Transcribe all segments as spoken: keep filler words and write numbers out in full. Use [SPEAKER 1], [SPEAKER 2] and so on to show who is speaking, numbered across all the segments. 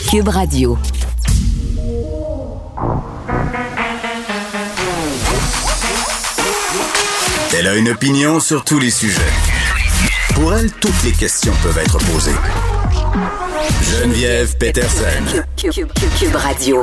[SPEAKER 1] Cube Radio.
[SPEAKER 2] Elle a une opinion sur tous les sujets. Pour elle, toutes les questions peuvent être posées. Geneviève Peterson.
[SPEAKER 1] Cube, Cube, Cube, Cube Radio.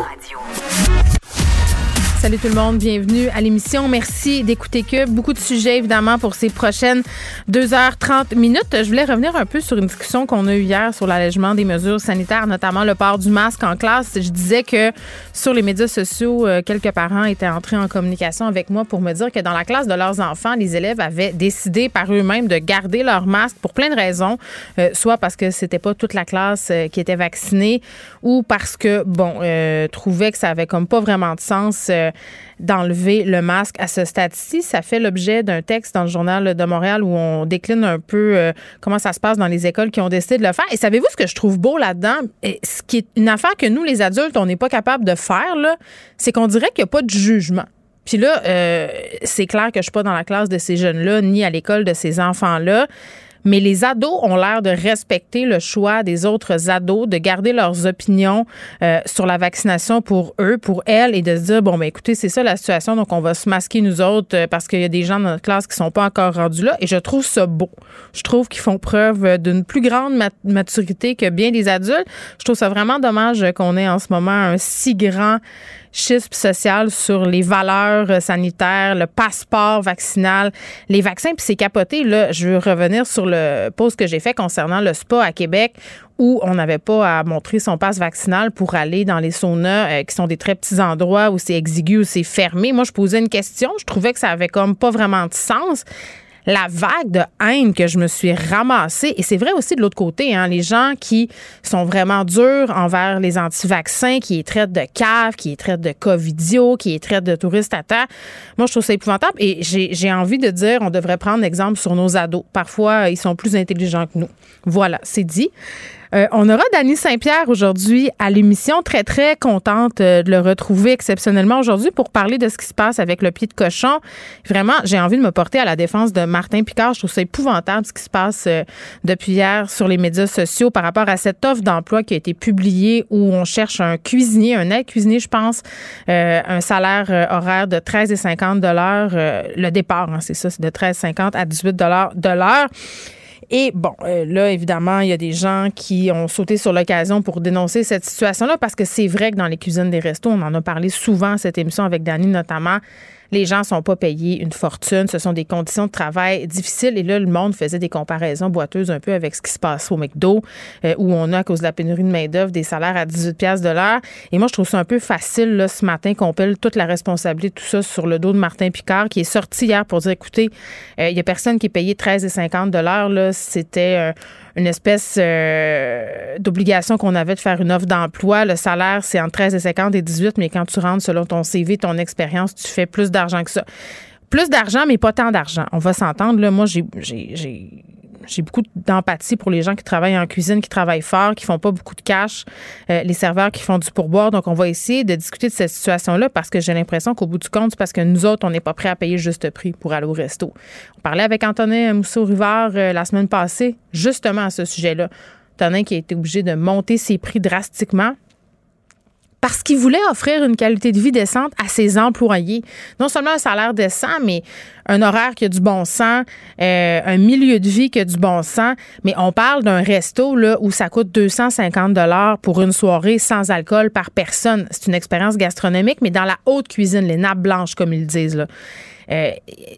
[SPEAKER 3] Salut tout le monde, bienvenue à l'émission. Merci d'écouter Cube. Beaucoup de sujets, évidemment, pour ces prochaines deux heures trente minutes. Je voulais revenir un peu sur une discussion qu'on a eue hier sur l'allègement des mesures sanitaires, notamment le port du masque en classe. Je disais que sur les médias sociaux, quelques parents étaient entrés en communication avec moi pour me dire que dans la classe de leurs enfants, les élèves avaient décidé par eux-mêmes de garder leur masque pour plein de raisons, euh, soit parce que c'était pas toute la classe euh, qui était vaccinée ou parce que, bon, euh, trouvaient que ça avait comme pas vraiment de sens euh, d'enlever le masque à ce stade-ci. Ça fait l'objet d'un texte dans le Journal de Montréal où on décline un peu euh, comment ça se passe dans les écoles qui ont décidé de le faire. Et savez-vous ce que je trouve beau là-dedans? Et ce qui est une affaire que nous, les adultes, on n'est pas capable de faire, là, c'est qu'on dirait qu'il n'y a pas de jugement. Puis là, euh, c'est clair que je ne suis pas dans la classe de ces jeunes-là, ni à l'école de ces enfants-là. Mais les ados ont l'air de respecter le choix des autres ados, de garder leurs opinions euh, sur la vaccination pour eux, pour elles, et de se dire, bon, ben écoutez, c'est ça la situation, donc on va se masquer nous autres euh, parce qu'il y a des gens dans notre classe qui sont pas encore rendus là. Et je trouve ça beau. Je trouve qu'ils font preuve d'une plus grande mat- maturité que bien des adultes. Je trouve ça vraiment dommage qu'on ait en ce moment un si grand schisme social sur les valeurs sanitaires, le passeport vaccinal, les vaccins, puis c'est capoté. Là, je veux revenir sur le post que j'ai fait concernant le spa à Québec où on n'avait pas à montrer son passe vaccinal pour aller dans les saunas euh, qui sont des très petits endroits où c'est exigu, où c'est fermé. Moi, je posais une question. Je trouvais que ça avait comme pas vraiment de sens. La vague de haine que je me suis ramassée, et c'est vrai aussi de l'autre côté, hein, les gens qui sont vraiment durs envers les anti-vaccins, qui les traitent de caves, qui les traitent de covidio, qui les traitent de touristes à terre. Moi, je trouve ça épouvantable et j'ai, j'ai envie de dire, on devrait prendre exemple sur nos ados. Parfois, ils sont plus intelligents que nous. Voilà, c'est dit. Euh, on aura Danny Saint-Pierre aujourd'hui à l'émission. Très, très contente euh, de le retrouver exceptionnellement aujourd'hui pour parler de ce qui se passe avec le pied de cochon. Vraiment, j'ai envie de me porter à la défense de Martin Picard. Je trouve ça épouvantable ce qui se passe euh, depuis hier sur les médias sociaux par rapport à cette offre d'emploi qui a été publiée où on cherche un cuisinier, un aide-cuisinier, je pense, euh, un salaire euh, horaire de treize cinquante de l'heure. Euh, le départ, hein, c'est ça, c'est de treize cinquante à dix-huit dollars de l'heure. Et bon, euh, là, évidemment, il y a des gens qui ont sauté sur l'occasion pour dénoncer cette situation-là parce que c'est vrai que dans les cuisines des restos, on en a parlé souvent à cette émission avec Dany notamment, les gens ne sont pas payés une fortune. Ce sont des conditions de travail difficiles. Et là, le monde faisait des comparaisons boiteuses un peu avec ce qui se passe au McDo, euh, où on a, à cause de la pénurie de main-d'œuvre, des salaires à dix-huit piastres de l'heure. Et moi, je trouve ça un peu facile, là, ce matin, qu'on pèle toute la responsabilité de tout ça sur le dos de Martin Picard, qui est sorti hier pour dire, écoutez, il euh, n'y a personne qui est payé treize cinquante de l'heure. Là, c'était... Euh, une espèce euh, d'obligation qu'on avait de faire une offre d'emploi. Le salaire, c'est entre treize cinquante et dix-huit, mais quand tu rentres selon ton C V, ton expérience, tu fais plus d'argent que ça. Plus d'argent, mais pas tant d'argent. On va s'entendre. Là, moi, j'ai, j'ai, j'ai, j'ai beaucoup d'empathie pour les gens qui travaillent en cuisine, qui travaillent fort, qui font pas beaucoup de cash, euh, les serveurs qui font du pourboire. Donc, on va essayer de discuter de cette situation-là parce que j'ai l'impression qu'au bout du compte, c'est parce que nous autres, on n'est pas prêts à payer le juste prix pour aller au resto. On parlait avec Antonin Mousseau-Rivard euh, la semaine passée, justement à ce sujet-là. Antonin qui a été obligé de monter ses prix drastiquement parce qu'il voulait offrir une qualité de vie décente à ses employés. Non seulement un salaire décent, mais un horaire qui a du bon sens, euh, un milieu de vie qui a du bon sens. Mais on parle d'un resto là, où ça coûte deux cent cinquante dollars pour une soirée sans alcool par personne. C'est une expérience gastronomique, mais dans la haute cuisine, les nappes blanches, comme ils le disent, là. Euh,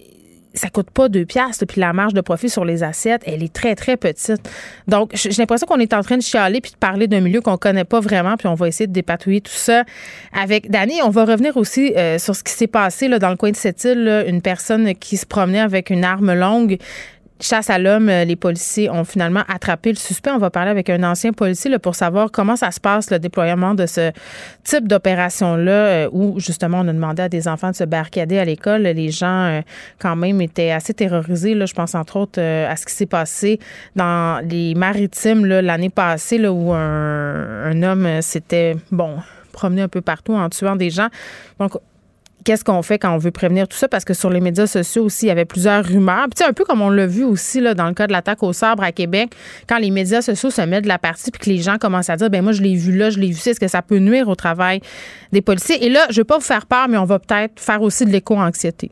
[SPEAKER 3] ça coûte pas deux piastres, puis la marge de profit sur les assiettes, elle est très, très petite. Donc, j'ai l'impression qu'on est en train de chialer puis de parler d'un milieu qu'on connaît pas vraiment, puis on va essayer de dépatouiller tout ça avec Dany. On va revenir aussi euh, sur ce qui s'est passé là, dans le coin de cette île, là, une personne qui se promenait avec une arme longue. Chasse à l'homme, les policiers ont finalement attrapé le suspect. On va parler avec un ancien policier là, pour savoir comment ça se passe, le déploiement de ce type d'opération-là, euh, où justement on a demandé à des enfants de se barricader à l'école. Les gens, euh, quand même, étaient assez terrorisés. Là. Je pense entre autres euh, à ce qui s'est passé dans les Maritimes là, l'année passée, là, où un, un homme s'était, bon, promené un peu partout en tuant des gens. Donc, qu'est-ce qu'on fait quand on veut prévenir tout ça? Parce que sur les médias sociaux aussi, il y avait plusieurs rumeurs. Puis, tu sais, un peu comme on l'a vu aussi là, dans le cas de l'attaque au sabre à Québec, quand les médias sociaux se mettent de la partie puis que les gens commencent à dire, ben moi, je l'ai vu là, je l'ai vu ça, est-ce que ça peut nuire au travail des policiers? Et là, je ne vais pas vous faire peur, mais on va peut-être faire aussi de l'éco-anxiété.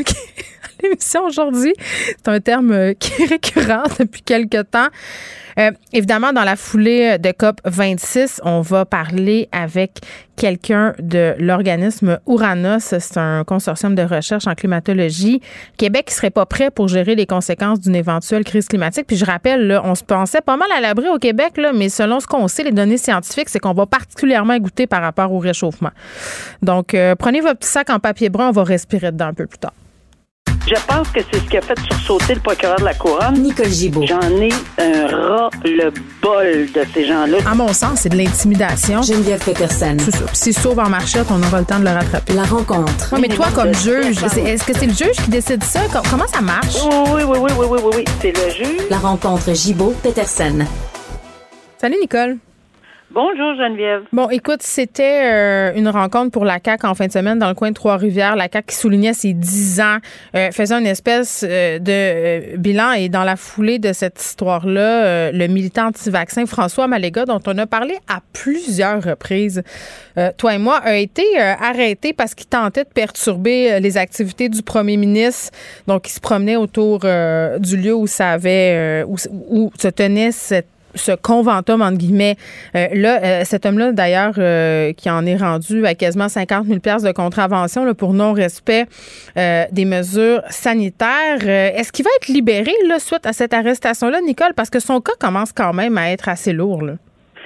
[SPEAKER 3] L'émission aujourd'hui, c'est un terme qui est récurrent depuis quelque temps. Euh, évidemment, dans la foulée de C O P vingt-six, on va parler avec quelqu'un de l'organisme Ouranos. C'est un consortium de recherche en climatologie. Québec qui serait pas prêt pour gérer les conséquences d'une éventuelle crise climatique. Puis je rappelle, là, on se pensait pas mal à l'abri au Québec, là, mais selon ce qu'on sait, les données scientifiques, c'est qu'on va particulièrement goûter par rapport au réchauffement. Donc, euh, prenez votre petit sac en papier brun, on va respirer dedans un peu plus tard.
[SPEAKER 1] Je pense que c'est ce qui a fait sursauter le procureur de la Couronne.
[SPEAKER 4] Nicole Gibault.
[SPEAKER 1] J'en ai un ras-le-bol de ces gens-là.
[SPEAKER 3] À mon sens, c'est de l'intimidation.
[SPEAKER 4] Geneviève Peterson.
[SPEAKER 3] C'est ça. Puis s'il sauve en marchette, on aura le temps de le rattraper.
[SPEAKER 4] La rencontre.
[SPEAKER 3] Oui, mais toi, comme juge, c'est, est-ce que c'est le juge qui décide ça? Comment ça marche?
[SPEAKER 1] Oui, oui, oui, oui, oui, oui, oui. C'est le juge.
[SPEAKER 4] La rencontre Gibault-Peterson.
[SPEAKER 3] Salut, Nicole.
[SPEAKER 1] Bonjour Geneviève.
[SPEAKER 3] Bon, écoute, c'était euh, une rencontre pour la C A Q en fin de semaine dans le coin de Trois-Rivières. La C A Q qui soulignait ses dix ans, euh, faisait une espèce euh, de euh, bilan. Et dans la foulée de cette histoire-là, euh, le militant anti-vaccin François Maléga, dont on a parlé à plusieurs reprises, euh, toi et moi, a été euh, arrêté parce qu'il tentait de perturber euh, les activités du premier ministre. Donc, il se promenait autour euh, du lieu où ça avait, euh, où, où se tenait cette ce conventum, entre guillemets. Euh, là, euh, cet homme-là, d'ailleurs, euh, qui en est rendu à quasiment cinquante mille dollars de contravention là, pour non-respect euh, des mesures sanitaires. Euh, est-ce qu'il va être libéré là, suite à cette arrestation-là, Nicole? Parce que son cas commence quand même à être assez lourd, là.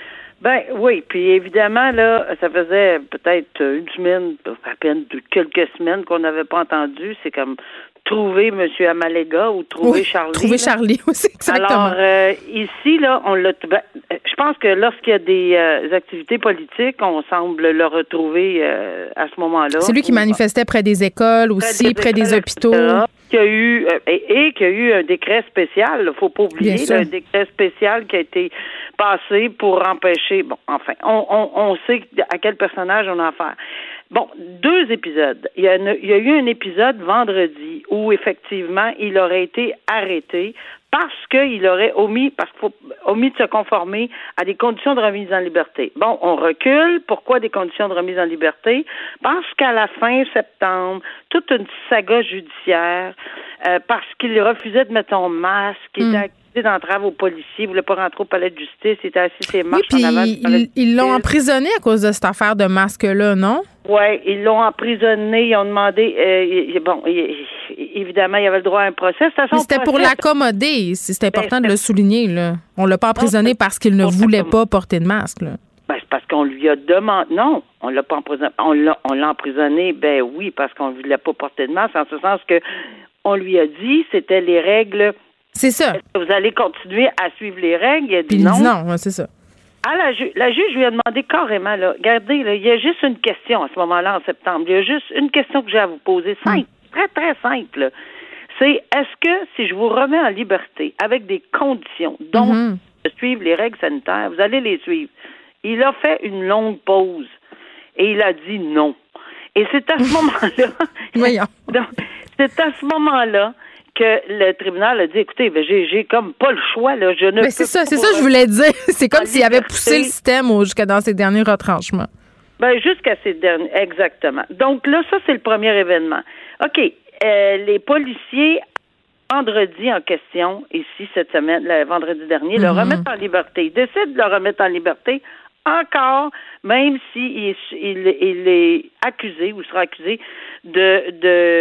[SPEAKER 1] Ben oui, puis évidemment, là, ça faisait peut-être une semaine, à peine quelques semaines qu'on n'avait pas entendu. C'est comme trouver M. Amalega ou trouver
[SPEAKER 3] oui,
[SPEAKER 1] Charlie.
[SPEAKER 3] Trouver là. Charlie, oui, c'est exactement.
[SPEAKER 1] Alors, euh, ici, là, on l'a. Ben, je pense que lorsqu'il y a des euh, activités politiques, on semble le retrouver euh, à ce moment-là.
[SPEAKER 3] C'est lui qui manifestait près des écoles aussi, près des, près des hôpitaux.
[SPEAKER 1] Qui a eu euh, et, et qui a eu un décret spécial, il faut pas oublier, là, un décret spécial qui a été passé pour empêcher. Bon, enfin, on, on, on sait à quel personnage on a affaire. Bon, deux épisodes. Il y a, une, il y a eu un épisode vendredi où effectivement il aurait été arrêté parce qu'il aurait omis, parce qu'il faut omis de se conformer à des conditions de remise en liberté. Bon, on recule. Pourquoi des conditions de remise en liberté? Parce qu'à la fin septembre, toute une saga judiciaire, euh, parce qu'il refusait de mettre son masque, il mm. était accusé d'entrave aux policiers, il voulait pas rentrer au palais de justice, il était assis ses marches
[SPEAKER 3] oui,
[SPEAKER 1] en avant du palais de justice.
[SPEAKER 3] Ils l'ont emprisonné à cause de cette affaire de masque-là, non?
[SPEAKER 1] Oui, ils l'ont emprisonné, ils ont demandé, euh, bon, évidemment, il avait le droit à un procès. C'était,
[SPEAKER 3] Mais c'était pour l'accommoder, c'est important ben, de le souligner, là. On l'a pas emprisonné parce qu'il ne voulait pas porter de masque, là.
[SPEAKER 1] Ben, c'est parce qu'on lui a demandé, non, on l'a pas emprisonné, on l'a, on l'a emprisonné, ben oui, parce qu'on ne voulait pas porter de masque, en ce sens que on lui a dit, c'était les règles.
[SPEAKER 3] C'est ça.
[SPEAKER 1] Est-ce que vous allez continuer à suivre les règles? Il a dit
[SPEAKER 3] Puis
[SPEAKER 1] non.
[SPEAKER 3] Il dit non, ouais, c'est ça.
[SPEAKER 1] Ah, la, ju- la juge lui a demandé carrément, là, regardez, là, il y a juste une question à ce moment-là, en septembre. Il y a juste une question que j'ai à vous poser, simple, mmh. très, très simple. Là. C'est, est-ce que si je vous remets en liberté avec des conditions, donc mmh. de suivre les règles sanitaires, vous allez les suivre? Il a fait une longue pause et il a dit non. Et c'est à ce moment-là...
[SPEAKER 3] Voyons.
[SPEAKER 1] donc, c'est à ce moment-là que le tribunal a dit, écoutez, ben j'ai, j'ai comme pas le choix, là, je ne
[SPEAKER 3] ben
[SPEAKER 1] peux
[SPEAKER 3] c'est ça,
[SPEAKER 1] pas...
[SPEAKER 3] c'est ça que je voulais dire. C'est comme s'il avait poussé le système au, jusqu'à dans ses derniers retranchements.
[SPEAKER 1] Ben, jusqu'à ces derniers, exactement. Donc là, ça, c'est le premier événement. OK, euh, les policiers, vendredi en question, ici, cette semaine, le vendredi dernier, mm-hmm. le remettent en liberté. Ils décident de le remettre en liberté encore, même s'il si il, il est accusé ou sera accusé de,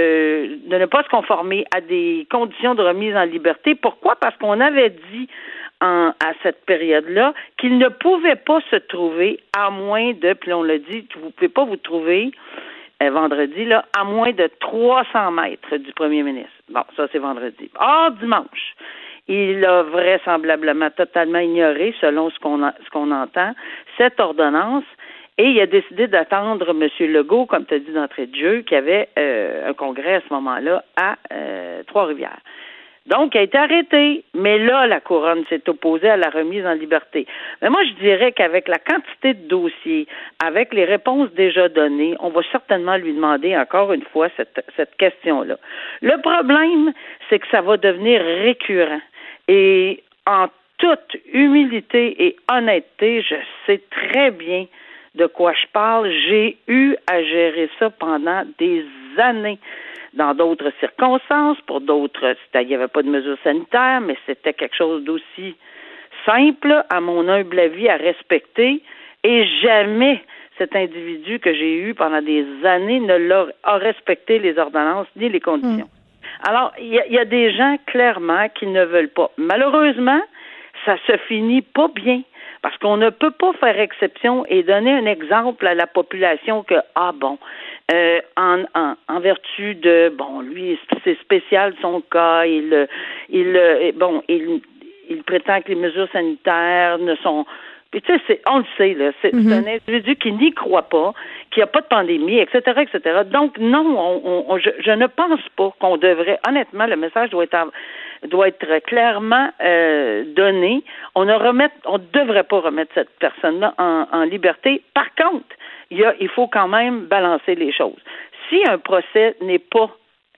[SPEAKER 1] de, de ne pas se conformer à des conditions de remise en liberté. Pourquoi? Parce qu'on avait dit en, à cette période-là qu'il ne pouvait pas se trouver à moins de, puis on l'a dit, vous ne pouvez pas vous trouver euh, vendredi, là, à moins de trois cents mètres du premier ministre. Bon, ça c'est vendredi. Or, dimanche, il a vraisemblablement totalement ignoré, selon ce qu'on, a, ce qu'on entend, cette ordonnance, et il a décidé d'attendre M. Legault, comme tu as dit d'entrée de jeu, qui avait euh, un congrès à ce moment-là à euh, Trois-Rivières. Donc, il a été arrêté. Mais là, la couronne s'est opposée à la remise en liberté. Mais moi, je dirais qu'avec la quantité de dossiers, avec les réponses déjà données, on va certainement lui demander encore une fois cette, cette question-là. Le problème, c'est que ça va devenir récurrent. Et en toute humilité et honnêteté, je sais très bien de quoi je parle. J'ai eu à gérer ça pendant des années. Dans d'autres circonstances, pour d'autres, il n'y avait pas de mesures sanitaires, mais c'était quelque chose d'aussi simple, à mon humble avis, à respecter. Et jamais cet individu que j'ai eu pendant des années ne l'a a respecté les ordonnances ni les conditions. Mmh. Alors, il y, y a des gens, clairement, qui ne veulent pas. Malheureusement, ça se finit pas bien. Parce qu'on ne peut pas faire exception et donner un exemple à la population que, ah bon, euh, en, en, en vertu de, bon, lui, c'est spécial son cas, il, il, bon, il, il prétend que les mesures sanitaires ne sont... Puis tu sais, c'est, on le sait, là, c'est, mm-hmm. c'est un individu qui n'y croit pas, qui n'a pas de pandémie, et cetera, et cetera. Donc, non, on, on, je, je ne pense pas qu'on devrait, honnêtement, le message doit être, en, doit être clairement euh, donné. On ne remet, on devrait pas remettre cette personne-là en, en liberté. Par contre, il y a, il faut quand même balancer les choses. Si un procès n'est pas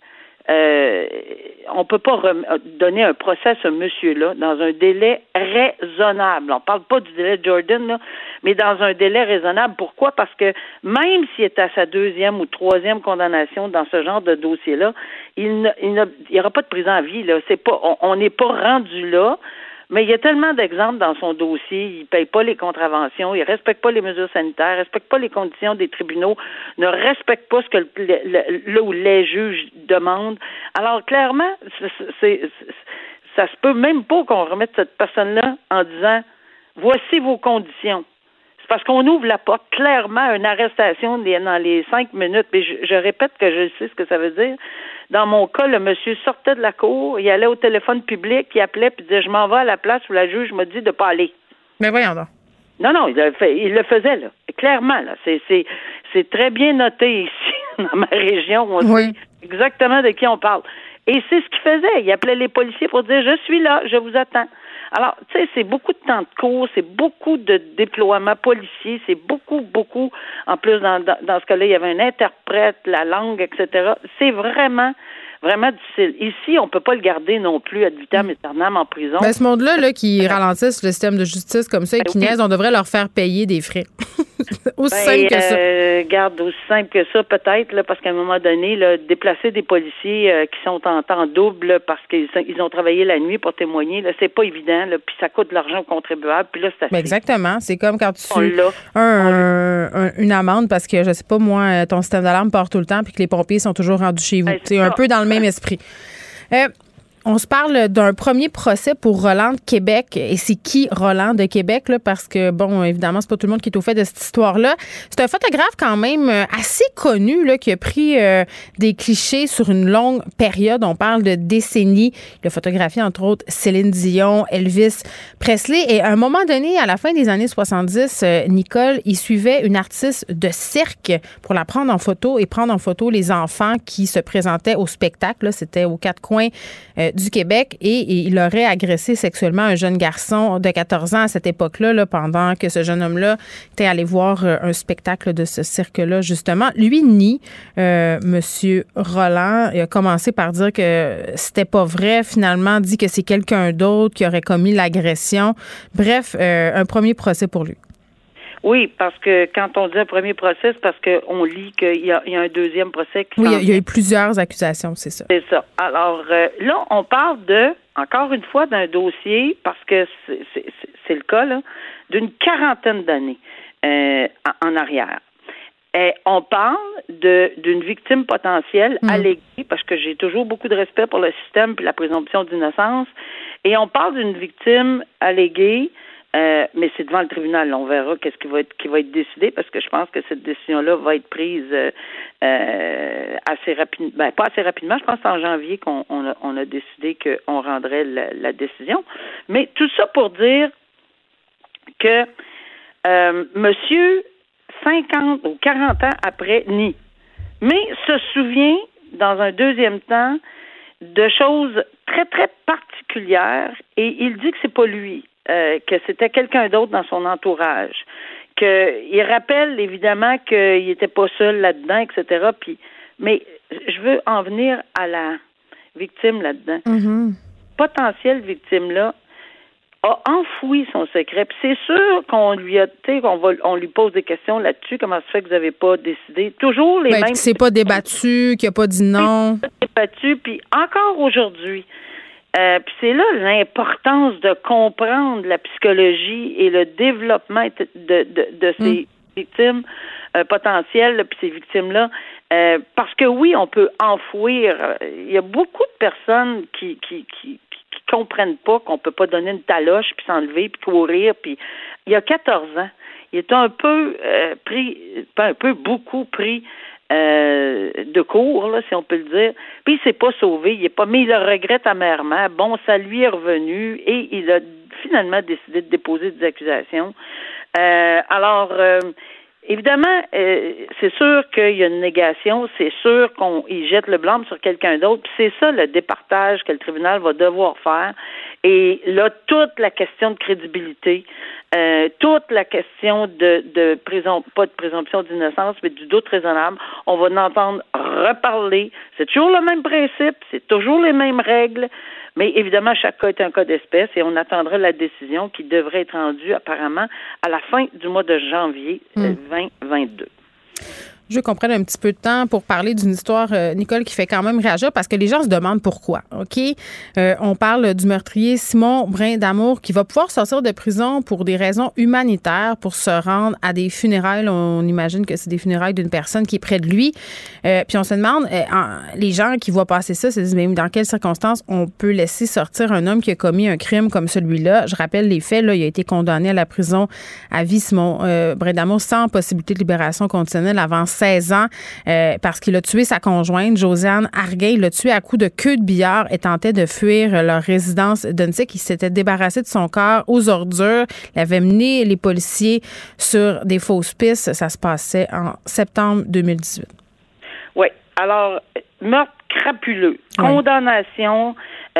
[SPEAKER 1] Euh, on ne peut pas rem- donner un procès à ce monsieur-là dans un délai raisonnable. On ne parle pas du délai de Jordan, là, mais dans un délai raisonnable. Pourquoi? Parce que même s'il est à sa deuxième ou troisième condamnation dans ce genre de dossier-là, il n'y aura pas de prison à vie. Là. C'est pas, on n'est pas rendu là. Mais il y a tellement d'exemples dans son dossier. Il ne paye pas les contraventions, il ne respecte pas les mesures sanitaires, ne respecte pas les conditions des tribunaux, ne respecte pas ce que le, le, là où les juges demandent. Alors, clairement, c'est, c'est, c'est, ça se peut même pas qu'on remette cette personne-là en disant « Voici vos conditions ». C'est parce qu'on ouvre la porte clairement à une arrestation dans les cinq minutes. Mais je, je répète que je sais ce que ça veut dire. Dans mon cas, le monsieur sortait de la cour, il allait au téléphone public, il appelait puis disait « Je m'en vais à la place où la juge m'a dit de pas aller ».
[SPEAKER 3] Mais voyons donc.
[SPEAKER 1] Non, non, il le, fait, il le faisait, là. Clairement, là. C'est, c'est, c'est très bien noté ici, dans ma région. On
[SPEAKER 3] oui.
[SPEAKER 1] sait exactement de qui on parle. Et c'est ce qu'il faisait. Il appelait les policiers pour dire « Je suis là, je vous attends ». Alors, tu sais, c'est beaucoup de temps de cours, c'est beaucoup de déploiements policiers, c'est beaucoup, beaucoup, en plus, dans, dans, dans ce cas-là, il y avait un interprète, la langue, et cetera. C'est vraiment, vraiment difficile. Ici, on ne peut pas le garder non plus ad vitam aeternam en prison.
[SPEAKER 3] Ben, ce monde-là, là, qui ralentisse le système de justice comme ça et ben, qui oui. niaise, on devrait leur faire payer des frais. Aussi ben, simple que ça.
[SPEAKER 1] Euh, garde, aussi simple que ça, peut-être, là, parce qu'à un moment donné, là, déplacer des policiers euh, qui sont en temps double là, parce qu'ils ils ont travaillé la nuit pour témoigner, là, c'est pas évident, là, puis ça coûte de l'argent aux contribuables, puis là, c'est assez.
[SPEAKER 3] Ben exactement. C'est comme quand tu as un, un, une amende parce que, je sais pas, moi, ton système d'alarme part tout le temps puis que les pompiers sont toujours rendus chez vous. Ben, c'est, c'est un peu dans le même esprit. Euh, On se parle d'un premier procès pour Roland de Québec. Et c'est qui Roland de Québec? Là? Parce que, bon, évidemment, c'est pas tout le monde qui est au fait de cette histoire-là. C'est un photographe quand même assez connu là, qui a pris euh, des clichés sur une longue période. On parle de décennies. Il a photographié, entre autres, Céline Dion, Elvis Presley. Et à un moment donné, à la fin des années soixante-dix, euh, Nicole, il suivait une artiste de cirque pour la prendre en photo et prendre en photo les enfants qui se présentaient au spectacle. Là. C'était aux quatre coins euh, du Québec et, et il aurait agressé sexuellement un jeune garçon de quatorze ans à cette époque-là, là, pendant que ce jeune homme-là était allé voir euh, un spectacle de ce cirque-là, justement. Lui nie, euh, Monsieur Roland, il a commencé par dire que c'était pas vrai, finalement dit que c'est quelqu'un d'autre qui aurait commis l'agression. Bref, euh, un premier procès pour lui.
[SPEAKER 1] Oui, parce que quand on dit un premier procès, c'est parce qu'on lit qu'il y a, il y a un deuxième procès qui
[SPEAKER 3] Oui, il y a eu plusieurs accusations, c'est ça.
[SPEAKER 1] C'est ça. Alors, euh, là, on parle de, encore une fois, d'un dossier, parce que c'est, c'est, c'est le cas, là, d'une quarantaine d'années euh, en arrière. Et on parle de d'une victime potentielle mmh. alléguée, parce que j'ai toujours beaucoup de respect pour le système et la présomption d'innocence, et on parle d'une victime alléguée. Euh, mais c'est devant le tribunal. On verra qu'est-ce qui va être qui va être décidé parce que je pense que cette décision-là va être prise euh, euh, assez rapidement. Ben, pas assez rapidement. Je pense que c'est en janvier qu'on on a, on a décidé qu'on rendrait la, la décision. Mais tout ça pour dire que euh, monsieur, cinquante ou quarante ans après, nie. Mais se souvient, dans un deuxième temps, de choses très, très particulières et il dit que c'est pas lui, euh, que c'était quelqu'un d'autre dans son entourage. Que, il rappelle évidemment qu'il n'était pas seul là-dedans, et cetera. Puis, mais je veux en venir à la victime là-dedans.
[SPEAKER 3] Mm-hmm.
[SPEAKER 1] Potentielle victime-là a enfoui son secret. Puis c'est sûr qu'on lui a, tu sais, qu'on va, on lui pose des questions là-dessus. Comment ça fait que vous n'avez pas décidé? Toujours les
[SPEAKER 3] ben,
[SPEAKER 1] mêmes.
[SPEAKER 3] C'est pas débattu, qu'il n'a pas dit non.
[SPEAKER 1] C'est pas débattu. Puis encore aujourd'hui. Euh, puis c'est là l'importance de comprendre la psychologie et le développement de, de, de, de ces mm. victimes euh, potentielles, puis ces victimes-là. Euh, parce que oui, on peut enfouir. Il y a beaucoup de personnes qui qui qui, qui comprennent pas qu'on peut pas donner une taloche, puis s'enlever, puis courir. Puis il y a quatorze ans, il est un peu euh, pris, pas un peu, beaucoup pris Euh, de cours, là, si on peut le dire. Puis il s'est pas sauvé, il est pas, mais il le regrette amèrement. Bon, ça lui est revenu et il a finalement décidé de déposer des accusations. Euh, alors, euh, évidemment, euh, c'est sûr qu'il y a une négation, c'est sûr qu'on il jette le blâme sur quelqu'un d'autre, puis c'est ça le départage que le tribunal va devoir faire. Et là, toute la question de crédibilité, euh, toute la question de, de présump, pas de présomption d'innocence, mais du doute raisonnable, on va en entendre reparler. C'est toujours le même principe, c'est toujours les mêmes règles, mais évidemment, chaque cas est un cas d'espèce et on attendra la décision qui devrait être rendue apparemment à la fin du mois de janvier mmh. vingt vingt-deux.
[SPEAKER 3] Je veux qu'on prenne un petit peu de temps pour parler d'une histoire, euh, Nicole, qui fait quand même réagir parce que les gens se demandent pourquoi. OK? Euh, on parle du meurtrier Simon Brindamour qui va pouvoir sortir de prison pour des raisons humanitaires pour se rendre à des funérailles. On imagine que c'est des funérailles d'une personne qui est près de lui. Euh, puis on se demande, euh, en, les gens qui voient passer ça se disent, mais dans quelles circonstances on peut laisser sortir un homme qui a commis un crime comme celui-là? Je rappelle les faits, là, il a été condamné à la prison à vie, Simon euh, Brindamour, sans possibilité de libération conditionnelle avant seize ans euh, parce qu'il a tué sa conjointe, Josiane Arguin. Il l'a tué à coups de queue de billard et tentait de fuir leur résidence d'Untic. Il s'était débarrassé de son corps aux ordures. Il avait mené les policiers sur des fausses pistes. Ça se passait en septembre deux mille dix-huit.
[SPEAKER 1] Oui. Alors, meurtre crapuleux. Oui. Condamnation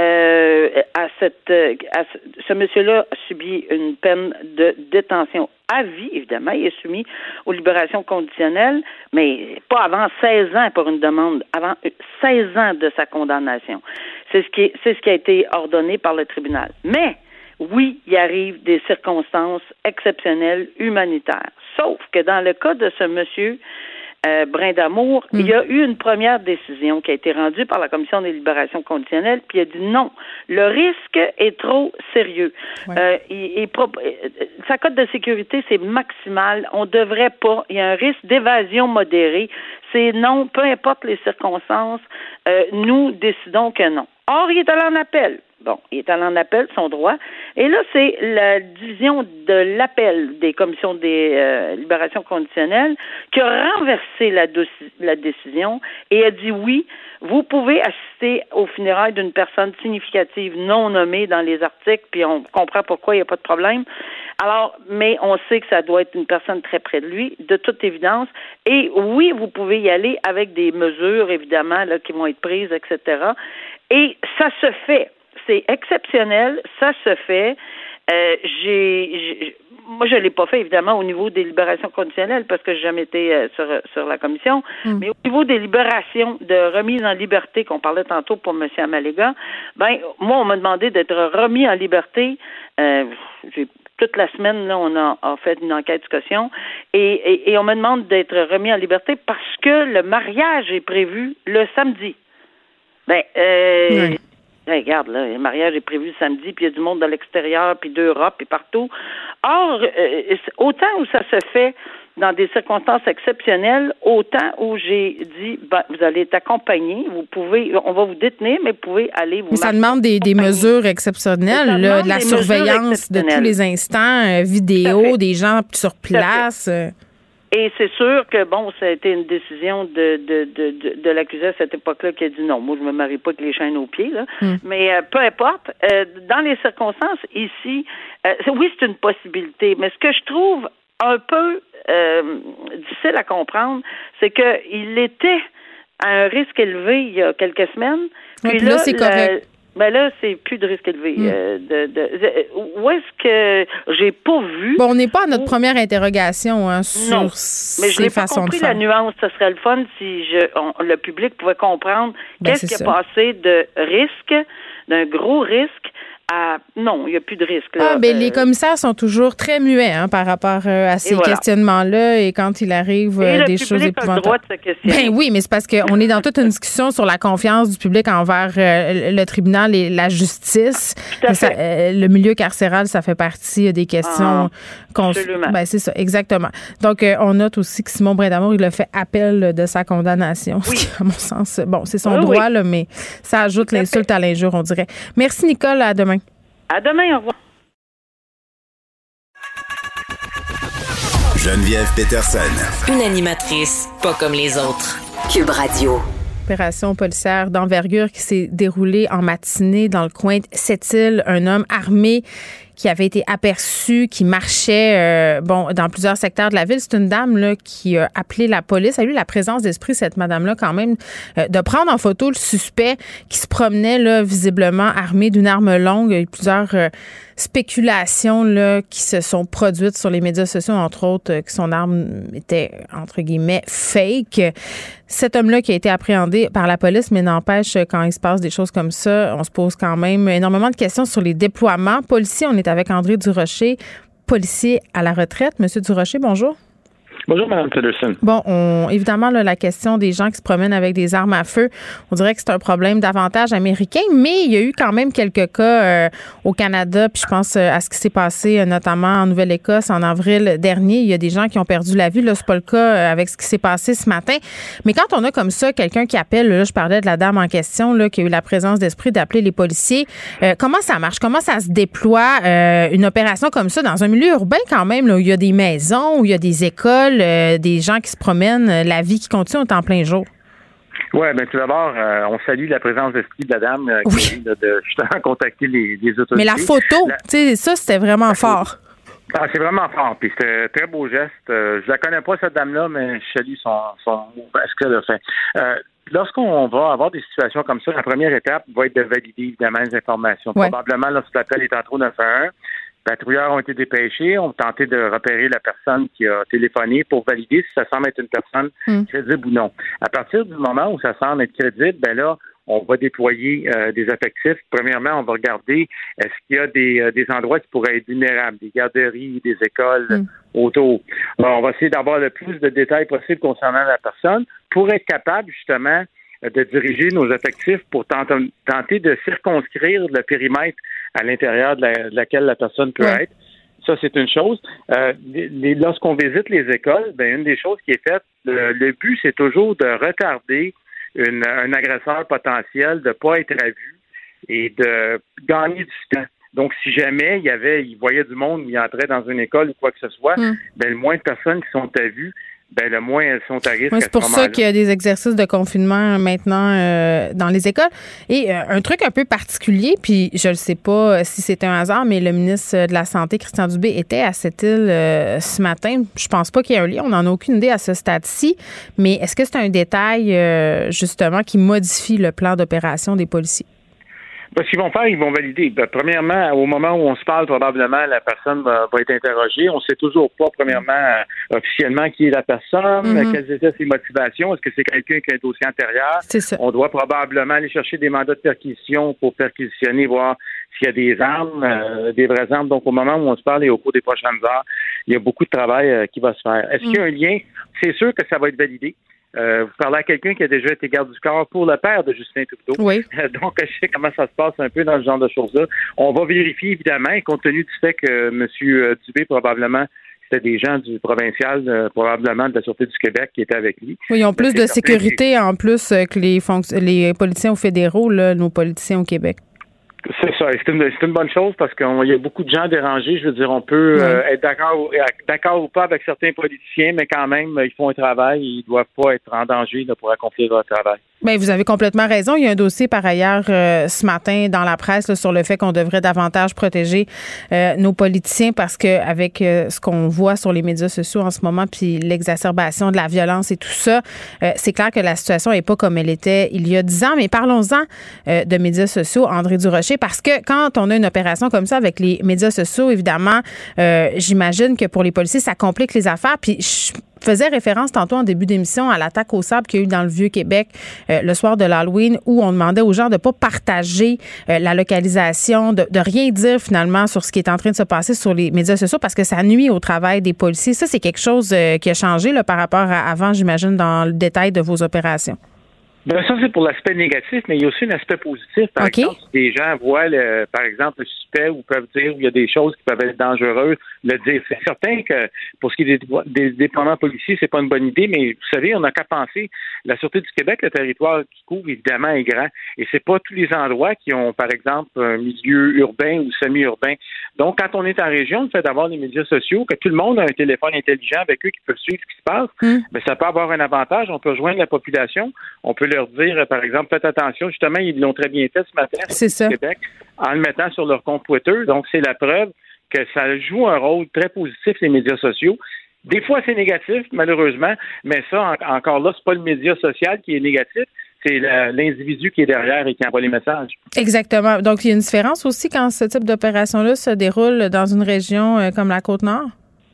[SPEAKER 1] euh, à cette à ce, ce monsieur-là a subi une peine de détention à vie, évidemment. Il est soumis aux libérations conditionnelles, mais pas avant seize ans pour une demande, avant seize ans de sa condamnation. C'est ce qui est, c'est ce qui a été ordonné par le tribunal. Mais oui, il arrive des circonstances exceptionnelles humanitaires. Sauf que dans le cas de ce monsieur Euh, Brindamour, mm. il y a eu une première décision qui a été rendue par la Commission des libérations conditionnelles, puis il a dit non, le risque est trop sérieux. Ouais. Euh, il, il pro- sa cote de sécurité, c'est maximal. On devrait pas. Il y a un risque d'évasion modérée. C'est non, peu importe les circonstances, euh, nous décidons que non. Or, il est allé en appel. Bon, il est allé en appel, son droit. Et là, c'est la division de l'appel des commissions des euh, libérations conditionnelles qui a renversé la, doci- la décision et a dit oui, vous pouvez assister aux funérailles d'une personne significative non nommée dans les articles, puis on comprend pourquoi il n'y a pas de problème. Alors, mais on sait que ça doit être une personne très près de lui, de toute évidence. Et oui, vous pouvez y aller avec des mesures, évidemment, là, qui vont être prises, et cetera. Et ça se fait. C'est exceptionnel, ça se fait. Euh, j'ai, j'ai, moi, je ne l'ai pas fait, évidemment, au niveau des libérations conditionnelles, parce que je n'ai jamais été euh, sur, sur la commission, mm. mais au niveau des libérations de remise en liberté, qu'on parlait tantôt pour M. Amalega, ben moi, on m'a demandé d'être remis en liberté. Euh, j'ai toute la semaine, là, on a, a fait une enquête de caution, et, et, et on me demande d'être remis en liberté parce que le mariage est prévu le samedi. Ben, euh... Oui. Hey, regarde, là, le mariage est prévu le samedi, puis il y a du monde de l'extérieur, puis d'Europe, puis partout. Or, euh, autant où ça se fait dans des circonstances exceptionnelles, autant où j'ai dit, ben, vous allez être accompagné, vous pouvez, on va vous détenir, mais vous pouvez aller vous...
[SPEAKER 3] Mais ça demande des, des mesures exceptionnelles, là, de la surveillance de tous les instants, euh, vidéo, des gens sur place...
[SPEAKER 1] Et c'est sûr que, bon, ça a été une décision de de, de, de, de l'accusé à cette époque-là qui a dit non, moi, je me marie pas avec les chaînes aux pieds, là. Mm. Mais euh, peu importe, euh, dans les circonstances ici, euh, oui, c'est une possibilité. Mais ce que je trouve un peu euh, difficile à comprendre, c'est qu'il était à un risque élevé il y a quelques semaines,
[SPEAKER 3] Puis, puis là, là, c'est correct.
[SPEAKER 1] La, ben là, c'est plus de risque élevé. Mm. Euh, de, de, de, où est-ce que j'ai pas vu...
[SPEAKER 3] Bon, on n'est pas à notre où... première interrogation hein, sur
[SPEAKER 1] non,
[SPEAKER 3] ces
[SPEAKER 1] mais je n'ai pas
[SPEAKER 3] façons
[SPEAKER 1] compris
[SPEAKER 3] de faire.
[SPEAKER 1] La nuance. Ce serait le fun si je, on, le public pouvait comprendre
[SPEAKER 3] ben,
[SPEAKER 1] qu'est-ce qui
[SPEAKER 3] ça.
[SPEAKER 1] a passé de risque, d'un gros risque, à... Non, il n'y a plus de risque. Là.
[SPEAKER 3] Ah, ben,
[SPEAKER 1] euh...
[SPEAKER 3] les commissaires sont toujours très muets hein, par rapport euh, à ces voilà. questionnements-là et quand il arrive euh, des choses épouvantables.
[SPEAKER 1] A le droit de se questionner.
[SPEAKER 3] Ben oui, mais c'est parce qu'on est dans toute une discussion sur la confiance du public envers euh, le tribunal et la justice. Ça, euh, le milieu carcéral, ça fait partie des questions.
[SPEAKER 1] Ah,
[SPEAKER 3] qu'on...
[SPEAKER 1] absolument.
[SPEAKER 3] Ben c'est ça, exactement. Donc, euh, on note aussi que Simon Brindamour, il a fait appel de sa condamnation.
[SPEAKER 1] Oui.
[SPEAKER 3] Ce qui, à mon sens, bon, c'est son
[SPEAKER 1] oui,
[SPEAKER 3] droit,
[SPEAKER 1] oui.
[SPEAKER 3] là, mais ça ajoute l'insulte à l'injure, on dirait. Merci, Nicole. À demain.
[SPEAKER 1] À demain, au revoir.
[SPEAKER 2] Geneviève Peterson.
[SPEAKER 4] Une animatrice pas comme les autres. Cube Radio.
[SPEAKER 3] Opération policière d'envergure qui s'est déroulée en matinée dans le coin de Sept-Îles. Un homme armé qui avait été aperçu, qui marchait euh, bon dans plusieurs secteurs de la ville. C'est une dame là, qui a appelé la police. Elle a eu la présence d'esprit, cette madame-là, quand même, euh, de prendre en photo le suspect qui se promenait là, visiblement armé d'une arme longue. Il y a eu plusieurs euh, spéculations là, qui se sont produites sur les médias sociaux, entre autres, euh, que son arme était, entre guillemets, fake. Cet homme-là qui a été appréhendé par la police, mais n'empêche, quand il se passe des choses comme ça, on se pose quand même énormément de questions sur les déploiements policiers. On est avec André Durocher, policier à la retraite. Monsieur Durocher, bonjour.
[SPEAKER 5] Bonjour, Mme Peterson.
[SPEAKER 3] Bon, on, évidemment, là, la question des gens qui se promènent avec des armes à feu, on dirait que c'est un problème davantage américain, mais il y a eu quand même quelques cas euh, au Canada, puis je pense euh, à ce qui s'est passé euh, notamment en Nouvelle-Écosse en avril dernier. Il y a des gens qui ont perdu la vie. Là, c'est pas le cas euh, avec ce qui s'est passé ce matin. Mais quand on a comme ça quelqu'un qui appelle, là, je parlais de la dame en question, là, qui a eu la présence d'esprit d'appeler les policiers, euh, comment ça marche? Comment ça se déploie euh, une opération comme ça dans un milieu urbain quand même, là, où il y a des maisons, où il y a des écoles, Euh, des gens qui se promènent, euh, la vie qui continue est en plein jour?
[SPEAKER 5] Oui, bien tout d'abord, euh, on salue la présence d'esprit de la dame euh,
[SPEAKER 3] oui.
[SPEAKER 5] qui vient de, de justement contacter les, les autorités.
[SPEAKER 3] Mais la photo,
[SPEAKER 5] la...
[SPEAKER 3] tu sais, ça, c'était vraiment fort.
[SPEAKER 5] Ah, c'est vraiment fort, puis c'était un très beau geste. Euh, je la connais pas, cette dame-là, mais je salue son, son, ce qu'elle a fait. Euh, Lorsqu'on va avoir des situations comme ça, la première étape va être de valider évidemment les informations.
[SPEAKER 3] Ouais.
[SPEAKER 5] Probablement, lorsque l'appel est en trop neuf un un, patrouilleurs ont été dépêchés, ont tenté de repérer la personne qui a téléphoné pour valider si ça semble être une personne mm. crédible ou non. À partir du moment où ça semble être crédible, ben là, on va déployer euh, des effectifs. Premièrement, on va regarder est-ce qu'il y a des, euh, des endroits qui pourraient être vulnérables, des garderies, des écoles mm. autour. Alors, on va essayer d'avoir le plus de détails possible concernant la personne pour être capable, justement, de diriger nos effectifs pour tenter, tenter de circonscrire le périmètre à l'intérieur de, la, de laquelle la personne peut ouais. être. Ça, c'est une chose. Euh, les, lorsqu'on visite les écoles, ben une des choses qui est faite, le, le but, c'est toujours de retarder une, un agresseur potentiel, de ne pas être à vue et de gagner du temps. Donc, si jamais il y avait, il voyait du monde, il entrait dans une école ou quoi que ce soit, mm. ben le moins de personnes qui sont à vue, ben le moins elles sont à risque.
[SPEAKER 3] Oui, c'est pour ça qu'il y a des exercices de confinement maintenant euh, dans les écoles. Et euh, un truc un peu particulier, puis je ne sais pas si c'est un hasard, mais le ministre de la Santé, Christian Dubé, était à Sept-Îles euh, ce matin. Je pense pas qu'il y ait un lien. On n'en a aucune idée à ce stade-ci. Mais est-ce que c'est un détail, euh, justement, qui modifie le plan d'opération des policiers?
[SPEAKER 5] Ben, ce qu'ils vont faire, ils vont valider. Ben, premièrement, au moment où on se parle, probablement, la personne va, va être interrogée. On ne sait toujours pas, premièrement, euh, officiellement, qui est la personne, mm-hmm. quelles étaient ses motivations. Est-ce que c'est quelqu'un qui a un dossier antérieur?
[SPEAKER 3] C'est ça.
[SPEAKER 5] On doit probablement aller chercher des mandats de perquisition pour perquisitionner, voir s'il y a des armes, euh, des vraies armes. Donc, au moment où on se parle et au cours des prochaines heures, il y a beaucoup de travail euh, qui va se faire. Est-ce mm. qu'il y a un lien? C'est sûr que ça va être validé. Euh, vous parlez à quelqu'un qui a déjà été garde du corps pour le père de Justin Trudeau.
[SPEAKER 3] Oui.
[SPEAKER 5] Donc, je sais comment ça se passe un peu dans ce genre de choses-là. On va vérifier, évidemment, et compte tenu du fait que M. Dubé, probablement, c'était des gens du provincial, euh, probablement de la Sûreté du Québec qui étaient avec lui.
[SPEAKER 3] Oui, ils ont plus de sécurité qui... en plus que les, fonc... les politiciens fédéraux, là, nos politiciens au Québec.
[SPEAKER 5] C'est ça. C'est une, c'est une bonne chose parce qu'il y a beaucoup de gens dérangés. Je veux dire, on peut oui. euh, être d'accord, d'accord ou pas avec certains politiciens, mais quand même, ils font un travail et ils ne doivent pas être en danger là, pour accomplir leur travail.
[SPEAKER 3] Bien, vous avez complètement raison. Il y a un dossier, par ailleurs, euh, ce matin dans la presse là, sur le fait qu'on devrait davantage protéger euh, nos politiciens parce qu'avec euh, ce qu'on voit sur les médias sociaux en ce moment puis l'exacerbation de la violence et tout ça, euh, c'est clair que la situation n'est pas comme elle était il y a dix ans. Mais parlons-en euh, de médias sociaux, André Durocher, parce que quand on a une opération comme ça avec les médias sociaux, évidemment, euh, j'imagine que pour les policiers, ça complique les affaires. Puis je faisais référence tantôt en début d'émission à l'attaque au sabre qu'il y a eu dans le Vieux-Québec euh, le soir de l'Halloween où on demandait aux gens de ne pas partager euh, la localisation, de, de rien dire finalement sur ce qui est en train de se passer sur les médias sociaux parce que ça nuit au travail des policiers. Ça, c'est quelque chose euh, qui a changé là, par rapport à avant, j'imagine, dans le détail de vos opérations.
[SPEAKER 5] Bien, ça, c'est pour l'aspect négatif, mais il y a aussi un aspect positif. Par okay. exemple, si des gens voient, le, par exemple, le suspect ou peuvent dire qu'il y a des choses qui peuvent être dangereuses, le dire. C'est certain que pour ce qui est des, des déploiements policiers, c'est pas une bonne idée, mais vous savez, on n'a qu'à penser, la Sûreté du Québec, le territoire qui couvre, évidemment, est grand. Et c'est pas tous les endroits qui ont, par exemple, un milieu urbain ou semi-urbain. Donc, quand on est en région, le fait d'avoir les médias sociaux, que tout le monde a un téléphone intelligent avec eux qui peuvent suivre ce qui se passe, mm. bien, ça peut avoir un avantage. On peut rejoindre la population. On peut leur dire, par exemple, faites attention. Justement, ils l'ont très bien fait ce matin au Québec en le mettant sur leur compte Twitter. Donc, c'est la preuve que ça joue un rôle très positif, les médias sociaux. Des fois, c'est négatif, malheureusement, mais ça, en- encore là, c'est pas le média social qui est négatif, c'est la, l'individu qui est derrière et qui envoie les messages.
[SPEAKER 3] Exactement. Donc, il y a une différence aussi quand ce type d'opération-là se déroule dans une région euh, comme la Côte-Nord?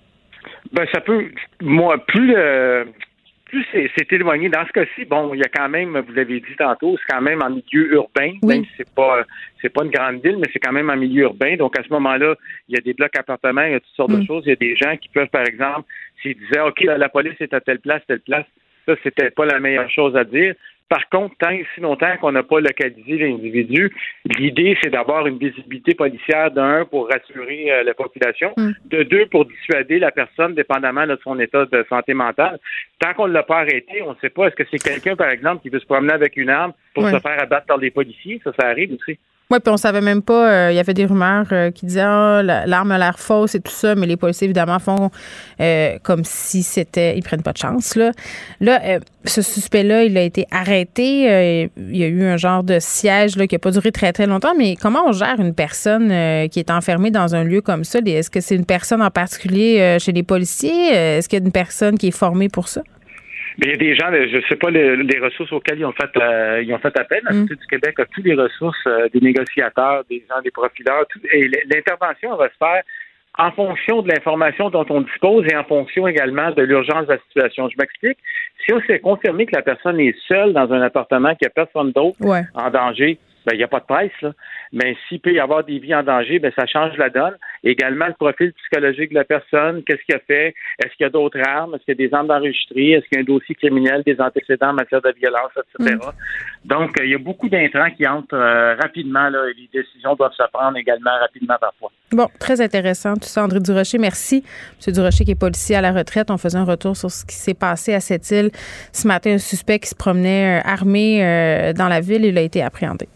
[SPEAKER 5] Ben, ça peut... Moi, plus... Euh, Plus c'est, c'est éloigné. Dans ce cas-ci, bon, il y a quand même, vous l'avez dit tantôt, c'est quand même en milieu urbain, oui. même si c'est pas c'est pas une grande ville, mais c'est quand même en milieu urbain. Donc à ce moment-là, il y a des blocs appartements, il y a toutes sortes mm. de choses. Il y a des gens qui peuvent, par exemple, s'ils disaient OK, la police est à telle place, telle place, ça, c'était pas la meilleure chose à dire. Par contre, tant et si longtemps qu'on n'a pas localisé l'individu, l'idée, c'est d'avoir une visibilité policière, d'un, pour rassurer euh, la population, mm. de deux, pour dissuader la personne, dépendamment de son état de santé mentale. Tant qu'on ne l'a pas arrêté, on ne sait pas, est-ce que c'est quelqu'un, par exemple, qui veut se promener avec une arme pour ouais. se faire abattre par les policiers? Ça, ça arrive aussi.
[SPEAKER 3] Oui, puis on savait même pas, il euh, y avait des rumeurs euh, qui disaient ah, la, l'arme a l'air fausse et tout ça, mais les policiers, évidemment, font euh, comme si c'était... Ils prennent pas de chance, là. Là, euh, ce suspect-là, il a été arrêté. Euh, il y a eu un genre de siège là, qui n'a pas duré très, très longtemps, mais comment on gère une personne euh, qui est enfermée dans un lieu comme ça? Est-ce que c'est une personne en particulier euh, chez les policiers? Est-ce qu'il y a une personne qui est formée pour ça?
[SPEAKER 5] Mais il y a des gens, je ne sais pas les, les ressources auxquelles ils ont fait, euh, ils ont fait appel. La Sûreté mm. du Québec a toutes les ressources, euh, des négociateurs, des gens, des profileurs. Tout, et l'intervention va se faire en fonction de l'information dont on dispose et en fonction également de l'urgence de la situation. Je m'explique. Si on s'est confirmé que la personne est seule dans un appartement, qu'il n'y a personne d'autre ouais. en danger, ben, il n'y a pas de presse, là. Mais s'il peut y avoir des vies en danger, ben, ça change la donne. Également, le profil psychologique de la personne, qu'est-ce qu'il a fait? Est-ce qu'il y a d'autres armes? Est-ce qu'il y a des armes enregistrées? Est-ce qu'il y a un dossier criminel, des antécédents en matière de violence, et cetera. Mm. Donc, euh, il y a beaucoup d'intrants qui entrent euh, rapidement, là, et les décisions doivent se prendre également rapidement parfois.
[SPEAKER 3] Bon, très intéressant tout ça, André Durocher. Merci. M. Durocher qui est policier à la retraite. On faisait un retour sur ce qui s'est passé à cette île. Ce matin, un suspect qui se promenait euh, armé euh, dans la ville, il a été appréhendé.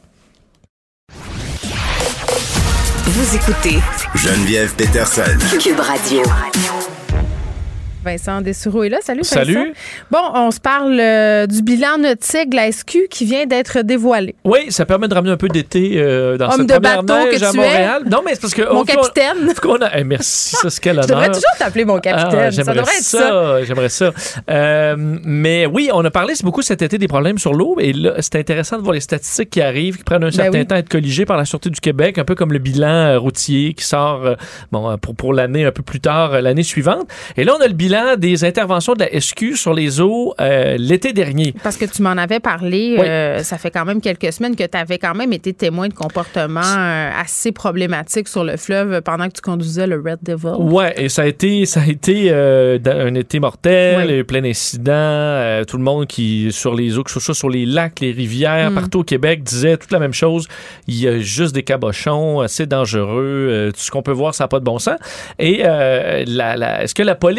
[SPEAKER 4] Vous écoutez
[SPEAKER 2] Geneviève Peterson.
[SPEAKER 4] Cube Radio.
[SPEAKER 3] Vincent Dessureau est là. Salut, Vincent.
[SPEAKER 6] Salut.
[SPEAKER 3] Bon, on se parle euh, du bilan nautique de la S Q qui vient d'être dévoilé.
[SPEAKER 6] Oui, ça permet de ramener un peu d'été euh, dans
[SPEAKER 3] Homme
[SPEAKER 6] cette
[SPEAKER 3] de
[SPEAKER 6] première
[SPEAKER 3] bateau
[SPEAKER 6] neige
[SPEAKER 3] que
[SPEAKER 6] à
[SPEAKER 3] tu
[SPEAKER 6] Montréal.
[SPEAKER 3] es.
[SPEAKER 6] Non, mais c'est parce que...
[SPEAKER 3] Mon
[SPEAKER 6] on,
[SPEAKER 3] capitaine.
[SPEAKER 6] On, on a, hey, merci, ça, c'est quel honneur.
[SPEAKER 3] Je devrais toujours t'appeler mon capitaine.
[SPEAKER 6] Ah,
[SPEAKER 3] ça devrait être ça.
[SPEAKER 6] ça. J'aimerais ça. Euh, mais oui, on a parlé beaucoup cet été des problèmes sur l'eau. Et là, c'est intéressant de voir les statistiques qui arrivent, qui prennent un certain ben oui. temps à être colligées par la Sûreté du Québec, un peu comme le bilan routier qui sort euh, bon, pour, pour l'année un peu plus tard, euh, l'année suivante. Et là, on a le bilan des interventions de la S Q sur les eaux euh, l'été dernier.
[SPEAKER 3] Parce que tu m'en avais parlé,
[SPEAKER 6] oui.
[SPEAKER 3] euh, ça fait quand même quelques semaines que tu avais quand même été témoin de comportements euh, assez problématiques sur le fleuve pendant que tu conduisais le Red Devil.
[SPEAKER 6] Oui, et ça a été, ça a été euh, un été mortel, oui. il y a eu plein d'incidents, euh, tout le monde qui, sur les eaux, que ce soit sur les lacs, les rivières, mm. partout au Québec, disait toute la même chose. Il y a juste des cabochons, c'est dangereux, euh, tout ce qu'on peut voir, ça n'a pas de bon sens. Et euh, la, la, est-ce que la police travaille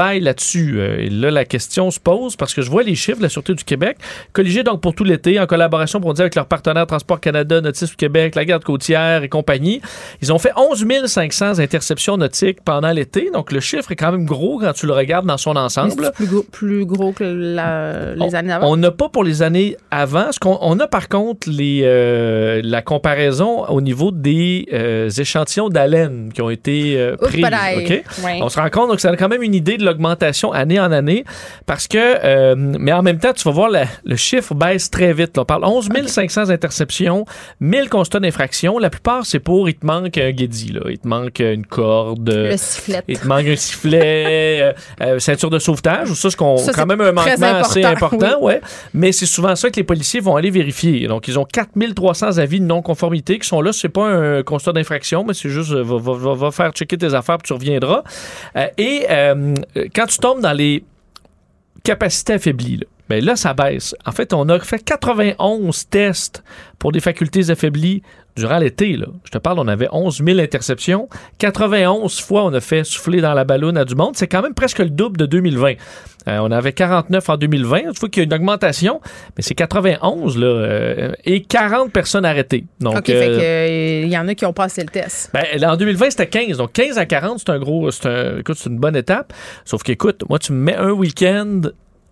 [SPEAKER 6] travaillent là-dessus. Euh, et là, la question se pose parce que je vois les chiffres de la Sûreté du Québec, colligés donc pour tout l'été, en collaboration, pour dire, avec leurs partenaires Transport Canada, Nautisme du Québec, la Garde côtière et compagnie. Ils ont fait onze mille cinq cents interceptions nautiques pendant l'été. Donc, le chiffre est quand même gros quand tu le regardes dans son ensemble.
[SPEAKER 3] C'est plus gros, plus gros que la, les
[SPEAKER 6] on,
[SPEAKER 3] années avant?
[SPEAKER 6] On n'a pas pour les années avant. Ce qu'on, on a par contre les, euh, la comparaison au niveau des euh, échantillons d'haleine qui ont été euh, pris. Okay?
[SPEAKER 3] Ouais.
[SPEAKER 6] On se rend compte, donc ça a quand même une idée de l'augmentation année en année parce que, euh, mais en même temps, tu vas voir la, le chiffre baisse très vite. Là. On parle onze mille cinq cents okay. interceptions, mille constats d'infraction. La plupart, c'est pour, il te manque un guédi, là. Il te manque une corde.
[SPEAKER 3] Le sifflet. Il
[SPEAKER 6] te manque un sifflet, euh, euh, ceinture de sauvetage. Ça, c'est qu'on, ça, quand
[SPEAKER 3] c'est
[SPEAKER 6] même un manquement
[SPEAKER 3] important,
[SPEAKER 6] assez important,
[SPEAKER 3] oui.
[SPEAKER 6] ouais. Mais c'est souvent ça que les policiers vont aller vérifier. Donc, ils ont quatre mille trois cents avis de non-conformité qui sont là. C'est pas un constat d'infraction, mais c'est juste, va, va, va faire checker tes affaires puis tu reviendras. Euh, et euh, quand tu tombes dans les capacités affaiblies, là, bien là, ça baisse. En fait, on a fait quatre-vingt-onze tests pour des facultés affaiblies durant l'été. Là. Je te parle, on avait onze mille interceptions. quatre-vingt-onze fois, on a fait souffler dans la balloune à du monde. C'est quand même presque le double de deux mille vingt. Euh, on avait quarante-neuf en deux mille vingt. Tu vois qu'il y a une augmentation, mais c'est quatre-vingt-onze là, euh, et quarante personnes arrêtées. Donc,
[SPEAKER 3] OK, euh, fait que, il y en a qui ont passé le test.
[SPEAKER 6] Ben, en deux mille vingt, c'était quinze. Donc, quinze à quarante, c'est un gros... C'est un, écoute, c'est une bonne étape. Sauf qu'écoute, moi, tu me mets un week-end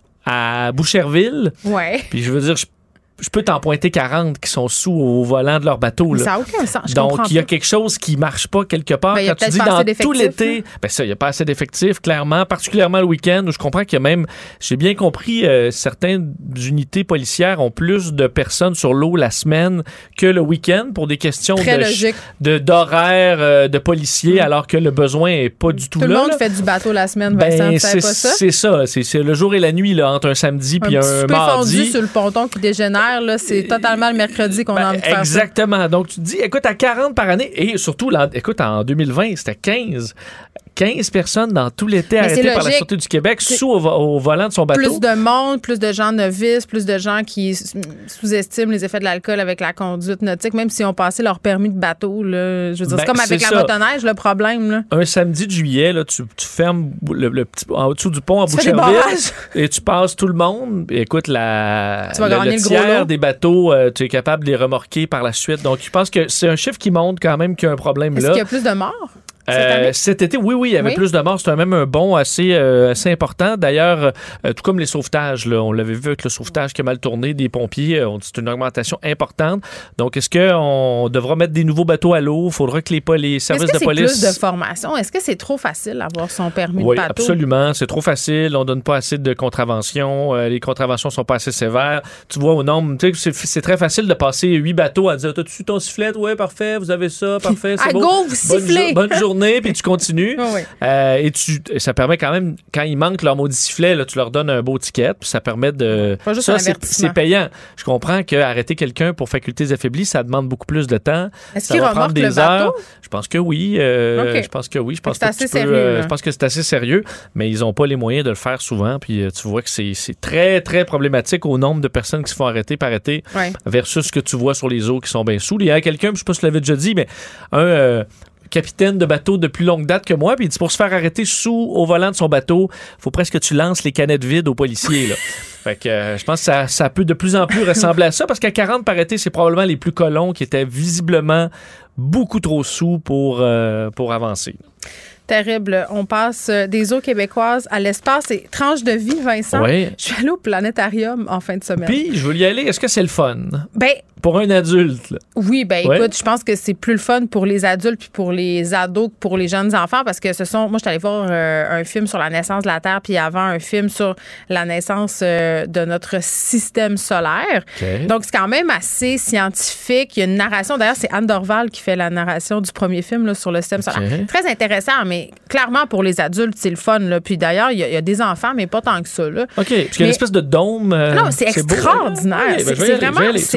[SPEAKER 6] à Boucherville.
[SPEAKER 3] Ouais. Puis
[SPEAKER 6] je veux dire, je je peux t'en pointer quarante qui sont sous au volant de leur bateau. Là.
[SPEAKER 3] Ça n'a aucun sens. Je
[SPEAKER 6] Donc, il y a quelque chose qui ne marche pas quelque part.
[SPEAKER 3] Ben,
[SPEAKER 6] quand tu dis dans tout l'été, ben ça, il n'y a pas assez d'effectifs, clairement, particulièrement le week-end, où je comprends qu'il y a même, j'ai bien compris, euh, certaines unités policières ont plus de personnes sur l'eau la semaine que le week-end pour des questions de, de, d'horaire euh, de policiers, mmh. alors que le besoin n'est pas du tout,
[SPEAKER 3] tout
[SPEAKER 6] là.
[SPEAKER 3] Tout le monde
[SPEAKER 6] là.
[SPEAKER 3] fait du bateau la semaine,
[SPEAKER 6] ben,
[SPEAKER 3] Vincent, tu
[SPEAKER 6] c'est,
[SPEAKER 3] savais pas ça?
[SPEAKER 6] C'est ça. C'est, c'est le jour et la nuit, là, entre un samedi et un, un mardi.
[SPEAKER 3] Fondu sur le ponton qui dégénère. Là, c'est totalement le mercredi qu'on ben, a envie de faire
[SPEAKER 6] exactement.
[SPEAKER 3] Ça.
[SPEAKER 6] Donc, tu te dis, écoute, à quarante par année, et surtout, là, écoute, en deux mille vingt, c'était quinze. quinze personnes dans tout l'été arrêtées par la Sûreté du Québec c'est sous au, au volant de son bateau.
[SPEAKER 3] Plus de monde, plus de gens novices, plus de gens qui sous-estiment les effets de l'alcool avec la conduite nautique, même s'ils ont passé leur permis de bateau. Là. Je veux dire, ben, c'est comme avec c'est la motoneige, le problème. Là.
[SPEAKER 6] Un samedi de juillet, là, tu, tu fermes le, le petit, en dessous du pont à Boucherville et tu passes tout le monde. Et écoute, la,
[SPEAKER 3] tu vas
[SPEAKER 6] le, le
[SPEAKER 3] le
[SPEAKER 6] tiers des bateaux, euh, tu es capable de les remorquer par la suite. Donc, je pense que c'est un chiffre qui montre quand même qu'il y a un problème
[SPEAKER 3] Est-ce
[SPEAKER 6] là.
[SPEAKER 3] Est-ce qu'il y a plus de morts?
[SPEAKER 6] Euh, cet été, oui, oui, il y avait oui. plus de morts. C'était même un bond assez, euh, assez important. D'ailleurs, euh, tout comme les sauvetages, là, on l'avait vu avec le sauvetage qui a mal tourné des pompiers, on dit c'est une augmentation importante. Donc, est-ce qu'on devra mettre des nouveaux bateaux à l'eau? Il faudra que les, les services
[SPEAKER 3] de police...
[SPEAKER 6] Est-ce que
[SPEAKER 3] c'est plus de formation? Est-ce que c'est trop facile d'avoir son permis
[SPEAKER 6] oui,
[SPEAKER 3] de bateau?
[SPEAKER 6] Oui, absolument. C'est trop facile. On donne pas assez de contraventions. Euh, les contraventions sont pas assez sévères. Tu vois, au nombre, tu sais, c'est, c'est très facile de passer huit bateaux à dire, t'as-tu ton sifflet? Oui, parfait. Vous avez ça, parfait. C'est
[SPEAKER 3] à
[SPEAKER 6] beau.
[SPEAKER 3] go, vous sifflez!
[SPEAKER 6] Bonne, bonne journée, puis tu continues.
[SPEAKER 3] Oh oui.
[SPEAKER 6] euh, et, tu, et ça permet quand même, quand ils manquent leur maudit sifflet, là, tu leur donnes un beau ticket, puis ça permet de...
[SPEAKER 3] Pas juste
[SPEAKER 6] ça,
[SPEAKER 3] un
[SPEAKER 6] c'est, c'est payant. Je comprends qu'arrêter quelqu'un pour facultés affaiblies, ça demande beaucoup plus de temps.
[SPEAKER 3] Est-ce
[SPEAKER 6] ça
[SPEAKER 3] qu'ils
[SPEAKER 6] va prendre
[SPEAKER 3] remorquent
[SPEAKER 6] des
[SPEAKER 3] le
[SPEAKER 6] heures.
[SPEAKER 3] bateau?
[SPEAKER 6] Je pense que oui. Euh,
[SPEAKER 3] okay.
[SPEAKER 6] Je pense que oui. Je pense
[SPEAKER 3] que
[SPEAKER 6] que,
[SPEAKER 3] c'est assez
[SPEAKER 6] peux,
[SPEAKER 3] sérieux.
[SPEAKER 6] euh, je pense que c'est assez sérieux, mais ils n'ont pas les moyens de le faire souvent, puis euh, tu vois que c'est, c'est très, très problématique au nombre de personnes qui se font arrêter par arrêter
[SPEAKER 3] ouais.
[SPEAKER 6] versus ce que tu vois sur les eaux qui sont bien sous. Il y a quelqu'un, je ne sais pas si je l'avais déjà dit, mais un... Euh, capitaine de bateau de plus longue date que moi, puis il dit pour se faire arrêter sous au volant de son bateau, faut presque que tu lances les canettes vides aux policiers. Là. Fait que euh, je pense que ça, ça peut de plus en plus ressembler à ça, parce qu'à quarante par arrêté, c'est probablement les plus colons qui étaient visiblement beaucoup trop sous pour, euh, pour avancer.
[SPEAKER 3] Terrible. On passe des eaux québécoises à l'espace. Et tranche de vie, Vincent.
[SPEAKER 6] Oui.
[SPEAKER 3] Je suis allée au planétarium en fin de semaine.
[SPEAKER 6] Puis, je veux y aller. Est-ce que c'est le fun?
[SPEAKER 3] Ben,
[SPEAKER 6] pour un adulte, là.
[SPEAKER 3] Oui, ben
[SPEAKER 6] ouais.
[SPEAKER 3] écoute, je pense que c'est plus le fun pour les adultes puis pour les ados que pour les jeunes enfants, parce que ce sont... Moi, je suis allée voir euh, un film sur la naissance de la Terre, puis avant, un film sur la naissance euh, de notre système solaire.
[SPEAKER 6] Okay.
[SPEAKER 3] Donc, c'est quand même assez scientifique. Il y a une narration. D'ailleurs, c'est Anne Dorval qui fait la narration du premier film là, sur le système solaire. Okay. Très intéressant, mais clairement, pour les adultes, c'est le fun. Là. Puis d'ailleurs, il y, y a des enfants, mais pas tant que ça. Là.
[SPEAKER 6] OK. Puis il y a une espèce de dôme. Euh,
[SPEAKER 3] non, c'est, c'est extraordinaire.
[SPEAKER 6] Beau. Okay, ben,
[SPEAKER 3] c'est, c'est, vraiment, c'est vraiment le fun.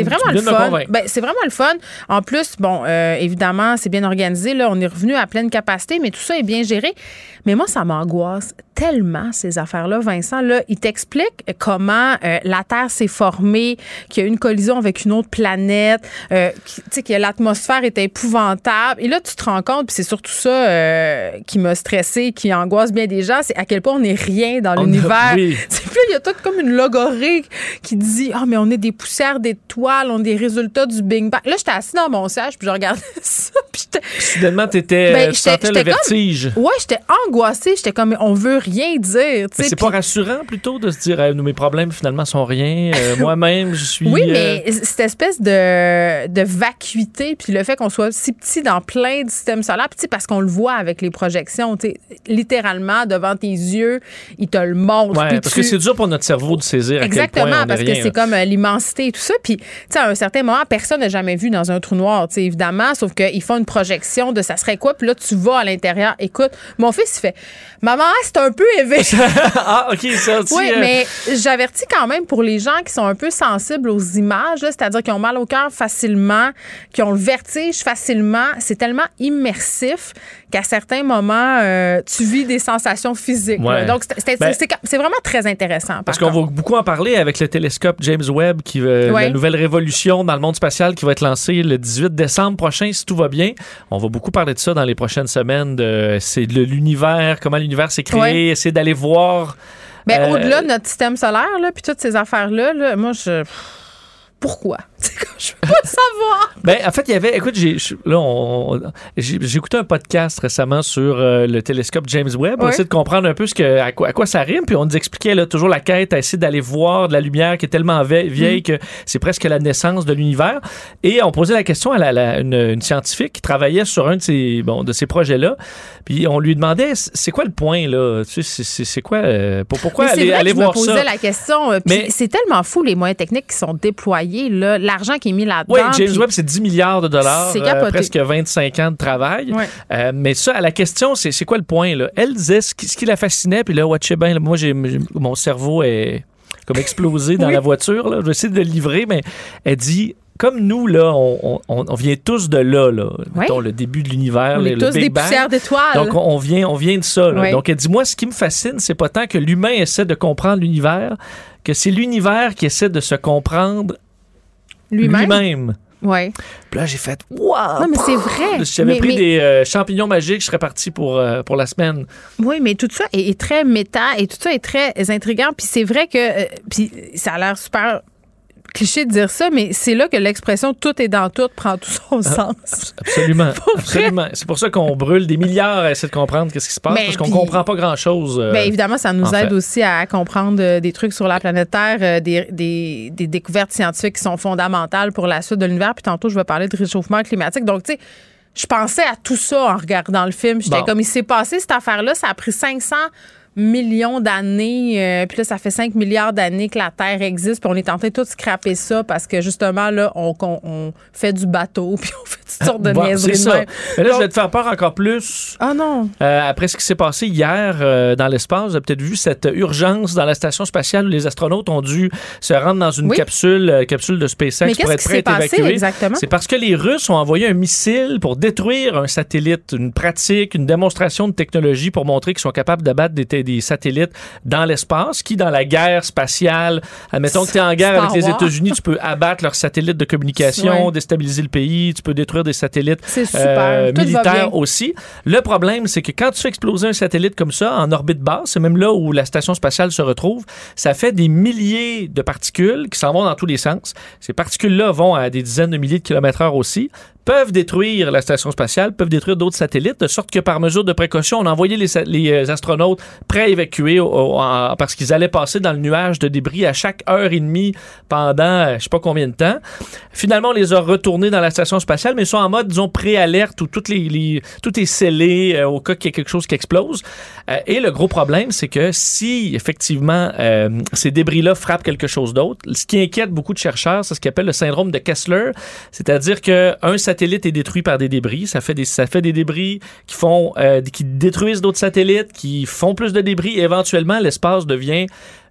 [SPEAKER 3] fun. Ben, c'est vraiment le fun. En plus, bon, euh, évidemment, c'est bien organisé. Là, on est revenu à pleine capacité, mais tout ça est bien géré. Mais moi, ça m'angoisse tellement, ces affaires-là. Vincent, là, il t'explique comment euh, la Terre s'est formée, qu'il y a eu une collision avec une autre planète, euh, tu sais, que l'atmosphère est épouvantable. Et là, tu te rends compte, puis c'est surtout ça euh, qui m'a stressée, qui angoisse bien des gens, c'est à quel point on n'est rien dans on l'univers. A, oui. Puis là, il y a tout comme une logorée qui dit « Ah, oh, mais on est des poussières d'étoiles, on est des résultats du Big Bang. » Là, j'étais assise dans mon siège, puis je regardais ça, puis j'étais...
[SPEAKER 6] Soudainement, t'étais, ben, tu sentais le vertige.
[SPEAKER 3] Comme, ouais, j'étais angoissée. J'étais comme, on veut rien dire.
[SPEAKER 6] Mais c'est pis... pas rassurant, plutôt, de se dire, eh, mes problèmes, finalement, sont rien. Euh, moi-même, je suis...
[SPEAKER 3] Oui,
[SPEAKER 6] euh...
[SPEAKER 3] mais cette espèce de, de vacuité, puis le fait qu'on soit si petit dans plein de systèmes solaires, puis parce qu'on le voit avec les projections, littéralement, devant tes yeux, ils te le montrent.
[SPEAKER 6] Ouais, parce tu... que c'est dur pour notre cerveau de saisir
[SPEAKER 3] Exactement,
[SPEAKER 6] à quel point on
[SPEAKER 3] parce
[SPEAKER 6] est
[SPEAKER 3] que
[SPEAKER 6] rien,
[SPEAKER 3] c'est
[SPEAKER 6] là.
[SPEAKER 3] comme euh, l'immensité et tout ça. Puis, tu sais, à un certain moment, personne n'a jamais vu dans un trou noir, tu sais, évidemment, sauf qu'ils font une projection de ça serait quoi, puis là, tu vas à l'intérieur. Écoute, mon fils, il fait « Maman, c'est un peu élevé. »
[SPEAKER 6] Ah, OK, ça, tu
[SPEAKER 3] Oui,
[SPEAKER 6] euh...
[SPEAKER 3] mais j'avertis quand même pour les gens qui sont un peu sensibles aux images, là, c'est-à-dire qui ont mal au cœur facilement, qui ont le vertige facilement. C'est tellement immersif qu'à certains moments, euh, tu vis des sensations physiques.
[SPEAKER 6] Ouais.
[SPEAKER 3] Donc, c'est, c'est, ben, c'est, c'est vraiment très intéressant.
[SPEAKER 6] Parce qu'on va beaucoup en parler avec le télescope James Webb, qui euh, ouais. la nouvelle révolution dans le monde spatial qui va être lancée le dix-huit décembre prochain, si tout va bien. On va beaucoup parler de ça dans les prochaines semaines. De, c'est de l'univers, comment l'univers s'est créé, ouais. essayer d'aller voir...
[SPEAKER 3] Ben, euh, au-delà de notre système solaire, là, puis toutes ces affaires-là, là, moi, je... Pourquoi? Je veux pas savoir.
[SPEAKER 6] Ben, en fait, il y avait... Écoute, j'ai, là, on, j'ai, j'ai écouté un podcast récemment sur euh, le télescope James Webb pour oui. essayer de comprendre un peu ce que, à, quoi, à quoi ça rime. Puis on nous expliquait là, toujours la quête à essayer d'aller voir de la lumière qui est tellement vieille mm. que c'est presque la naissance de l'univers. Et on posait la question à la, la, une, une scientifique qui travaillait sur un de ces, bon, de ces projets-là. Puis on lui demandait, c'est quoi le point, là? Tu sais, c'est, c'est, c'est quoi... Euh, pour, pourquoi
[SPEAKER 3] mais
[SPEAKER 6] aller,
[SPEAKER 3] c'est vrai
[SPEAKER 6] aller
[SPEAKER 3] que
[SPEAKER 6] voir
[SPEAKER 3] je me
[SPEAKER 6] ça?
[SPEAKER 3] posais la question. Puis mais, c'est tellement fou, les moyens techniques qui sont déployés, là, l'argent qui est mis là-dedans.
[SPEAKER 6] Oui, James Webb, c'est dix milliards de dollars,
[SPEAKER 3] c'est
[SPEAKER 6] euh, presque vingt-cinq ans de travail.
[SPEAKER 3] Ouais.
[SPEAKER 6] Euh, mais ça, à la question, c'est, c'est quoi le point, là? Elle disait ce qui, ce qui la fascinait, puis là, watchez bien, là, moi, j'ai, j'ai, mon cerveau est comme explosé dans oui. la voiture, là. Je vais essayer de le livrer, mais elle dit... Comme nous, là, on, on, on vient tous de là, là. Oui. Mettons, le début de l'univers,
[SPEAKER 3] on est
[SPEAKER 6] le,
[SPEAKER 3] tous
[SPEAKER 6] le Big
[SPEAKER 3] des
[SPEAKER 6] Bang.
[SPEAKER 3] poussières d'étoiles.
[SPEAKER 6] Donc, on vient, on vient de ça. Là.
[SPEAKER 3] Oui.
[SPEAKER 6] Donc, elle dit, moi, ce qui me fascine, c'est pas tant que l'humain essaie de comprendre l'univers, que c'est l'univers qui essaie de se comprendre lui-même. lui-même.
[SPEAKER 3] Oui.
[SPEAKER 6] Puis là, j'ai fait « Wow! »
[SPEAKER 3] Non, mais c'est vrai.
[SPEAKER 6] Si j'avais
[SPEAKER 3] mais,
[SPEAKER 6] pris
[SPEAKER 3] mais...
[SPEAKER 6] des euh, champignons magiques, je serais parti pour, euh, pour la semaine.
[SPEAKER 3] Oui, mais tout ça est, est très méta et tout ça est très intriguant. Puis c'est vrai que... Euh, puis ça a l'air super... cliché de dire ça, mais c'est là que l'expression « tout est dans tout » prend tout son sens.
[SPEAKER 6] Absolument. absolument. C'est pour ça qu'on brûle des milliards à essayer de comprendre ce qui se passe, mais parce qu'on ne comprend pas grand-chose. Euh,
[SPEAKER 3] bien évidemment, ça nous aide
[SPEAKER 6] fait.
[SPEAKER 3] aussi à comprendre euh, des trucs sur la planète Terre, euh, des, des, des découvertes scientifiques qui sont fondamentales pour la suite de l'univers. Puis tantôt, je vais parler de réchauffement climatique. Donc, tu sais, je pensais à tout ça en regardant le film. J'étais bon. comme, il s'est passé cette affaire-là, ça a pris cinq cents millions d'années, euh, puis là, ça fait cinq milliards d'années que la Terre existe, puis on est en train de tout scraper ça parce que, justement, là, on, on, on fait du bateau, puis on fait toutes sortes de
[SPEAKER 6] bon,
[SPEAKER 3] niaiseries.
[SPEAKER 6] C'est ça. Mais là, Donc, je vais te faire peur encore plus.
[SPEAKER 3] Ah non!
[SPEAKER 6] Euh, après ce qui s'est passé hier euh, dans l'espace, vous avez peut-être vu cette urgence dans la station spatiale où les astronautes ont dû se rendre dans une
[SPEAKER 3] oui.
[SPEAKER 6] capsule, euh, capsule de SpaceX
[SPEAKER 3] Mais
[SPEAKER 6] pour être prêts à être évacués.
[SPEAKER 3] Exactement?
[SPEAKER 6] C'est parce que les Russes ont envoyé un missile pour détruire un satellite, une pratique, une démonstration de technologie pour montrer qu'ils sont capables d'abattre des, des satellites dans l'espace, qui, dans la guerre spatiale, admettons que tu es en guerre
[SPEAKER 3] Star
[SPEAKER 6] avec les
[SPEAKER 3] Wars.
[SPEAKER 6] États-Unis, tu peux abattre leurs satellites de communication, ouais. déstabiliser le pays, tu peux détruire des satellites euh, militaires aussi. Le problème, c'est que quand tu fais exploser un satellite comme ça, en orbite basse, c'est même là où la station spatiale se retrouve, ça fait des milliers de particules qui s'en vont dans tous les sens. Ces particules-là vont à des dizaines de milliers de kilomètres heure aussi, peuvent détruire la station spatiale, peuvent détruire d'autres satellites, de sorte que par mesure de précaution, on a envoyé les, les astronautes prêts à évacuer au, au, en, parce qu'ils allaient passer dans le nuage de débris à chaque heure et demie pendant je sais pas combien de temps. Finalement, on les a retournés dans la station spatiale, mais ils sont en mode, disons, pré-alerte où toutes les, les, tout est scellé euh, au cas qu'il y ait quelque chose qui explose. Euh, et le gros problème, c'est que si, effectivement, euh, ces débris-là frappent quelque chose d'autre, ce qui inquiète beaucoup de chercheurs, c'est ce qu'ils appellent le syndrome de Kessler, c'est-à-dire qu'un satellite est détruit par des débris. Ça fait des, ça fait des débris qui font, euh, qui détruisent d'autres satellites, qui font plus de débris et éventuellement, l'espace devient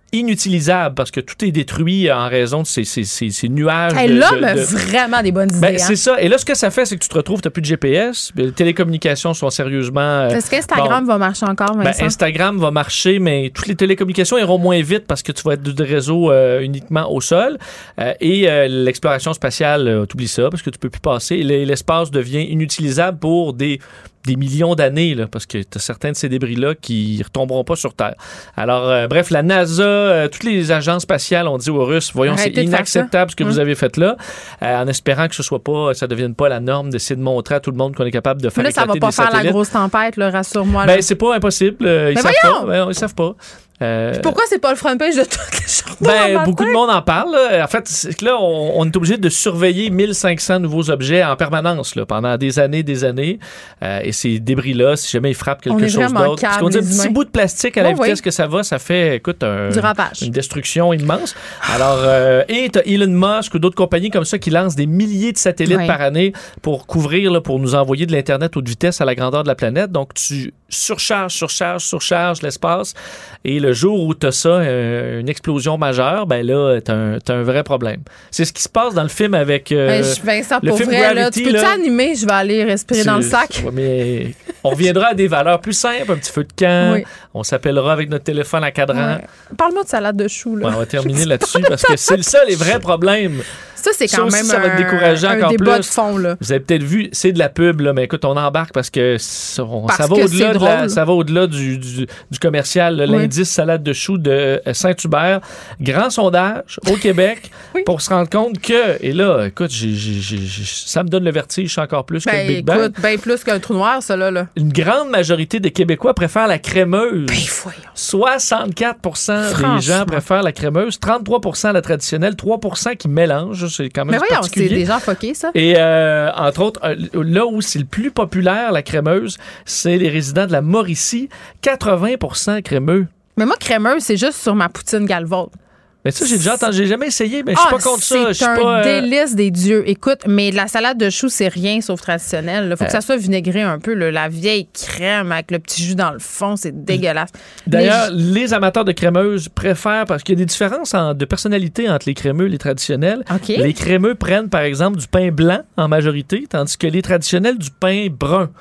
[SPEAKER 6] inutilisable parce que tout est détruit en raison de ces, ces, ces, ces nuages.
[SPEAKER 3] Hey,
[SPEAKER 6] de,
[SPEAKER 3] l'homme
[SPEAKER 6] de,
[SPEAKER 3] a
[SPEAKER 6] de...
[SPEAKER 3] vraiment des bonnes idées.
[SPEAKER 6] Ben,
[SPEAKER 3] hein?
[SPEAKER 6] C'est ça. Et là, ce que ça fait, c'est que tu te retrouves, tu n'as plus de G P S. Les télécommunications sont sérieusement...
[SPEAKER 3] Est-ce qu'Instagram bon, va marcher encore, Vincent?
[SPEAKER 6] Ben, Instagram va marcher, mais toutes les télécommunications iront moins vite parce que tu vas être de réseau euh, uniquement au sol. Euh, et euh, l'exploration spatiale, euh, t'oublies ça parce que tu peux plus passer. L'espace devient inutilisable pour des... des millions d'années, là, parce que tu as certains de ces débris-là qui ne retomberont pas sur Terre. Alors, euh, bref, la NASA, euh, toutes les agences spatiales ont dit aux Russes, voyons,
[SPEAKER 3] Arrêtez
[SPEAKER 6] c'est inacceptable ce que
[SPEAKER 3] hum.
[SPEAKER 6] vous avez fait là, euh, en espérant que ce soit pas, ça ne devienne pas la norme d'essayer de montrer à tout le monde qu'on est capable de faire
[SPEAKER 3] là, ça va pas faire
[SPEAKER 6] satellites.
[SPEAKER 3] la grosse tempête, là, rassure-moi.
[SPEAKER 6] Ben, c'est pas impossible. Euh, ils
[SPEAKER 3] Mais
[SPEAKER 6] savent
[SPEAKER 3] voyons!
[SPEAKER 6] pas. Ben, ils savent pas. Euh,
[SPEAKER 3] Pourquoi c'est pas le front page de toutes les journaux?
[SPEAKER 6] Ben, beaucoup de monde en parle. Là. En fait, c'est que là, on, on est obligé de surveiller mille cinq cents nouveaux objets en permanence là, pendant des années, des années. Euh, et ces débris-là, si jamais ils frappent quelque chose d'autre. Parce qu'on dit un petit bout de plastique à la oh, vitesse oui. que ça va, ça fait, écoute, un,
[SPEAKER 3] du ravage.
[SPEAKER 6] Une destruction immense. Alors, euh, et t'as Elon Musk ou d'autres compagnies comme ça qui lancent des milliers de satellites oui. par année pour couvrir, là, pour nous envoyer de l'Internet haute vitesse à la grandeur de la planète. Donc, tu surcharges, surcharges, surcharges l'espace. Et le jour où tu as ça, euh, une explosion majeure, ben là, t'as un, t'as un vrai problème. C'est ce qui se passe dans le film avec euh,
[SPEAKER 3] ben, je, Vincent,
[SPEAKER 6] le
[SPEAKER 3] pour
[SPEAKER 6] film
[SPEAKER 3] vrai,
[SPEAKER 6] Gravity.
[SPEAKER 3] Là, tu peux-tu
[SPEAKER 6] là,
[SPEAKER 3] animer? Je vais aller respirer dans le sac.
[SPEAKER 6] Ouais, mais on reviendra à des valeurs plus simples, un petit feu de camp.
[SPEAKER 3] Oui.
[SPEAKER 6] On s'appellera avec notre téléphone à cadran.
[SPEAKER 3] Ouais. Parle-moi de salade de choux. Là.
[SPEAKER 6] Ouais, on va terminer là-dessus parce que c'est ça les vrais problèmes.
[SPEAKER 3] Ça, c'est quand
[SPEAKER 6] ça
[SPEAKER 3] même
[SPEAKER 6] aussi, ça va te décourager
[SPEAKER 3] un,
[SPEAKER 6] encore
[SPEAKER 3] un débat
[SPEAKER 6] plus.
[SPEAKER 3] de fond. Là.
[SPEAKER 6] Vous avez peut-être vu, c'est de la pub, là, mais écoute, on embarque parce que ça, on,
[SPEAKER 3] parce
[SPEAKER 6] ça, va,
[SPEAKER 3] que
[SPEAKER 6] au-delà de la, ça va au-delà du, du, du commercial. Là, oui. L'indice salade de choux de Saint-Hubert. Grand sondage au Québec oui. pour se rendre compte que, et là, écoute, j'ai, j'ai, j'ai, ça me donne le vertige encore plus
[SPEAKER 3] ben,
[SPEAKER 6] que le Big Bang.
[SPEAKER 3] Écoute, bien plus qu'un trou noir, ça là. là.
[SPEAKER 6] Une grande majorité des Québécois préfèrent la crémeuse.
[SPEAKER 3] Ben,
[SPEAKER 6] soixante-quatre pour cent des gens préfèrent la crémeuse, trente-trois pour cent la traditionnelle, trois pour cent qui mélangent. C'est quand même
[SPEAKER 3] mais voyons,
[SPEAKER 6] particulier.
[SPEAKER 3] C'est déjà foqué, ça.
[SPEAKER 6] Et euh, entre autres, euh, là où c'est le plus populaire, la crémeuse, c'est les résidents de la Mauricie. quatre-vingts pour cent crémeux.
[SPEAKER 3] Mais moi, crémeuse, c'est juste sur ma poutine galvaude.
[SPEAKER 6] Mais ça, j'ai déjà entendu, j'ai jamais essayé, mais je suis
[SPEAKER 3] ah,
[SPEAKER 6] pas contre ça.
[SPEAKER 3] C'est un
[SPEAKER 6] pas, euh...
[SPEAKER 3] délice des dieux. Écoute, mais la salade de choux, c'est rien sauf traditionnel. Il faut euh... que ça soit vinaigré un peu. Là. La vieille crème avec le petit jus dans le fond, c'est dégueulasse.
[SPEAKER 6] D'ailleurs, les, les amateurs de crémeuse préfèrent, parce qu'il y a des différences en, de personnalité entre les crémeux et les traditionnels.
[SPEAKER 3] Okay.
[SPEAKER 6] Les crémeux prennent, par exemple, du pain blanc en majorité, tandis que les traditionnels, du pain brun.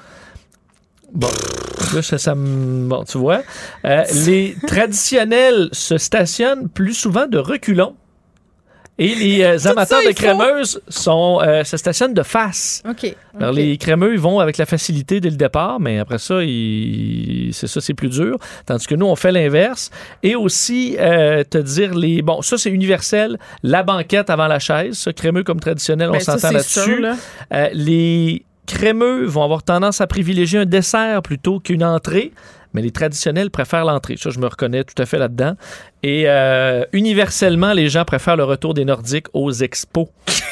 [SPEAKER 6] Bon, là, ça, ça me... Bon, tu vois. Euh, les traditionnels se stationnent plus souvent de reculons. Et les euh, amateurs ça, de crémeuses sont, euh, se stationnent de face.
[SPEAKER 3] OK.
[SPEAKER 6] Alors,
[SPEAKER 3] okay.
[SPEAKER 6] les crémeux, ils vont avec la facilité dès le départ, mais après ça, ils... c'est ça, c'est plus dur. Tandis que nous, on fait l'inverse. Et aussi, euh, te dire les... Bon, ça, c'est universel. La banquette avant la chaise. Ça, crémeux comme traditionnel, ben, on s'entend ça, là-dessus. Sûr, là. euh, les... crémeux vont avoir tendance à privilégier un dessert plutôt qu'une entrée, mais les traditionnels préfèrent l'entrée. Ça, je me reconnais tout à fait là-dedans. Et euh, universellement, les gens préfèrent le retour des Nordiques aux expos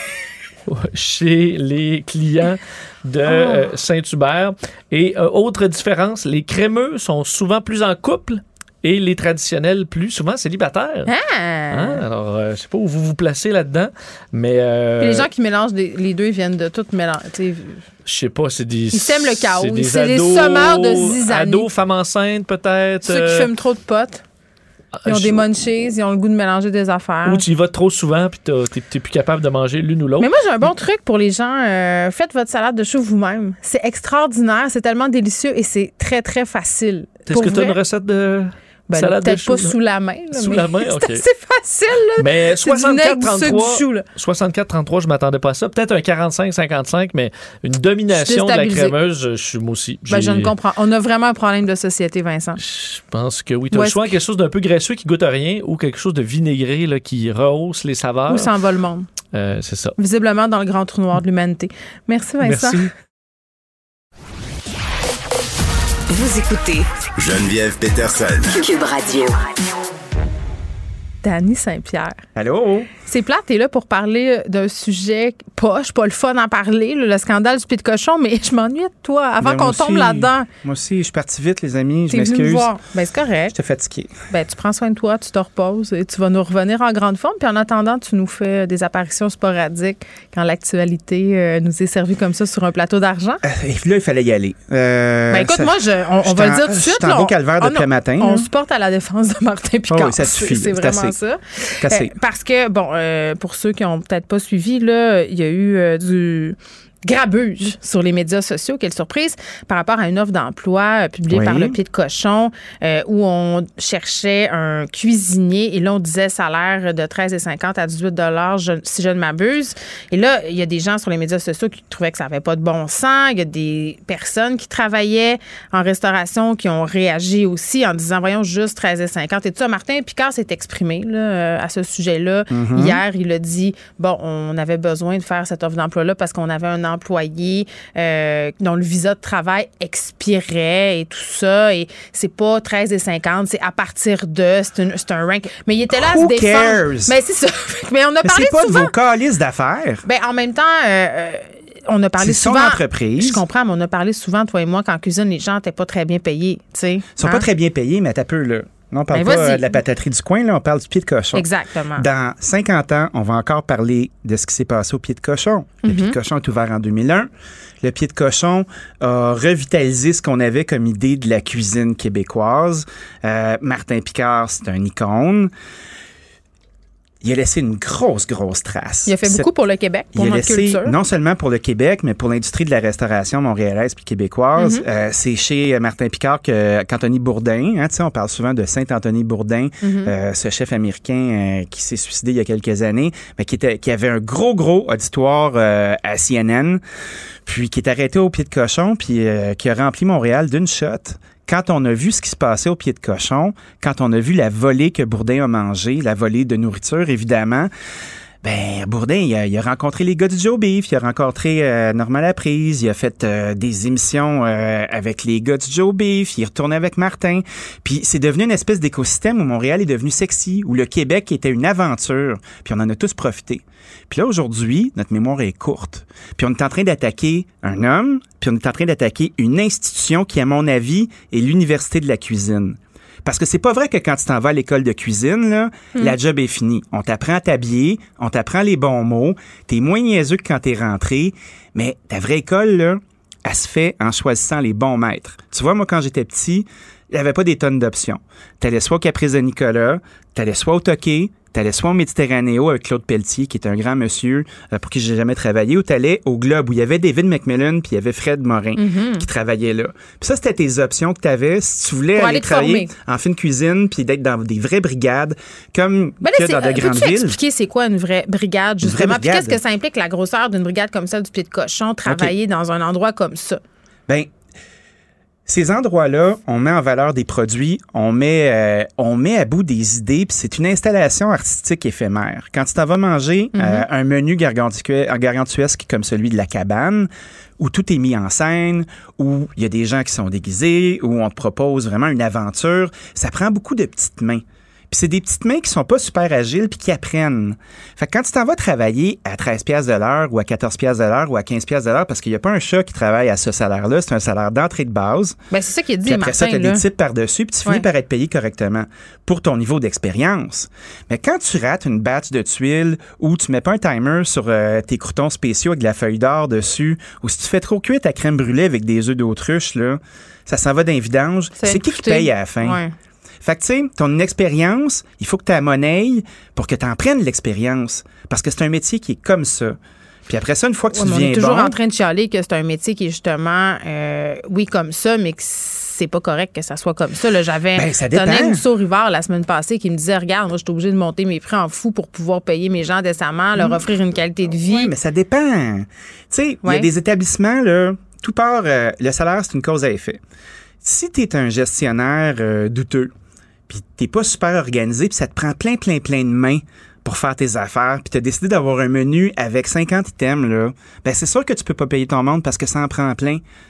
[SPEAKER 6] chez les clients de euh, Saint-Hubert. Et euh, autre différence, les crémeux sont souvent plus en couple et les traditionnels plus souvent célibataires.
[SPEAKER 3] Ah!
[SPEAKER 6] Hein? Alors, euh, je sais pas où vous vous placez là-dedans, mais... Euh,
[SPEAKER 3] les gens qui mélangent des, les deux, ils viennent de tout mélanger.
[SPEAKER 6] Je sais pas, c'est des...
[SPEAKER 3] Ils sèment le chaos.
[SPEAKER 6] C'est des,
[SPEAKER 3] c'est
[SPEAKER 6] ados,
[SPEAKER 3] des semeurs de zizanie.
[SPEAKER 6] Ados, femmes enceintes, peut-être.
[SPEAKER 3] Ceux qui fument trop de potes. Ils ont je... des munchies, ils ont le goût de mélanger des affaires.
[SPEAKER 6] Ou tu y vas trop souvent puis t'es, t'es plus capable de manger l'une ou l'autre.
[SPEAKER 3] Mais moi, j'ai un bon truc pour les gens. Euh, faites votre salade de choux vous-même. C'est extraordinaire, c'est tellement délicieux et c'est très, très facile.
[SPEAKER 6] Est-ce que tu as une recette de...
[SPEAKER 3] Ben
[SPEAKER 6] salade
[SPEAKER 3] peut-être
[SPEAKER 6] de chou,
[SPEAKER 3] pas là. Sous la main. Là,
[SPEAKER 6] sous
[SPEAKER 3] mais
[SPEAKER 6] la main, OK.
[SPEAKER 3] C'est assez facile. Là.
[SPEAKER 6] Mais soixante-quatre trente-trois,
[SPEAKER 3] chou,
[SPEAKER 6] soixante-quatre trente-trois, je m'attendais pas à ça. Peut-être un quarante-cinq cinquante-cinq, mais une domination de la crémeuse, je suis moi aussi.
[SPEAKER 3] Ben, je ne comprends. On a vraiment un problème de société, Vincent.
[SPEAKER 6] Je pense que oui. Tu as le choix que... quelque chose d'un peu graisseux qui goûte à rien ou quelque chose de vinaigré là, qui rehausse les saveurs.
[SPEAKER 3] Ou s'en va le monde.
[SPEAKER 6] Euh, c'est ça.
[SPEAKER 3] Visiblement dans le grand trou noir de l'humanité. Merci, Vincent.
[SPEAKER 6] Merci.
[SPEAKER 4] Vous écoutez
[SPEAKER 2] Geneviève Peterson.
[SPEAKER 4] Cube Radio.
[SPEAKER 3] Danny Saint-Pierre.
[SPEAKER 7] Allô?
[SPEAKER 3] C'est plate, t'es là pour parler d'un sujet poche, pas le fun d'en parler, là, le scandale du pied de cochon, mais je m'ennuie de toi avant
[SPEAKER 7] ben
[SPEAKER 3] qu'on
[SPEAKER 7] aussi,
[SPEAKER 3] tombe là-dedans.
[SPEAKER 7] Moi aussi, je suis parti vite, les amis, je
[SPEAKER 3] T'es venu me
[SPEAKER 7] m'excuse.
[SPEAKER 3] voir. Ben, c'est correct.
[SPEAKER 7] J'étais fatigué.
[SPEAKER 3] Ben, tu prends soin de toi, tu te reposes et tu vas nous revenir en grande forme. Puis en attendant, tu nous fais des apparitions sporadiques quand l'actualité euh, nous est servie comme ça sur un plateau d'argent.
[SPEAKER 7] Euh, et puis là, il fallait y aller. Euh,
[SPEAKER 3] ben, écoute,
[SPEAKER 7] ça,
[SPEAKER 3] moi, je, on, on va le dire tout de suite.
[SPEAKER 7] Je suis en beau calvaire
[SPEAKER 3] on,
[SPEAKER 7] depuis le matin.
[SPEAKER 3] On
[SPEAKER 7] là.
[SPEAKER 3] supporte à la défense de Martin Picard.
[SPEAKER 7] Oh, oui, ça suffit.
[SPEAKER 3] C'est, c'est vraiment
[SPEAKER 7] assez.
[SPEAKER 3] ça.
[SPEAKER 7] C'est assez.
[SPEAKER 3] Euh, parce que, bon, euh, pour ceux qui n'ont peut-être pas suivi, là, il y a eu euh, du grabuge sur les médias sociaux. Quelle surprise par rapport à une offre d'emploi euh, publiée
[SPEAKER 7] oui.
[SPEAKER 3] par Le Pied de Cochon euh, où on cherchait un cuisinier et là, on disait salaire de treize cinquante à dix-huit dollars je, si je ne m'abuse. Et là, il y a des gens sur les médias sociaux qui trouvaient que ça n'avait pas de bon sens. Il y a des personnes qui travaillaient en restauration qui ont réagi aussi en disant, voyons, juste treize cinquante et tout ça. Martin Picard s'est exprimé là, à ce sujet-là. Mm-hmm. Hier, il a dit, bon, on avait besoin de faire cette offre d'emploi-là parce qu'on avait un employé euh, dont le visa de travail expirait et tout ça. Et c'est pas treize cinquante, c'est à partir de, c'est, une, c'est un rank. Mais il était là
[SPEAKER 7] Who
[SPEAKER 3] à se défendre.
[SPEAKER 7] cares?
[SPEAKER 3] Mais c'est ça. Mais on a
[SPEAKER 7] Mais
[SPEAKER 3] parlé
[SPEAKER 7] c'est pas
[SPEAKER 3] souvent.
[SPEAKER 7] de vos calices d'affaires.
[SPEAKER 3] Ben, en même temps, euh, on a parlé
[SPEAKER 7] c'est
[SPEAKER 3] souvent.
[SPEAKER 7] son entreprise.
[SPEAKER 3] Je comprends, mais on a parlé souvent, toi et moi, qu'en cuisine, les gens n'étaient pas très bien payés. T'sais,
[SPEAKER 7] Ils sont
[SPEAKER 3] hein?
[SPEAKER 7] pas très bien payés, mais t'as peu, là. Non, on parle
[SPEAKER 3] ben,
[SPEAKER 7] pas
[SPEAKER 3] vas-y.
[SPEAKER 7] de la pataterie du coin, là, on parle du pied de cochon.
[SPEAKER 3] Exactement.
[SPEAKER 7] Dans cinquante ans, on va encore parler de ce qui s'est passé au pied de cochon. Le mm-hmm. pied de cochon est ouvert en deux mille un. Le pied de cochon a revitalisé ce qu'on avait comme idée de la cuisine québécoise. Euh, Martin Picard, c'est un icône. Il a laissé une grosse, grosse trace.
[SPEAKER 3] Il a fait
[SPEAKER 7] Cette...
[SPEAKER 3] beaucoup pour le Québec, pour
[SPEAKER 7] il a
[SPEAKER 3] notre
[SPEAKER 7] laissé,
[SPEAKER 3] culture.
[SPEAKER 7] Non seulement pour le Québec, mais pour l'industrie de la restauration montréalaise puis québécoise. Mm-hmm. Euh, c'est chez Martin Picard que, qu'Anthony Bourdain, hein, on parle souvent de Saint-Anthony Bourdain, mm-hmm. euh, ce chef américain euh, qui s'est suicidé il y a quelques années, mais qui, était, qui avait un gros, gros auditoire euh, à C N N, puis qui est arrêté au pied de cochon, puis euh, qui a rempli Montréal d'une shot. Quand on a vu ce qui se passait au pied de cochon, quand on a vu la volée que Bourdain a mangée, la volée de nourriture, évidemment, ben Bourdain, il a, il a rencontré les gars du Joe Beef, il a rencontré euh, Normand Laprise, il a fait euh, des émissions euh, avec les gars du Joe Beef, il est retourné avec Martin. Puis c'est devenu une espèce d'écosystème où Montréal est devenu sexy, où le Québec était une aventure, puis on en a tous profité. Puis là, aujourd'hui, notre mémoire est courte. Puis on est en train d'attaquer un homme, puis on est en train d'attaquer une institution qui, à mon avis, est l'Université de la cuisine. Parce que c'est pas vrai que quand tu t'en vas à l'école de cuisine, là, mm. la job est finie. On t'apprend à t'habiller, on t'apprend les bons mots, t'es moins niaiseux que quand t'es rentré, mais ta vraie école, là, elle se fait en choisissant les bons maîtres. Tu vois, moi, quand j'étais petit, il n'y avait pas des tonnes d'options. T'allais soit au Caprice de Nicolas, t'allais soit au Toqué, t'allais soit au Méditerranéo avec Claude Pelletier, qui est un grand monsieur euh, pour qui j'ai jamais travaillé, ou t'allais au Globe, où il y avait David McMillan, puis il y avait Fred Morin, mm-hmm. qui travaillait là. Puis ça, c'était tes options que t'avais si tu voulais aller, aller travailler en fine cuisine, puis d'être dans des vraies brigades, comme ben là, que dans de grandes villes. Peux-tu expliquer
[SPEAKER 3] c'est quoi une vraie brigade, justement?
[SPEAKER 7] Vraie brigade.
[SPEAKER 3] Puis qu'est-ce que ça implique, la grosseur d'une brigade comme celle du Pied de Cochon, travailler okay. dans un endroit comme ça?
[SPEAKER 7] Ben ces endroits-là, on met en valeur des produits, on met, euh, on met à bout des idées, puis c'est une installation artistique éphémère. Quand tu t'en vas manger mm-hmm. euh, un menu gargantuesque comme celui de la cabane, où tout est mis en scène, où il y a des gens qui sont déguisés, où on te propose vraiment une aventure, ça prend beaucoup de petites mains. Puis c'est des petites mains qui sont pas super agiles puis qui apprennent. Fait que quand tu t'en vas travailler à treize piastres de l'heure ou à quatorze piastres de l'heure ou à quinze piastres de l'heure, parce qu'il y a pas un chat qui travaille à ce salaire-là, c'est un salaire d'entrée de base.
[SPEAKER 3] Ben c'est ça qui est dit,
[SPEAKER 7] puis après
[SPEAKER 3] Martin,
[SPEAKER 7] ça, tu as
[SPEAKER 3] là.
[SPEAKER 7] des types par-dessus, puis tu finis ouais. par être payé correctement pour ton niveau d'expérience. Mais quand tu rates une batch de tuiles ou tu mets pas un timer sur euh, tes croutons spéciaux avec de la feuille d'or dessus, ou si tu fais trop cuire ta crème brûlée avec des œufs d'autruche, là, ça s'en va d'un vidange. Ça c'est qui qui paye à la fin? Ouais. Fait que, tu sais, ton expérience, il faut que tu aies la monnaie pour que tu en prennes l'expérience. Parce que c'est un métier qui est comme ça. Puis après ça, une fois que ouais, tu deviens bon...
[SPEAKER 3] On est toujours
[SPEAKER 7] bon,
[SPEAKER 3] en train de chialer que c'est un métier qui est justement, euh, oui, comme ça, mais que c'est pas correct que ça soit comme ça. Là, j'avais
[SPEAKER 7] ben, ça
[SPEAKER 3] Tonnet Mousseau-Rivard la semaine passée qui me disait, regarde, moi, je suis obligée de monter mes prix en fou pour pouvoir payer mes gens décemment, leur offrir une qualité de vie.
[SPEAKER 7] Oui, mais ça dépend. Tu sais, il ouais. y a des établissements, là, tout part, euh, le salaire, c'est une cause à effet. Si tu es un gestionnaire euh, douteux, puis t'es pas super organisé, puis ça te prend plein, plein, plein de mains pour faire tes affaires, puis t'as décidé d'avoir un menu avec cinquante items, là, ben c'est sûr que tu peux pas payer ton monde parce que ça en prend plein.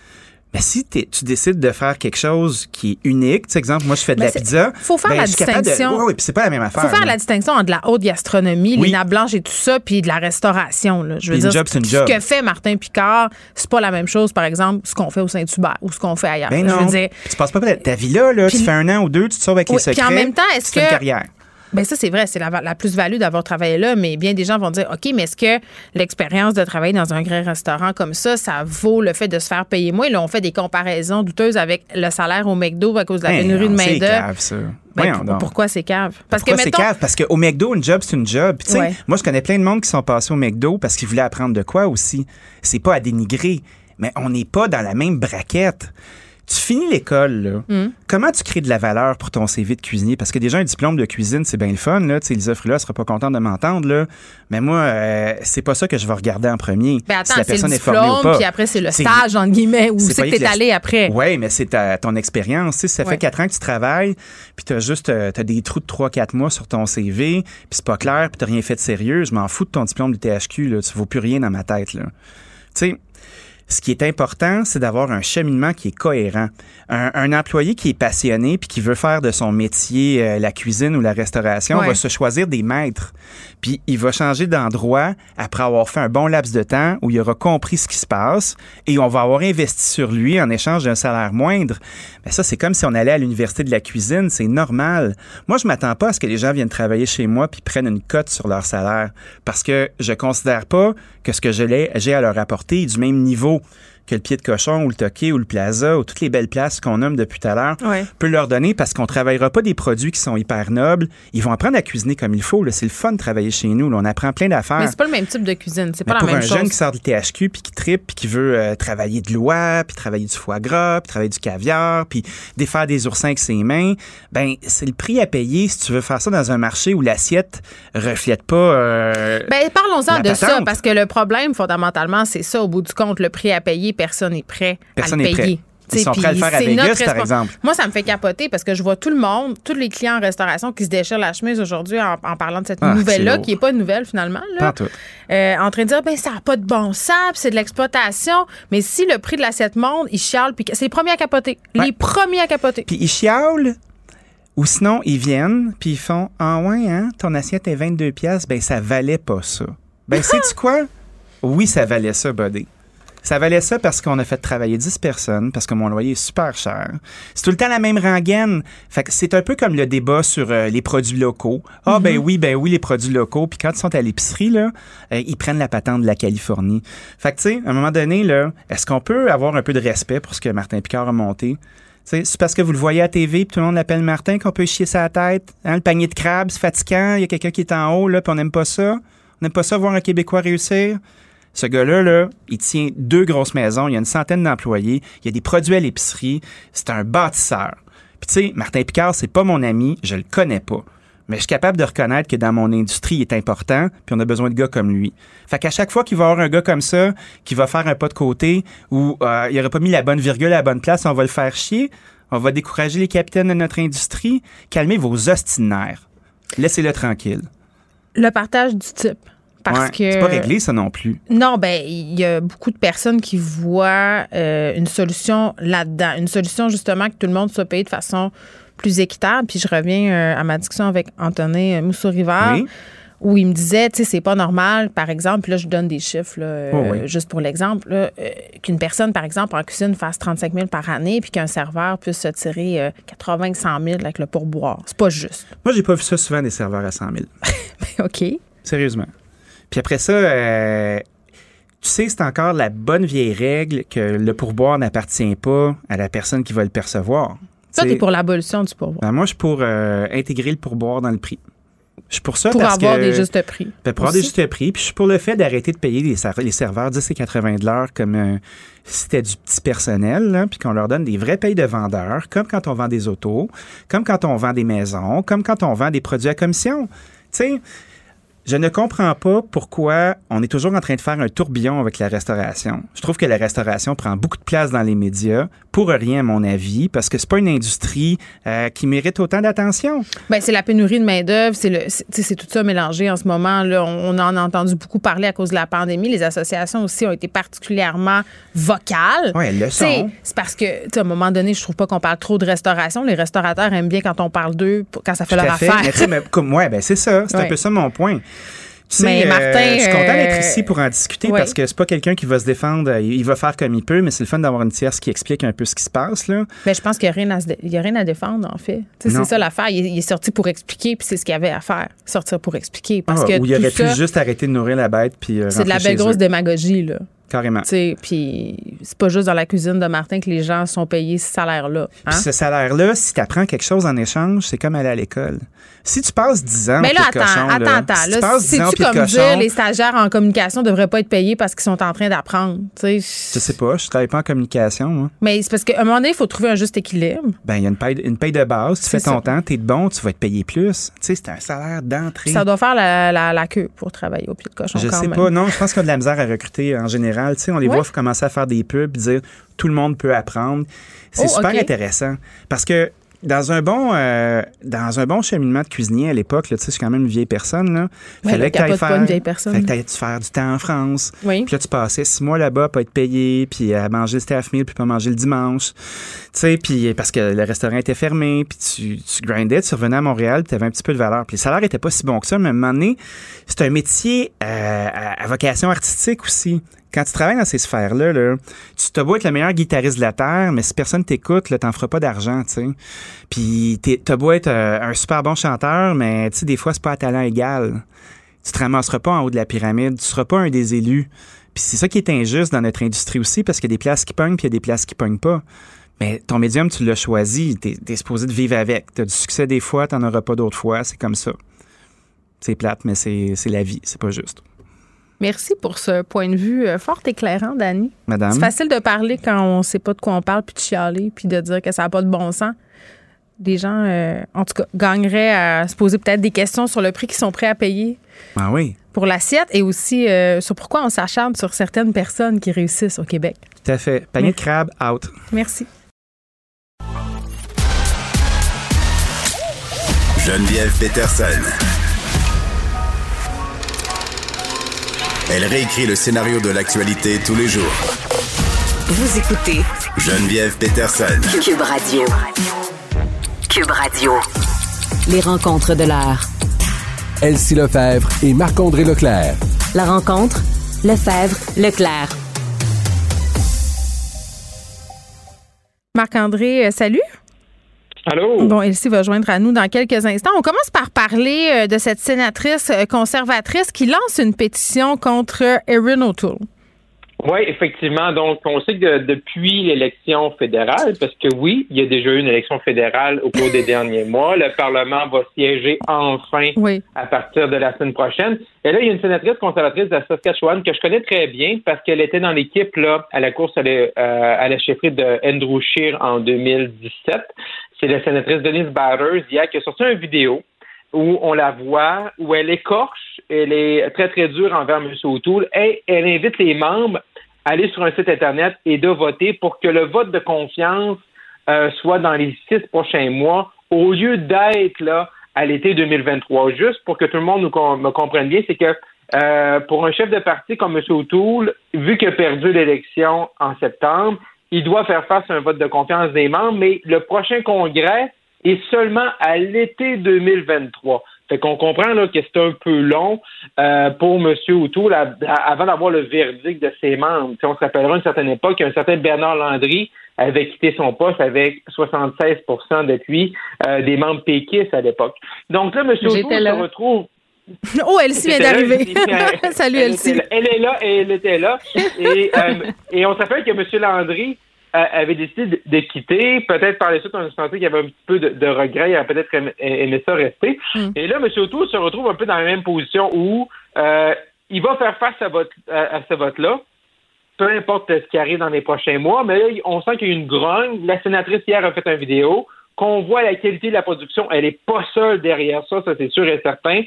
[SPEAKER 7] Mais si tu décides de faire quelque chose qui est unique, tu sais, exemple, moi, je fais de
[SPEAKER 3] ben
[SPEAKER 7] la pizza.
[SPEAKER 3] Il faut faire
[SPEAKER 7] ben,
[SPEAKER 3] la distinction.
[SPEAKER 7] Oui, oui, puis c'est pas la même affaire.
[SPEAKER 3] Il faut faire
[SPEAKER 7] là.
[SPEAKER 3] la distinction entre la haute gastronomie,
[SPEAKER 7] oui.
[SPEAKER 3] les nappes blanches et tout ça, puis de la restauration. Là. Je veux
[SPEAKER 7] puis
[SPEAKER 3] dire,
[SPEAKER 7] une job, c'est une
[SPEAKER 3] ce
[SPEAKER 7] job.
[SPEAKER 3] que fait Martin Picard, c'est pas la même chose, par exemple, ce qu'on fait au Saint-Hubert ou ce qu'on fait ailleurs.
[SPEAKER 7] Ben
[SPEAKER 3] je
[SPEAKER 7] non.
[SPEAKER 3] veux dire,
[SPEAKER 7] tu passes pas ta vie là, là
[SPEAKER 3] puis,
[SPEAKER 7] tu fais un an ou deux, tu te sauves avec
[SPEAKER 3] oui,
[SPEAKER 7] les secrets.
[SPEAKER 3] Puis en même temps, est-ce que
[SPEAKER 7] une carrière.
[SPEAKER 3] Ben ça, c'est vrai, c'est la, la plus-value d'avoir travaillé là, mais bien des gens vont dire, OK, mais est-ce que l'expérience de travailler dans un grand restaurant comme ça, ça vaut le fait de se faire payer moins? Là, on fait des comparaisons douteuses avec le salaire au McDo à cause de la
[SPEAKER 7] hey,
[SPEAKER 3] pénurie
[SPEAKER 7] non,
[SPEAKER 3] de main-d'œuvre.
[SPEAKER 7] C'est cave, ça.
[SPEAKER 3] Ben,
[SPEAKER 7] pour,
[SPEAKER 3] pour, pourquoi c'est cave?
[SPEAKER 7] Parce pourquoi que, mettons, c'est cave? Parce qu'au McDo, une job, c'est une job. Puis, ouais. Moi, je connais plein de monde qui sont passés au McDo parce qu'ils voulaient apprendre de quoi aussi. C'est pas à dénigrer, mais on n'est pas dans la même braquette. Tu finis l'école, là. Mm. Comment tu crées de la valeur pour ton C V de cuisinier? Parce que déjà, un diplôme de cuisine, c'est bien le fun, là. Tu sais, Lisa Frula sera pas contente de m'entendre, là. Mais moi, euh, c'est pas ça que je vais regarder en premier.
[SPEAKER 3] Ben attends,
[SPEAKER 7] si la
[SPEAKER 3] c'est
[SPEAKER 7] personne
[SPEAKER 3] le
[SPEAKER 7] est formée ou pas.
[SPEAKER 3] Puis après, c'est le stage, entre guillemets, où c'est, c'est que t'es allé après.
[SPEAKER 7] Oui, mais c'est ta, ton expérience. Tu sais, ça
[SPEAKER 3] ouais.
[SPEAKER 7] fait quatre ans que tu travailles, puis t'as juste euh, t'as des trous de trois quatre mois sur ton C V, puis c'est pas clair, puis t'as rien fait de sérieux. Je m'en fous de ton diplôme du T H Q, là. Tu vaux plus rien dans ma tête, là. Tu sais, ce qui est important, c'est d'avoir un cheminement qui est cohérent. Un, un employé qui est passionné puis qui veut faire de son métier euh, la cuisine ou la restauration ouais. va se choisir des maîtres. Puis il va changer d'endroit après avoir fait un bon laps de temps où il aura compris ce qui se passe et on va avoir investi sur lui en échange d'un salaire moindre. Mais ça, c'est comme si on allait à l'université de la cuisine. C'est normal. Moi, je m'attends pas à ce que les gens viennent travailler chez moi puis prennent une cote sur leur salaire parce que je considère pas que ce que j'ai, j'ai à leur apporter est du même niveau que le pied de cochon ou le toqué ou le plaza ou toutes les belles places qu'on nomme depuis tout à l'heure
[SPEAKER 3] ouais.
[SPEAKER 7] peut leur donner parce qu'on travaillera pas des produits qui sont hyper nobles. Ils vont apprendre à cuisiner comme il faut. Là. C'est le fun de travailler chez nous. Là. On apprend plein d'affaires.
[SPEAKER 3] Mais c'est pas le même type de cuisine. C'est
[SPEAKER 7] Mais
[SPEAKER 3] pas la même chose.
[SPEAKER 7] Pour un jeune qui sort du T H Q puis qui tripe puis qui veut euh, travailler de l'oie puis travailler du foie gras puis travailler du caviar puis défaire des oursins avec ses mains, ben c'est le prix à payer si tu veux faire ça dans un marché où l'assiette reflète pas euh,
[SPEAKER 3] ben parlons-en de
[SPEAKER 7] patente.
[SPEAKER 3] ça parce que le problème fondamentalement c'est ça au bout du compte, le prix à payer, personne n'est prêt
[SPEAKER 7] personne
[SPEAKER 3] à le payer.
[SPEAKER 7] Prêt. Ils sont prêts à le faire à Vegas, par exemple.
[SPEAKER 3] Moi, ça me fait capoter parce que je vois tout le monde, tous les clients en restauration qui se déchirent la chemise aujourd'hui en, en parlant de cette ah, nouvelle-là, qui n'est pas une nouvelle finalement, là, euh, en train de dire, ben ça n'a pas de bon sens, c'est de l'exploitation. Mais si le prix de l'assiette monte, ils chialent, puis c'est les premiers à capoter. Ouais. Les premiers à capoter.
[SPEAKER 7] Puis ils chialent, ou sinon, ils viennent, puis ils font, ah ouais, hein, ton assiette est vingt-deux piastres, ben ça valait pas ça. Ben, sais-tu quoi? Oui, ça valait ça, buddy. Ça valait ça parce qu'on a fait travailler dix personnes, parce que mon loyer est super cher. C'est tout le temps la même rengaine. Fait que c'est un peu comme le débat sur euh, les produits locaux. Ah, mm-hmm. ben oui, ben oui, les produits locaux. Puis quand ils sont à l'épicerie, là, euh, ils prennent la patente de la Californie. Fait que, tu sais, à un moment donné, là, est-ce qu'on peut avoir un peu de respect pour ce que Martin Picard a monté? T'sais, c'est parce que vous le voyez à T V puis tout le monde l'appelle Martin qu'on peut chier sa tête. Hein, le panier de crabes, c'est fatigant. Il y a quelqu'un qui est en haut, là, puis on n'aime pas ça. On n'aime pas ça voir un Québécois réussir. Ce gars-là, là, il tient deux grosses maisons, il y a une centaine d'employés, il y a des produits à l'épicerie, c'est un bâtisseur. Puis tu sais, Martin Picard, c'est pas mon ami, je le connais pas. Mais je suis capable de reconnaître que dans mon industrie, il est important, puis on a besoin de gars comme lui. Fait qu'à chaque fois qu'il va y avoir un gars comme ça, qui va faire un pas de côté, ou euh, il n'aurait pas mis la bonne virgule à la bonne place, on va le faire chier, on va décourager les capitaines de notre industrie, calmez vos ostinaires. Laissez-le tranquille.
[SPEAKER 3] Le partage du type. Parce
[SPEAKER 7] ouais,
[SPEAKER 3] que
[SPEAKER 7] c'est pas réglé, ça non plus.
[SPEAKER 3] Non, ben il y a beaucoup de personnes qui voient euh, une solution là-dedans. Une solution, justement, que tout le monde soit payé de façon plus équitable. Puis je reviens euh, à ma discussion avec Antonin Mousseau-Rivard, oui. où il me disait, tu sais, c'est pas normal, par exemple, puis là, je donne des chiffres, là, euh, oh, oui. juste pour l'exemple, là, euh, qu'une personne, par exemple, en cuisine fasse trente-cinq mille par année, puis qu'un serveur puisse se tirer euh, quatre-vingts à cent mille avec le pourboire. C'est pas juste.
[SPEAKER 7] Moi, j'ai pas vu ça souvent, des serveurs à cent mille.
[SPEAKER 3] OK.
[SPEAKER 7] Sérieusement. Puis après ça, euh, tu sais, c'est encore la bonne vieille règle que le pourboire n'appartient pas à la personne qui va le percevoir.
[SPEAKER 3] Toi, t'es pour l'abolition du pourboire.
[SPEAKER 7] Ben moi, je suis pour euh, intégrer le pourboire dans le prix. Je suis pour ça
[SPEAKER 3] pour
[SPEAKER 7] parce que...
[SPEAKER 3] Pour avoir des justes prix.
[SPEAKER 7] Ben, pour avoir des justes prix. Puis je suis pour le fait d'arrêter de payer les, serve- les serveurs dix et quatre-vingts de l'heure comme euh, si c'était du petit personnel, là, puis qu'on leur donne des vrais payes de vendeurs, comme quand on vend des autos, comme quand on vend des maisons, comme quand on vend des produits à commission. Tu sais... Je ne comprends pas pourquoi on est toujours en train de faire un tourbillon avec la restauration. Je trouve que la restauration prend beaucoup de place dans les médias, pour rien à mon avis, parce que c'est pas une industrie euh, qui mérite autant d'attention.
[SPEAKER 3] Ben c'est la pénurie de main-d'œuvre, c'est le, c'est, c'est tout ça mélangé en ce moment. Là, on, on en a entendu beaucoup parler à cause de la pandémie. Les associations aussi ont été particulièrement vocales.
[SPEAKER 7] Oui, elles le sont.
[SPEAKER 3] T'sais, c'est parce que, à un moment donné, je trouve pas qu'on parle trop de restauration. Les restaurateurs aiment bien quand on parle d'eux, quand ça fait tout leur affaire.
[SPEAKER 7] Mais, mais, comme, ouais, ben c'est ça. C'est ouais. un peu ça mon point. Tu sais, mais Martin, euh, je suis content d'être ici pour en discuter oui. parce que c'est pas quelqu'un qui va se défendre. Il va faire comme il peut, mais c'est le fun d'avoir une tierce qui explique un peu ce qui se passe, là.
[SPEAKER 3] Ben, je pense qu'il n'y a, a rien à défendre, en fait. T'sais, c'est ça l'affaire. Il, il est sorti pour expliquer, puis c'est ce qu'il y avait à faire. Sortir pour expliquer. Parce ah, que
[SPEAKER 7] ou il aurait
[SPEAKER 3] ça,
[SPEAKER 7] pu juste arrêter de nourrir la bête, puis euh,
[SPEAKER 3] c'est de la belle grosse
[SPEAKER 7] eux.
[SPEAKER 3] démagogie, là.
[SPEAKER 7] Carrément.
[SPEAKER 3] Puis c'est pas juste dans la cuisine de Martin que les gens sont payés ce salaire-là. Hein?
[SPEAKER 7] Puis ce salaire-là, si tu apprends quelque chose en échange, c'est comme aller à l'école. Si tu passes dix ans
[SPEAKER 3] mais là,
[SPEAKER 7] au pied de cochon...
[SPEAKER 3] attends,
[SPEAKER 7] là,
[SPEAKER 3] attends,
[SPEAKER 7] si
[SPEAKER 3] là,
[SPEAKER 7] tu passes dix ans au pied de
[SPEAKER 3] comme
[SPEAKER 7] cochon...
[SPEAKER 3] dire les stagiaires en communication ne devraient pas être payés parce qu'ils sont en train d'apprendre? T'sais.
[SPEAKER 7] Je sais pas, je travaille pas en communication, moi.
[SPEAKER 3] Mais c'est parce qu'à un moment donné, il faut trouver un juste équilibre.
[SPEAKER 7] Ben, il y a une paye, une paye de base, tu c'est fais ton ça. temps, t'es bon, tu vas être payé plus. Tu sais, c'est un salaire d'entrée.
[SPEAKER 3] Ça doit faire la, la, la queue pour travailler au pied de cochon
[SPEAKER 7] je
[SPEAKER 3] quand
[SPEAKER 7] sais
[SPEAKER 3] même.
[SPEAKER 7] pas, non, je pense qu'on a de la misère à recruter en général. Tu sais, on les ouais. voit commencer à faire des pubs et dire tout le monde peut apprendre. C'est oh, super okay. intéressant parce que dans un bon euh, dans un bon cheminement de cuisinier à l'époque, tu sais, je suis quand même une vieille personne là.
[SPEAKER 3] Ouais,
[SPEAKER 7] fallait que tu ailles faire
[SPEAKER 3] pas une vieille personne.
[SPEAKER 7] Fallait que tu ailles faire du temps en France.
[SPEAKER 3] Oui.
[SPEAKER 7] Puis là tu passais six mois là-bas pas être payé, puis à manger le staff meal puis pas manger le dimanche. Tu sais, puis parce que le restaurant était fermé, puis tu tu grindais, tu revenais à Montréal, tu avais un petit peu de valeur. Puis le salaire était pas si bon que ça, mais à un moment donné, c'est un métier euh, à, à vocation artistique aussi. Quand tu travailles dans ces sphères-là, là, tu te beau être le meilleur guitariste de la Terre, mais si personne t'écoute, là, t'en feras pas d'argent, tu sais. Puis t'as beau être euh, un super bon chanteur, mais tu sais, des fois, c'est pas à talent égal. Tu te ramasseras pas en haut de la pyramide, tu seras pas un des élus. Puis c'est ça qui est injuste dans notre industrie aussi, parce qu'il y a des places qui pognent, puis il y a des places qui pognent pas. Mais ton médium, tu l'as choisi, t'es, t'es supposé de vivre avec. T'as du succès des fois, t'en auras pas d'autres fois, c'est comme ça. C'est plate, mais c'est, c'est la vie, c'est pas juste.
[SPEAKER 3] Merci pour ce point de vue fort éclairant, Dany.
[SPEAKER 7] Madame.
[SPEAKER 3] C'est facile de parler quand on ne sait pas de quoi on parle, puis de chialer, puis de dire que ça n'a pas de bon sens. Des gens, euh, en tout cas, gagneraient à se poser peut-être des questions sur le prix qu'ils sont prêts à payer
[SPEAKER 7] ah oui.
[SPEAKER 3] pour l'assiette et aussi euh, sur pourquoi on s'acharne sur certaines personnes qui réussissent au Québec.
[SPEAKER 7] Tout à fait. Panier Merci. de crabe, out.
[SPEAKER 3] Merci.
[SPEAKER 2] Geneviève Peterson. Elle réécrit le scénario de l'actualité tous les jours.
[SPEAKER 4] Vous écoutez
[SPEAKER 2] Geneviève Peterson.
[SPEAKER 4] Cube Radio. Cube Radio. Les rencontres de l'heure.
[SPEAKER 8] Elsie Lefebvre et Marc-André Leclerc.
[SPEAKER 4] La rencontre, Lefebvre, Leclerc.
[SPEAKER 3] Marc-André, salut.
[SPEAKER 9] Allô?
[SPEAKER 3] Bon, Elsie va joindre à nous dans quelques instants. On commence par parler de cette sénatrice conservatrice qui lance une pétition contre Erin O'Toole.
[SPEAKER 9] Oui, effectivement. Donc, on sait que depuis l'élection fédérale, parce que oui, il y a déjà eu une élection fédérale au cours des derniers mois, le Parlement va siéger enfin oui. à partir de la semaine prochaine. Et là, il y a une sénatrice conservatrice de Saskatchewan que je connais très bien parce qu'elle était dans l'équipe là à la course à la, euh, à la chefferie de Andrew Scheer en deux mille dix-sept. C'est la sénatrice Denise Batters hier qui a sorti une vidéo où on la voit, où elle écorche, elle est très, très dure envers M. O'Toole et elle invite les membres à aller sur un site Internet et de voter pour que le vote de confiance euh, soit dans les six prochains mois au lieu d'être là à l'été deux mille vingt-trois. Juste pour que tout le monde nous com- me comprenne bien, c'est que euh, pour un chef de parti comme M. O'Toole, vu qu'il a perdu l'élection en septembre, il doit faire face à un vote de confiance des membres, mais le prochain congrès est seulement à l'été deux mille vingt-trois. Fait qu'on comprend là, que c'est un peu long euh, pour M. O'Toole à, à, avant d'avoir le verdict de ses membres. T'sais, on se rappellera à une certaine époque qu'un certain Bernard Landry avait quitté son poste avec soixante-seize pour cent d'appui euh, des membres péquistes à l'époque. Donc là, M. O'Toole se retrouve...
[SPEAKER 3] Oh, Elsie vient d'arriver. Salut,
[SPEAKER 9] elle
[SPEAKER 3] Elsie.
[SPEAKER 9] Elle est là et elle était là. Et, euh, et on s'appelle que M. Landry avait décidé de, de quitter. Peut-être par la suite, on a senti qu'il y avait un petit peu de, de regret. Il a peut-être aimé, aimé ça rester. Mm. Et là, M. O'Toole se retrouve un peu dans la même position où euh, il va faire face à, vote, à, à ce vote-là, peu importe ce qui arrive dans les prochains mois. Mais là, on sent qu'il y a une grogne. La sénatrice hier a fait une vidéo qu'on voit la qualité de la production. Elle n'est pas seule derrière ça, ça c'est sûr et certain.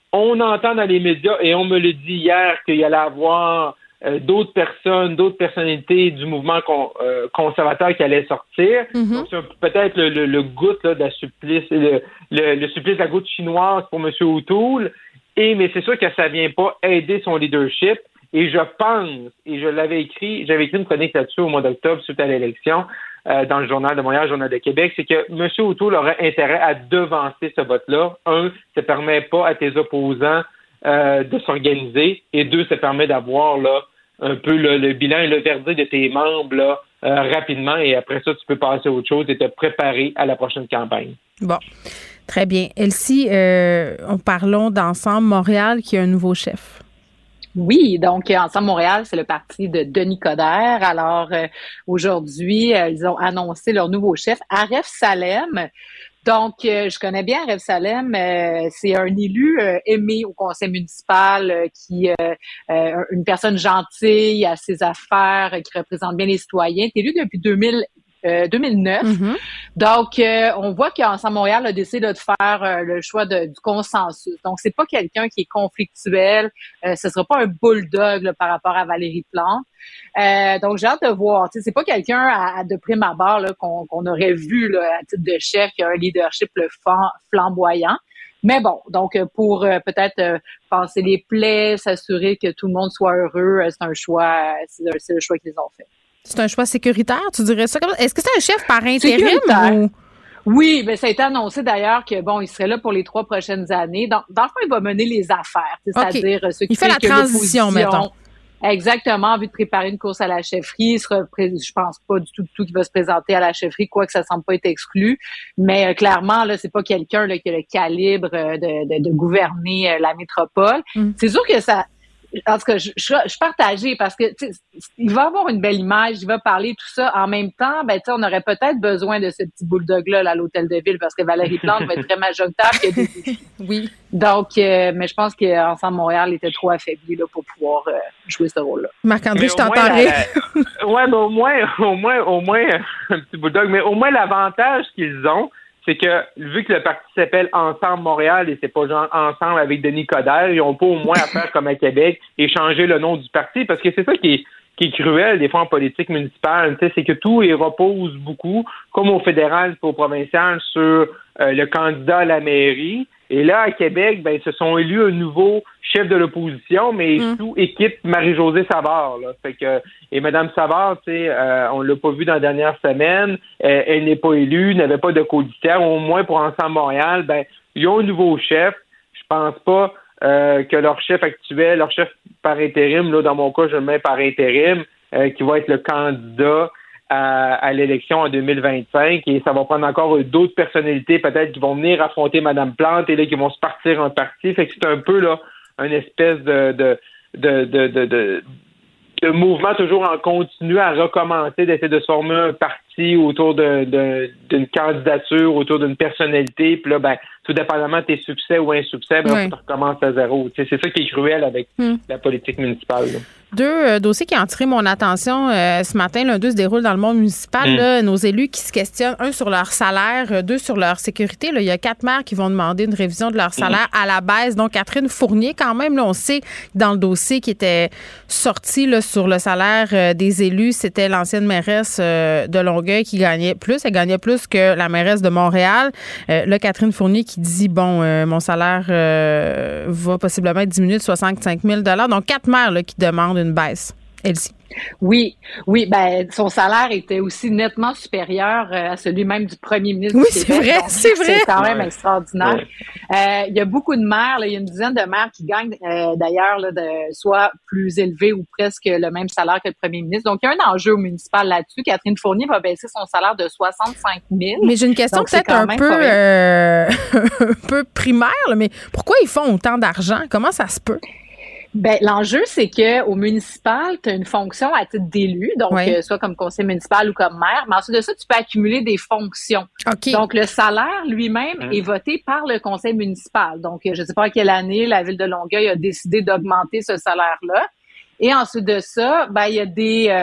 [SPEAKER 9] On entend dans les médias, et on me le dit hier, qu'il y allait avoir euh, d'autres personnes, d'autres personnalités du mouvement con, euh, conservateur qui allaient sortir. Mm-hmm. Donc, c'est peut-être le, le, le goutte là, de la supplice, le, le, le supplice de la goutte chinoise pour M. O'Toole. Et, mais c'est sûr que ça vient pas aider son leadership. Et je pense, et je l'avais écrit, j'avais écrit une chronique là-dessus au mois d'octobre suite à l'élection, euh, dans le Journal de Montréal, le Journal de Québec, c'est que M. O'Toole aurait intérêt à devancer ce vote-là. Un, ça permet pas à tes opposants euh, de s'organiser. Et deux, ça permet d'avoir là un peu le, le bilan et le verdict de tes membres là, euh, rapidement. Et après ça, tu peux passer à autre chose et te préparer à la prochaine campagne.
[SPEAKER 3] Bon. Très bien. Elsie, euh, parlons d'Ensemble Montréal qui a un nouveau chef.
[SPEAKER 10] Oui, donc Ensemble Montréal, c'est le parti de Denis Coderre. Alors euh, aujourd'hui, euh, ils ont annoncé leur nouveau chef, Aref Salem. Donc, euh, je connais bien Aref Salem. Euh, c'est un élu euh, aimé au conseil municipal, euh, qui euh, euh, une personne gentille à ses affaires, euh, qui représente bien les citoyens. Il est élu depuis deux mille. Euh, deux mille neuf. Mm-hmm. Donc, euh, on voit qu'Ensemble Montréal a décidé de faire euh, le choix de, du consensus. Donc, c'est pas quelqu'un qui est conflictuel. Euh, ce sera pas un bulldog là, par rapport à Valérie Plante. Euh, donc, j'ai hâte de voir. T'sais, c'est pas quelqu'un à, à de prime abord là, qu'on, qu'on aurait vu là, à titre de chef qui a un leadership le flamboyant. Mais bon, donc pour euh, peut-être euh, passer les plaies, s'assurer que tout le monde soit heureux, euh, c'est un choix, c'est, c'est le choix qu'ils ont fait.
[SPEAKER 3] C'est un choix sécuritaire, tu dirais ça comme ça? Est-ce que c'est un chef par intérim ou...
[SPEAKER 10] Oui, mais ça a été annoncé d'ailleurs que bon, il serait là pour les trois prochaines années. Donc, dans le fond, il va mener les affaires, c'est-à-dire
[SPEAKER 3] okay.
[SPEAKER 10] ceux qui
[SPEAKER 3] il fait la transition, mettons.
[SPEAKER 10] Exactement, en vue de préparer une course à la chefferie. Il sera, je pense pas du tout, du tout qu'il va se présenter à la chefferie, quoique ça semble pas être exclu. Mais euh, clairement, là, c'est pas quelqu'un là, qui a le calibre euh, de, de, de gouverner euh, la métropole. Mm. C'est sûr que ça. En tout cas, je, je, je suis partagée parce que il va avoir une belle image, il va parler tout ça. En même temps, ben tu on aurait peut-être besoin de ce petit bulldog-là là, à l'hôtel de ville parce que Valérie Plante va être très majoritaire. Il y a des défis.
[SPEAKER 3] Oui.
[SPEAKER 10] Donc, euh, mais je pense qu'Ensemble Montréal était trop affaibli là pour pouvoir euh, jouer ce rôle-là.
[SPEAKER 3] Marc-André, je t'entendrai.
[SPEAKER 9] Ouais, mais au moins, au moins, au moins un petit bulldog. Mais au moins l'avantage qu'ils ont, c'est que, vu que le parti s'appelle Ensemble Montréal et c'est pas genre Ensemble avec Denis Coderre, ils ont pas au moins à faire comme à Québec et changer le nom du parti, parce que c'est ça qui est, qui est cruel, des fois, en politique municipale, tu sais, c'est que tout y repose beaucoup, comme au fédéral et au provincial, sur euh, le candidat à la mairie. Et là, à Québec, ben, ils se sont élus un nouveau chef de l'opposition, mais mmh. sous équipe Marie-Josée Savard, là. Fait que, et Mme Savard, tu sais, euh, on l'a pas vu dans la dernière semaine, euh, elle n'est pas élue, n'avait pas de codicitaire, au moins pour Ensemble Montréal, ben, ils ont un nouveau chef. Je pense pas, euh, que leur chef actuel, leur chef par intérim, là, dans mon cas, je le mets par intérim, euh, qui va être le candidat À, à l'élection en deux mille vingt-cinq, et ça va prendre encore d'autres personnalités peut-être qui vont venir affronter Mme Plante et là qui vont se partir un parti. Fait que c'est un peu là une espèce de de de de, de, de, de mouvement toujours en continu à recommencer, d'essayer de se former un parti autour de, de d'une candidature, autour d'une personnalité. Puis là, ben, tout dépendamment de tes succès ou insuccès, ben, oui. tu recommences à zéro. Tu sais, c'est ça qui est cruel avec hmm. la politique municipale. Là.
[SPEAKER 3] Deux euh, dossiers qui ont attiré mon attention euh, ce matin. L'un d'eux se déroule dans le monde municipal. Mm. Là, nos élus qui se questionnent, un, sur leur salaire, deux, sur leur sécurité. Là, il y a quatre maires qui vont demander une révision de leur salaire mm. à la baisse. Donc, Catherine Fournier, quand même, là, on sait dans le dossier qui était sorti là, sur le salaire euh, des élus, c'était l'ancienne mairesse euh, de Longueuil qui gagnait plus. Elle gagnait plus que la mairesse de Montréal. Euh, là, Catherine Fournier qui dit, bon, euh, mon salaire euh, va possiblement être diminué de soixante-cinq mille dollars. Donc, quatre maires là, qui demandent une baisse. Elsie.
[SPEAKER 10] Oui, oui, ben son salaire était aussi nettement supérieur euh, à celui même du premier ministre
[SPEAKER 3] oui,
[SPEAKER 10] du
[SPEAKER 3] Québec. Oui, c'est vrai, c'est vrai.
[SPEAKER 10] C'est quand même
[SPEAKER 3] ouais.
[SPEAKER 10] extraordinaire. Ouais. Euh, il y a beaucoup de maires, là, il y a une dizaine de maires qui gagnent euh, d'ailleurs là, de, soit plus élevé ou presque le même salaire que le premier ministre. Donc, il y a un enjeu municipal là-dessus. Catherine Fournier va baisser son salaire de soixante-cinq mille.
[SPEAKER 3] Mais j'ai une question donc, peut-être un peu, euh, un peu primaire, là, mais pourquoi ils font autant d'argent? Comment ça se peut?
[SPEAKER 10] Ben l'enjeu, c'est que au municipal, tu as une fonction à titre d'élu, donc oui. euh, soit comme conseiller municipal ou comme maire, mais ensuite de ça, tu peux accumuler des fonctions.
[SPEAKER 3] Okay.
[SPEAKER 10] Donc, le salaire lui-même mmh. est voté par le conseil municipal. Donc, je ne sais pas à quelle année la ville de Longueuil a décidé d'augmenter ce salaire-là. Et ensuite de ça, ben il y a des... Euh,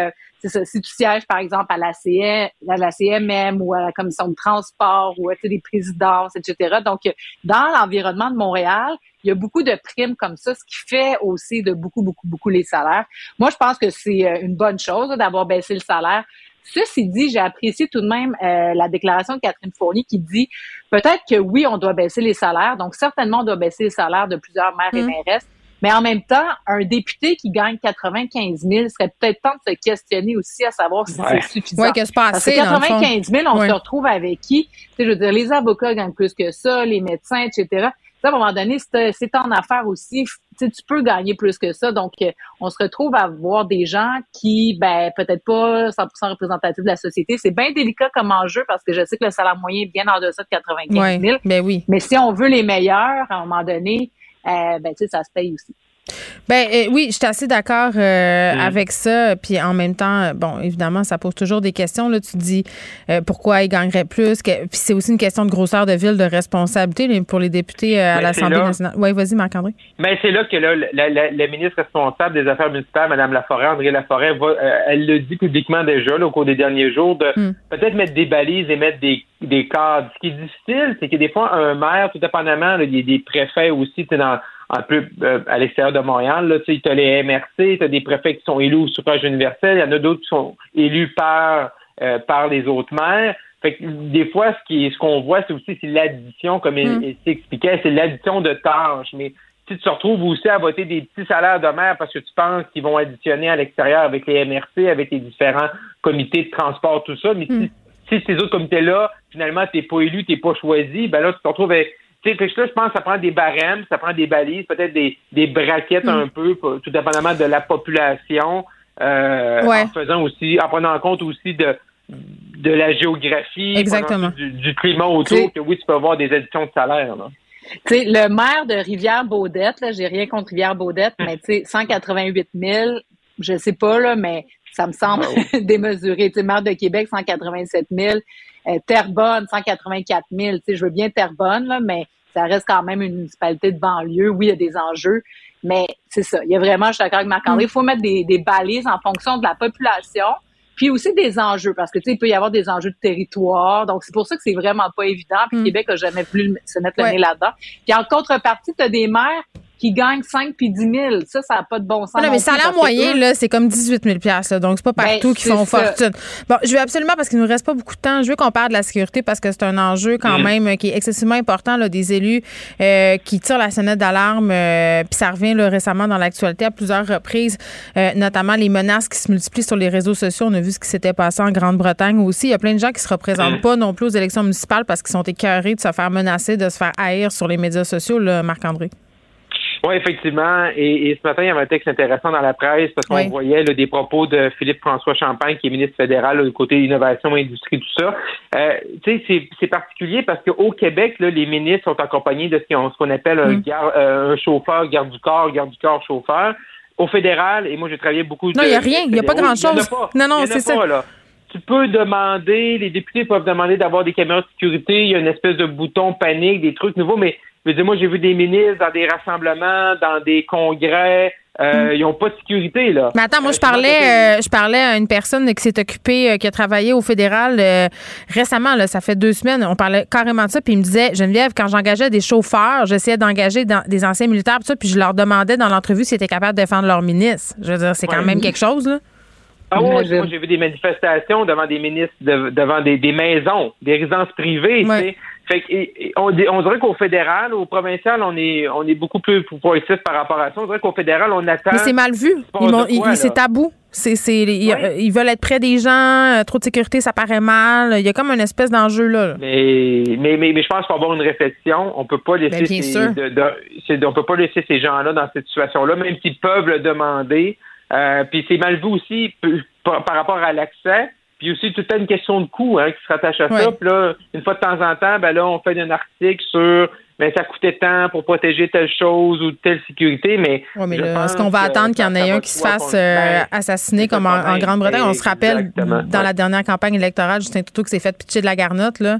[SPEAKER 10] c'est ça, si tu sièges, par exemple, à la, C M, à la C M M ou à la commission de transport ou à des présidences, et cetera. Donc, dans l'environnement de Montréal, il y a beaucoup de primes comme ça, ce qui fait aussi de beaucoup, beaucoup, beaucoup les salaires. Moi, je pense que c'est une bonne chose là, d'avoir baissé le salaire. Ceci dit, j'ai apprécié tout de même euh, la déclaration de Catherine Fournier qui dit peut-être que oui, on doit baisser les salaires. Donc, certainement, on doit baisser les salaires de plusieurs maires mmh. et mairesses. Mais en même temps, un député qui gagne quatre-vingt-quinze mille serait peut-être temps de se questionner aussi à savoir si ouais. c'est suffisant.
[SPEAKER 3] Oui, que c'est pas assez.
[SPEAKER 10] Parce que quatre-vingt-quinze mille, on ouais. se retrouve avec qui? Tu sais, je veux dire, les avocats gagnent plus que ça, les médecins, et cetera. À un moment donné, c'est, c'est en affaires aussi. Tu sais, tu peux gagner plus que ça. Donc, on se retrouve à voir des gens qui, ben, peut-être pas cent pour cent représentatifs de la société. C'est bien délicat comme enjeu parce que je sais que le salaire moyen est bien en deçà de quatre-vingt-quinze mille.
[SPEAKER 3] Ouais, ben oui.
[SPEAKER 10] Mais si on veut les meilleurs, à un moment donné, euh, ben, tu sais, ça se paye aussi.
[SPEAKER 3] Ben euh, oui, je suis assez d'accord euh, mmh. avec ça. Puis en même temps, bon, évidemment, ça pose toujours des questions. Là, tu dis euh, pourquoi ils gagneraient plus. Que, puis c'est aussi une question de grosseur de ville, de responsabilité là, pour les députés euh, à l'Assemblée nationale. Oui, vas-y, Marc-André.
[SPEAKER 9] Mais c'est là que là, la, la, la ministre responsable des Affaires municipales, Mme Laforêt, André Laforêt, va, euh, elle le dit publiquement déjà là, au cours des derniers jours, de mmh. peut-être mettre des balises et mettre des, des cadres. Ce qui est difficile, c'est que des fois, un maire, tout dépendamment, là, il y a des préfets aussi, tu dans en plus euh, à l'extérieur de Montréal, là, tu sais, t'as les M R C, t'as des préfets qui sont élus au suffrage universel, il y en a d'autres qui sont élus par euh, par les autres maires. Fait que des fois, ce qui ce qu'on voit, c'est aussi c'est l'addition, comme il, mm. il s'expliquait, c'est l'addition de tâches. Mais tu te retrouves aussi à voter des petits salaires de maire parce que tu penses qu'ils vont additionner à l'extérieur avec les M R C, avec les différents comités de transport, tout ça. Mais mm. si, si ces autres comités-là, finalement, t'es pas élu, t'es pas choisi, ben là, tu te retrouves avec Fait que là, je pense que ça prend des barèmes, ça prend des balises, peut-être des, des braquettes mmh. un peu, tout dépendamment de la population, euh, ouais. en faisant aussi, en prenant en compte aussi de, de la géographie,
[SPEAKER 3] exactement.
[SPEAKER 9] Du, du climat autour, c'est... que oui, tu peux avoir des additions de salaire. Là.
[SPEAKER 10] Tu sais, le maire de Rivière-Baudette, là, j'ai rien contre Rivière-Baudette, mmh. mais tu sais, cent quatre-vingt-huit mille, je sais pas, là, mais ça me semble oh. démesuré. Tu sais, maire de Québec, cent quatre-vingt-sept mille. Euh, Terrebonne, cent quatre-vingt-quatre mille. Tu sais, je veux bien Terrebonne, là, mais ça reste quand même une municipalité de banlieue. Oui, il y a des enjeux, mais c'est ça. Il y a vraiment, je suis d'accord avec Marc-André, il faut mettre des, des balises en fonction de la population, puis aussi des enjeux, parce que tu sais, il peut y avoir des enjeux de territoire. Donc, c'est pour ça que c'est vraiment pas évident. Puis mm. Québec a jamais voulu se mettre ouais. le nez là-dedans. Puis en contrepartie, tu as des maires qui gagnent cinq puis dix mille. Ça, ça n'a pas de bon sens.
[SPEAKER 3] Non, mais salaire moyen, là, c'est comme dix-huit mille dollars, là. Donc, c'est pas partout ben, qu'ils font ça. Fortune. Bon, je veux absolument, parce qu'il nous reste pas beaucoup de temps, je veux qu'on parle de la sécurité parce que c'est un enjeu quand mmh. même qui est excessivement important, là, des élus euh, qui tirent la sonnette d'alarme. Euh, puis ça revient, là, récemment dans l'actualité à plusieurs reprises, euh, notamment les menaces qui se multiplient sur les réseaux sociaux. On a vu ce qui s'était passé en Grande-Bretagne aussi. Il y a plein de gens qui se représentent mmh. pas non plus aux élections municipales parce qu'ils sont écœurés de se faire menacer, de se faire haïr sur les médias sociaux, là, Marc-André.
[SPEAKER 9] Oui, effectivement. Et, et ce matin, il y avait un texte intéressant dans la presse parce qu'on oui. voyait là, des propos de Philippe-François Champagne, qui est ministre fédéral, là, du côté innovation, industrie, tout ça. Euh, tu sais, c'est, c'est particulier parce qu'au Québec, là, les ministres sont accompagnés de ce qu'on, ce qu'on appelle un, mm. gar, euh, un chauffeur, garde du corps, garde du corps, chauffeur. Au fédéral, et moi, j'ai travaillé beaucoup...
[SPEAKER 3] Non, il n'y a rien. Il n'y a pas grand-chose. Non, non, c'est
[SPEAKER 9] pas,
[SPEAKER 3] ça.
[SPEAKER 9] Là. Tu peux demander, les députés peuvent demander d'avoir des caméras de sécurité, il y a une espèce de bouton panique, des trucs nouveaux, mais je veux dire, moi, j'ai vu des ministres dans des rassemblements, dans des congrès, euh, mm. ils n'ont pas de sécurité, là.
[SPEAKER 3] Mais attends, moi, je parlais, euh, je parlais à une personne qui s'est occupée, euh, qui a travaillé au fédéral euh, récemment, là, ça fait deux semaines, on parlait carrément de ça, puis il me disait, Geneviève, quand j'engageais des chauffeurs, j'essayais d'engager dans, des anciens militaires, tout ça, puis je leur demandais dans l'entrevue s'ils étaient capables de défendre leur ministre. Je veux dire, c'est quand ouais. même quelque chose, là.
[SPEAKER 9] Ah oui, moi, j'ai vu des manifestations devant des ministres, de, devant des, des maisons, des résidences privées, ouais. tu sais. Fait que, et, et on, on dirait qu'au fédéral, au provincial, on est, on est beaucoup plus progressif par rapport à ça. On dirait qu'au fédéral, on attend.
[SPEAKER 3] Mais c'est mal vu. Ils quoi, ils, c'est tabou. C'est, c'est, ils, ouais. ils veulent être près des gens. Trop de sécurité, ça paraît mal. Il y a comme une espèce d'enjeu là. là.
[SPEAKER 9] Mais, mais, mais, mais je pense qu'il faut avoir une réflexion. On peut pas laisser,
[SPEAKER 3] bien
[SPEAKER 9] ces,
[SPEAKER 3] sûr.
[SPEAKER 9] De, de, c'est, on peut pas laisser ces gens-là dans cette situation-là, même s'ils peuvent le demander. Euh, puis c'est mal vu aussi par, par rapport à l'accès. Puis aussi, tout est une question de coût hein, qui se rattache à ouais. ça. Puis là, une fois de temps en temps, ben là, on fait un article sur ben ça coûtait tant pour protéger telle chose ou telle sécurité, mais...
[SPEAKER 3] Oui, mais là, est-ce qu'on va attendre qu'il y en ait un qui se fasse euh, assassiner comme en, en Grande-Bretagne? On se rappelle, exactement. Dans ouais. la dernière campagne électorale, Justin Trudeau qui s'est fait pitcher de la garnotte, là.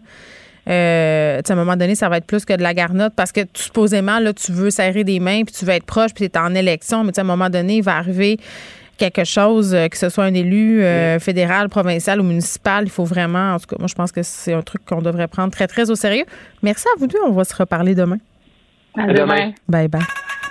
[SPEAKER 3] Euh, à un moment donné, ça va être plus que de la garnotte parce que tout supposément, là, tu veux serrer des mains puis tu veux être proche puis tu es en élection, mais à un moment donné, il va arriver quelque chose, euh, que ce soit un élu euh, fédéral, provincial ou municipal, il faut vraiment, en tout cas, moi, je pense que c'est un truc qu'on devrait prendre très, très au sérieux. Merci à vous deux. On va se reparler demain.
[SPEAKER 10] À demain.
[SPEAKER 3] Bye bye.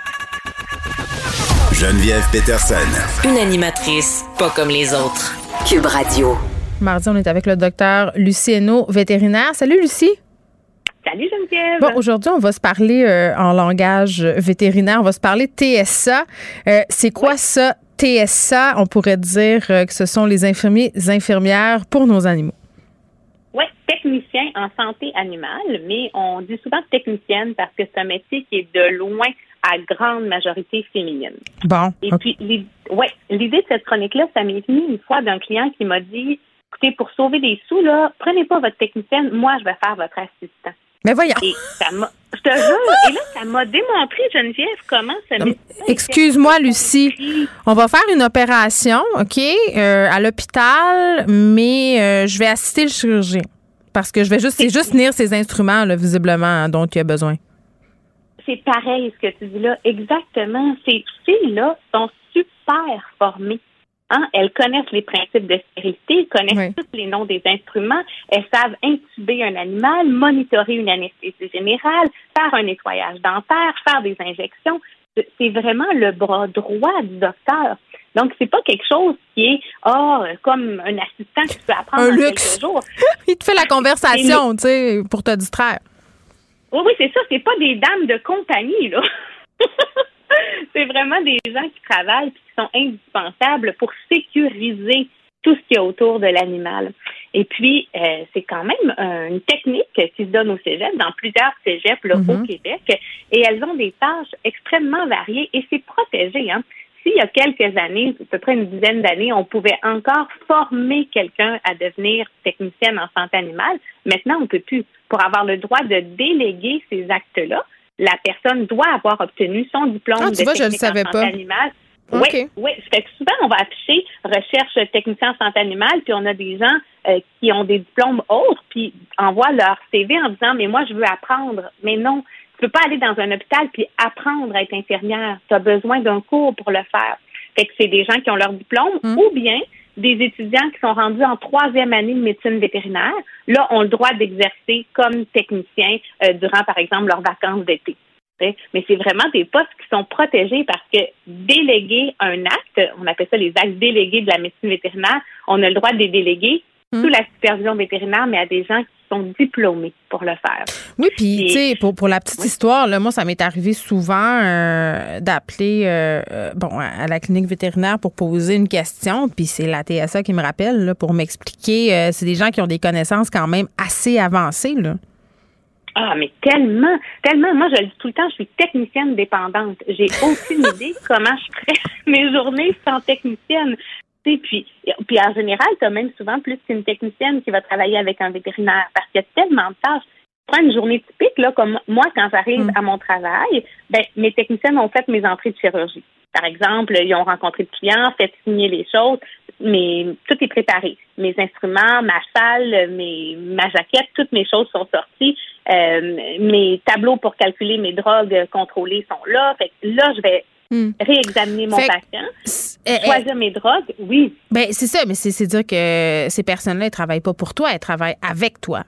[SPEAKER 2] Geneviève Peterson.
[SPEAKER 4] Une animatrice pas comme les autres. Cube Radio.
[SPEAKER 3] Mardi, on est avec le docteur Lucie Hainaut, vétérinaire. Salut, Lucie.
[SPEAKER 11] Salut, Geneviève.
[SPEAKER 3] Bon, aujourd'hui, on va se parler euh, en langage vétérinaire. On va se parler T S A. Euh, c'est quoi oui. ça, T S A? On pourrait dire euh, que ce sont les infirmiers et infirmières pour nos animaux.
[SPEAKER 11] Oui, technicien en santé animale, mais on dit souvent technicienne parce que c'est un métier qui est de loin à grande majorité féminine.
[SPEAKER 3] Bon.
[SPEAKER 11] Et
[SPEAKER 3] okay.
[SPEAKER 11] puis, l'idée, ouais, l'idée de cette chronique-là, ça m'est venu une fois d'un client qui m'a dit, écoutez, pour sauver des sous, là, prenez pas votre technicienne, moi, je vais faire votre assistant.
[SPEAKER 3] Mais voyons.
[SPEAKER 11] Et ça m'a, je te jure, et là, ça m'a démontré, Geneviève, comment ça
[SPEAKER 3] métier. Excuse-moi, Lucie. On va faire une opération, OK, euh, à l'hôpital, mais euh, je vais assister le chirurgien. Parce que je vais juste, c'est juste tenir ces instruments, là, visiblement, dont il y a besoin.
[SPEAKER 11] C'est pareil, ce que tu dis là. Exactement. Ces filles-là sont super formées. Hein? Elles connaissent les principes de stérilité, connaissent oui. tous les noms des instruments. Elles savent intuber un animal, monitorer une anesthésie générale, faire un nettoyage dentaire, faire des injections. C'est vraiment le bras droit du docteur. Donc, c'est pas quelque chose qui est oh, comme un assistant que tu peux apprendre
[SPEAKER 3] un
[SPEAKER 11] en
[SPEAKER 3] luxe.
[SPEAKER 11] quelques jours.
[SPEAKER 3] Il te fait la conversation, tu sais, pour te distraire.
[SPEAKER 11] Oui, oui, c'est ça. C'est pas des dames de compagnie, là. C'est vraiment des gens qui travaillent et qui sont indispensables pour sécuriser tout ce qu'il y a autour de l'animal. Et puis, euh, c'est quand même euh, une technique qui se donne au cégep, dans plusieurs cégeps là, mm-hmm. au Québec, et elles ont des tâches extrêmement variées et c'est protégé, hein. S'il y a quelques années, à peu près une dizaine d'années, on pouvait encore former quelqu'un à devenir technicienne en santé animale. Maintenant, on ne peut plus. Pour avoir le droit de déléguer ces actes-là, la personne doit avoir obtenu son diplôme
[SPEAKER 3] ah,
[SPEAKER 11] de
[SPEAKER 3] vois,
[SPEAKER 11] technique en santé
[SPEAKER 3] pas.
[SPEAKER 11] animale.
[SPEAKER 3] Okay.
[SPEAKER 11] Oui, oui. Fait que souvent, on va afficher recherche technicien en santé animale, puis on a des gens euh, qui ont des diplômes autres, puis envoient leur C V en disant « Mais moi, je veux apprendre. » Mais non. Tu peux pas aller dans un hôpital puis apprendre à être infirmière. Tu as besoin d'un cours pour le faire. Fait que c'est des gens qui ont leur diplôme mmh. ou bien des étudiants qui sont rendus en troisième année de médecine vétérinaire. Là, ont le droit d'exercer comme technicien euh, durant, par exemple, leurs vacances d'été. T'sais? Mais c'est vraiment des postes qui sont protégés parce que déléguer un acte, on appelle ça les actes délégués de la médecine vétérinaire, on a le droit de les déléguer mmh. sous la supervision vétérinaire, mais à des gens qui sont diplômés pour le faire.
[SPEAKER 3] Oui, puis tu sais, pour, pour la petite oui. histoire, là, moi, ça m'est arrivé souvent euh, d'appeler euh, bon, à la clinique vétérinaire pour poser une question, puis c'est la T S A qui me rappelle là, pour m'expliquer. Euh, c'est des gens qui ont des connaissances quand même assez avancées, là.
[SPEAKER 11] Ah, mais tellement, tellement. Moi, je le dis tout le temps, je suis technicienne dépendante. J'ai aucune idée comment je ferais mes journées sans technicienne. Puis, puis en général, tu as même souvent plus qu'une technicienne qui va travailler avec un vétérinaire parce qu'il y a tellement de tâches. Prends une journée typique, là, comme moi, quand j'arrive mmh. à mon travail, ben, mes techniciennes ont fait mes entrées de chirurgie. Par exemple, ils ont rencontré le client, fait signer les choses, mais tout est préparé. Mes instruments, ma salle, mes, ma jaquette, toutes mes choses sont sorties. Euh, mes tableaux pour calculer mes drogues contrôlées sont là. Fait que là, je vais Mmh. réexaminer mon fait, patient, choisir euh, mes drogues, oui.
[SPEAKER 3] Ben c'est ça, mais c'est, c'est dire que ces personnes-là, elles travaillent pas pour toi, elles travaillent avec toi.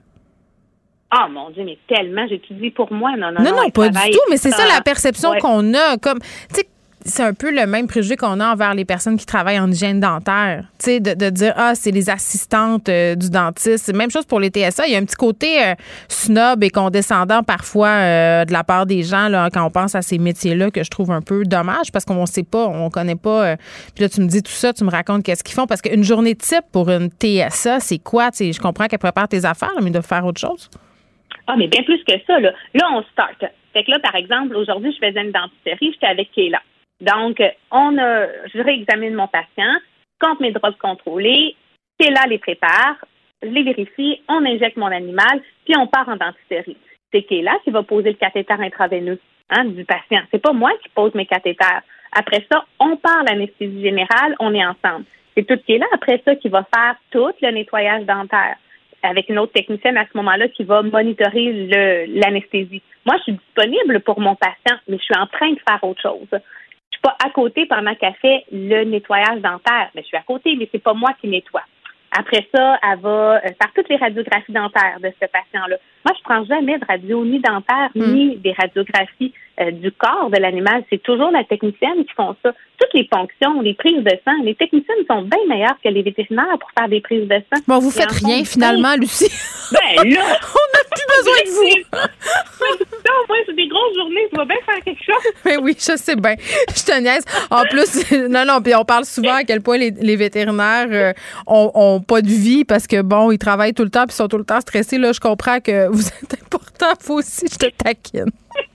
[SPEAKER 11] Ah, oh, mon Dieu, mais tellement, j'étudie pour moi. Non, non,
[SPEAKER 3] non, non, non pas du tout, mais c'est ça la perception
[SPEAKER 11] ouais.
[SPEAKER 3] qu'on a. Comme, tu sais, c'est un peu le même préjugé qu'on a envers les personnes qui travaillent en hygiène dentaire. Tu sais, de, de dire, ah, c'est les assistantes euh, du dentiste. C'est même chose pour les T S A. Il y a un petit côté euh, snob et condescendant parfois euh, de la part des gens là, quand on pense à ces métiers-là que je trouve un peu dommage parce qu'on ne sait pas, on connaît pas. Euh, puis là, tu me dis tout ça, tu me racontes qu'est-ce qu'ils font. Parce qu'une journée type pour une T S A, c'est quoi? Tu sais, je comprends qu'elle prépare tes affaires, là, mais de faire autre chose.
[SPEAKER 11] Ah, mais bien plus que ça. Là, là on start. Fait que là, par exemple, aujourd'hui, je faisais une dentisterie, j'étais avec Kayla. Donc, on a, je réexamine mon patient, compte mes drogues contrôlées, Kayla les prépare, je les vérifie, on injecte mon animal, puis on part en dentisterie. C'est Kayla qui va poser le cathéter intraveineux hein, du patient. C'est pas moi qui pose mes cathéters. Après ça, on part l'anesthésie générale, on est ensemble. C'est tout Kayla, après ça, qui va faire tout le nettoyage dentaire avec une autre technicienne à ce moment-là qui va monitorer le, l'anesthésie. Moi, je suis disponible pour mon patient, mais je suis en train de faire autre chose. Je suis pas à côté pendant qu'elle fait le nettoyage dentaire. Mais je suis à côté, mais c'est pas moi qui nettoie. Après ça, elle va faire toutes les radiographies dentaires de ce patient-là. Moi, je prends jamais de radio ni dentaire, mm. ni des radiographies euh, du corps de l'animal. C'est toujours la technicienne qui font ça. Toutes les ponctions, les prises de sang, les techniciennes sont bien meilleures que les vétérinaires pour faire des prises de sang.
[SPEAKER 3] Bon, vous faites rien, finalement, bien. Lucie.
[SPEAKER 11] Ben là!
[SPEAKER 3] On n'a plus besoin de vous!
[SPEAKER 11] Non, moi, c'est des grosses journées. Tu vas bien faire quelque chose.
[SPEAKER 3] Mais oui, je sais bien. Je te niaise. En plus, non, non, puis on parle souvent à quel point les, les vétérinaires euh, ont, ont pas de vie parce que, bon, ils travaillent tout le temps puis sont tout le temps stressés. Là, je comprends que vous êtes important. Vous aussi, je te taquine.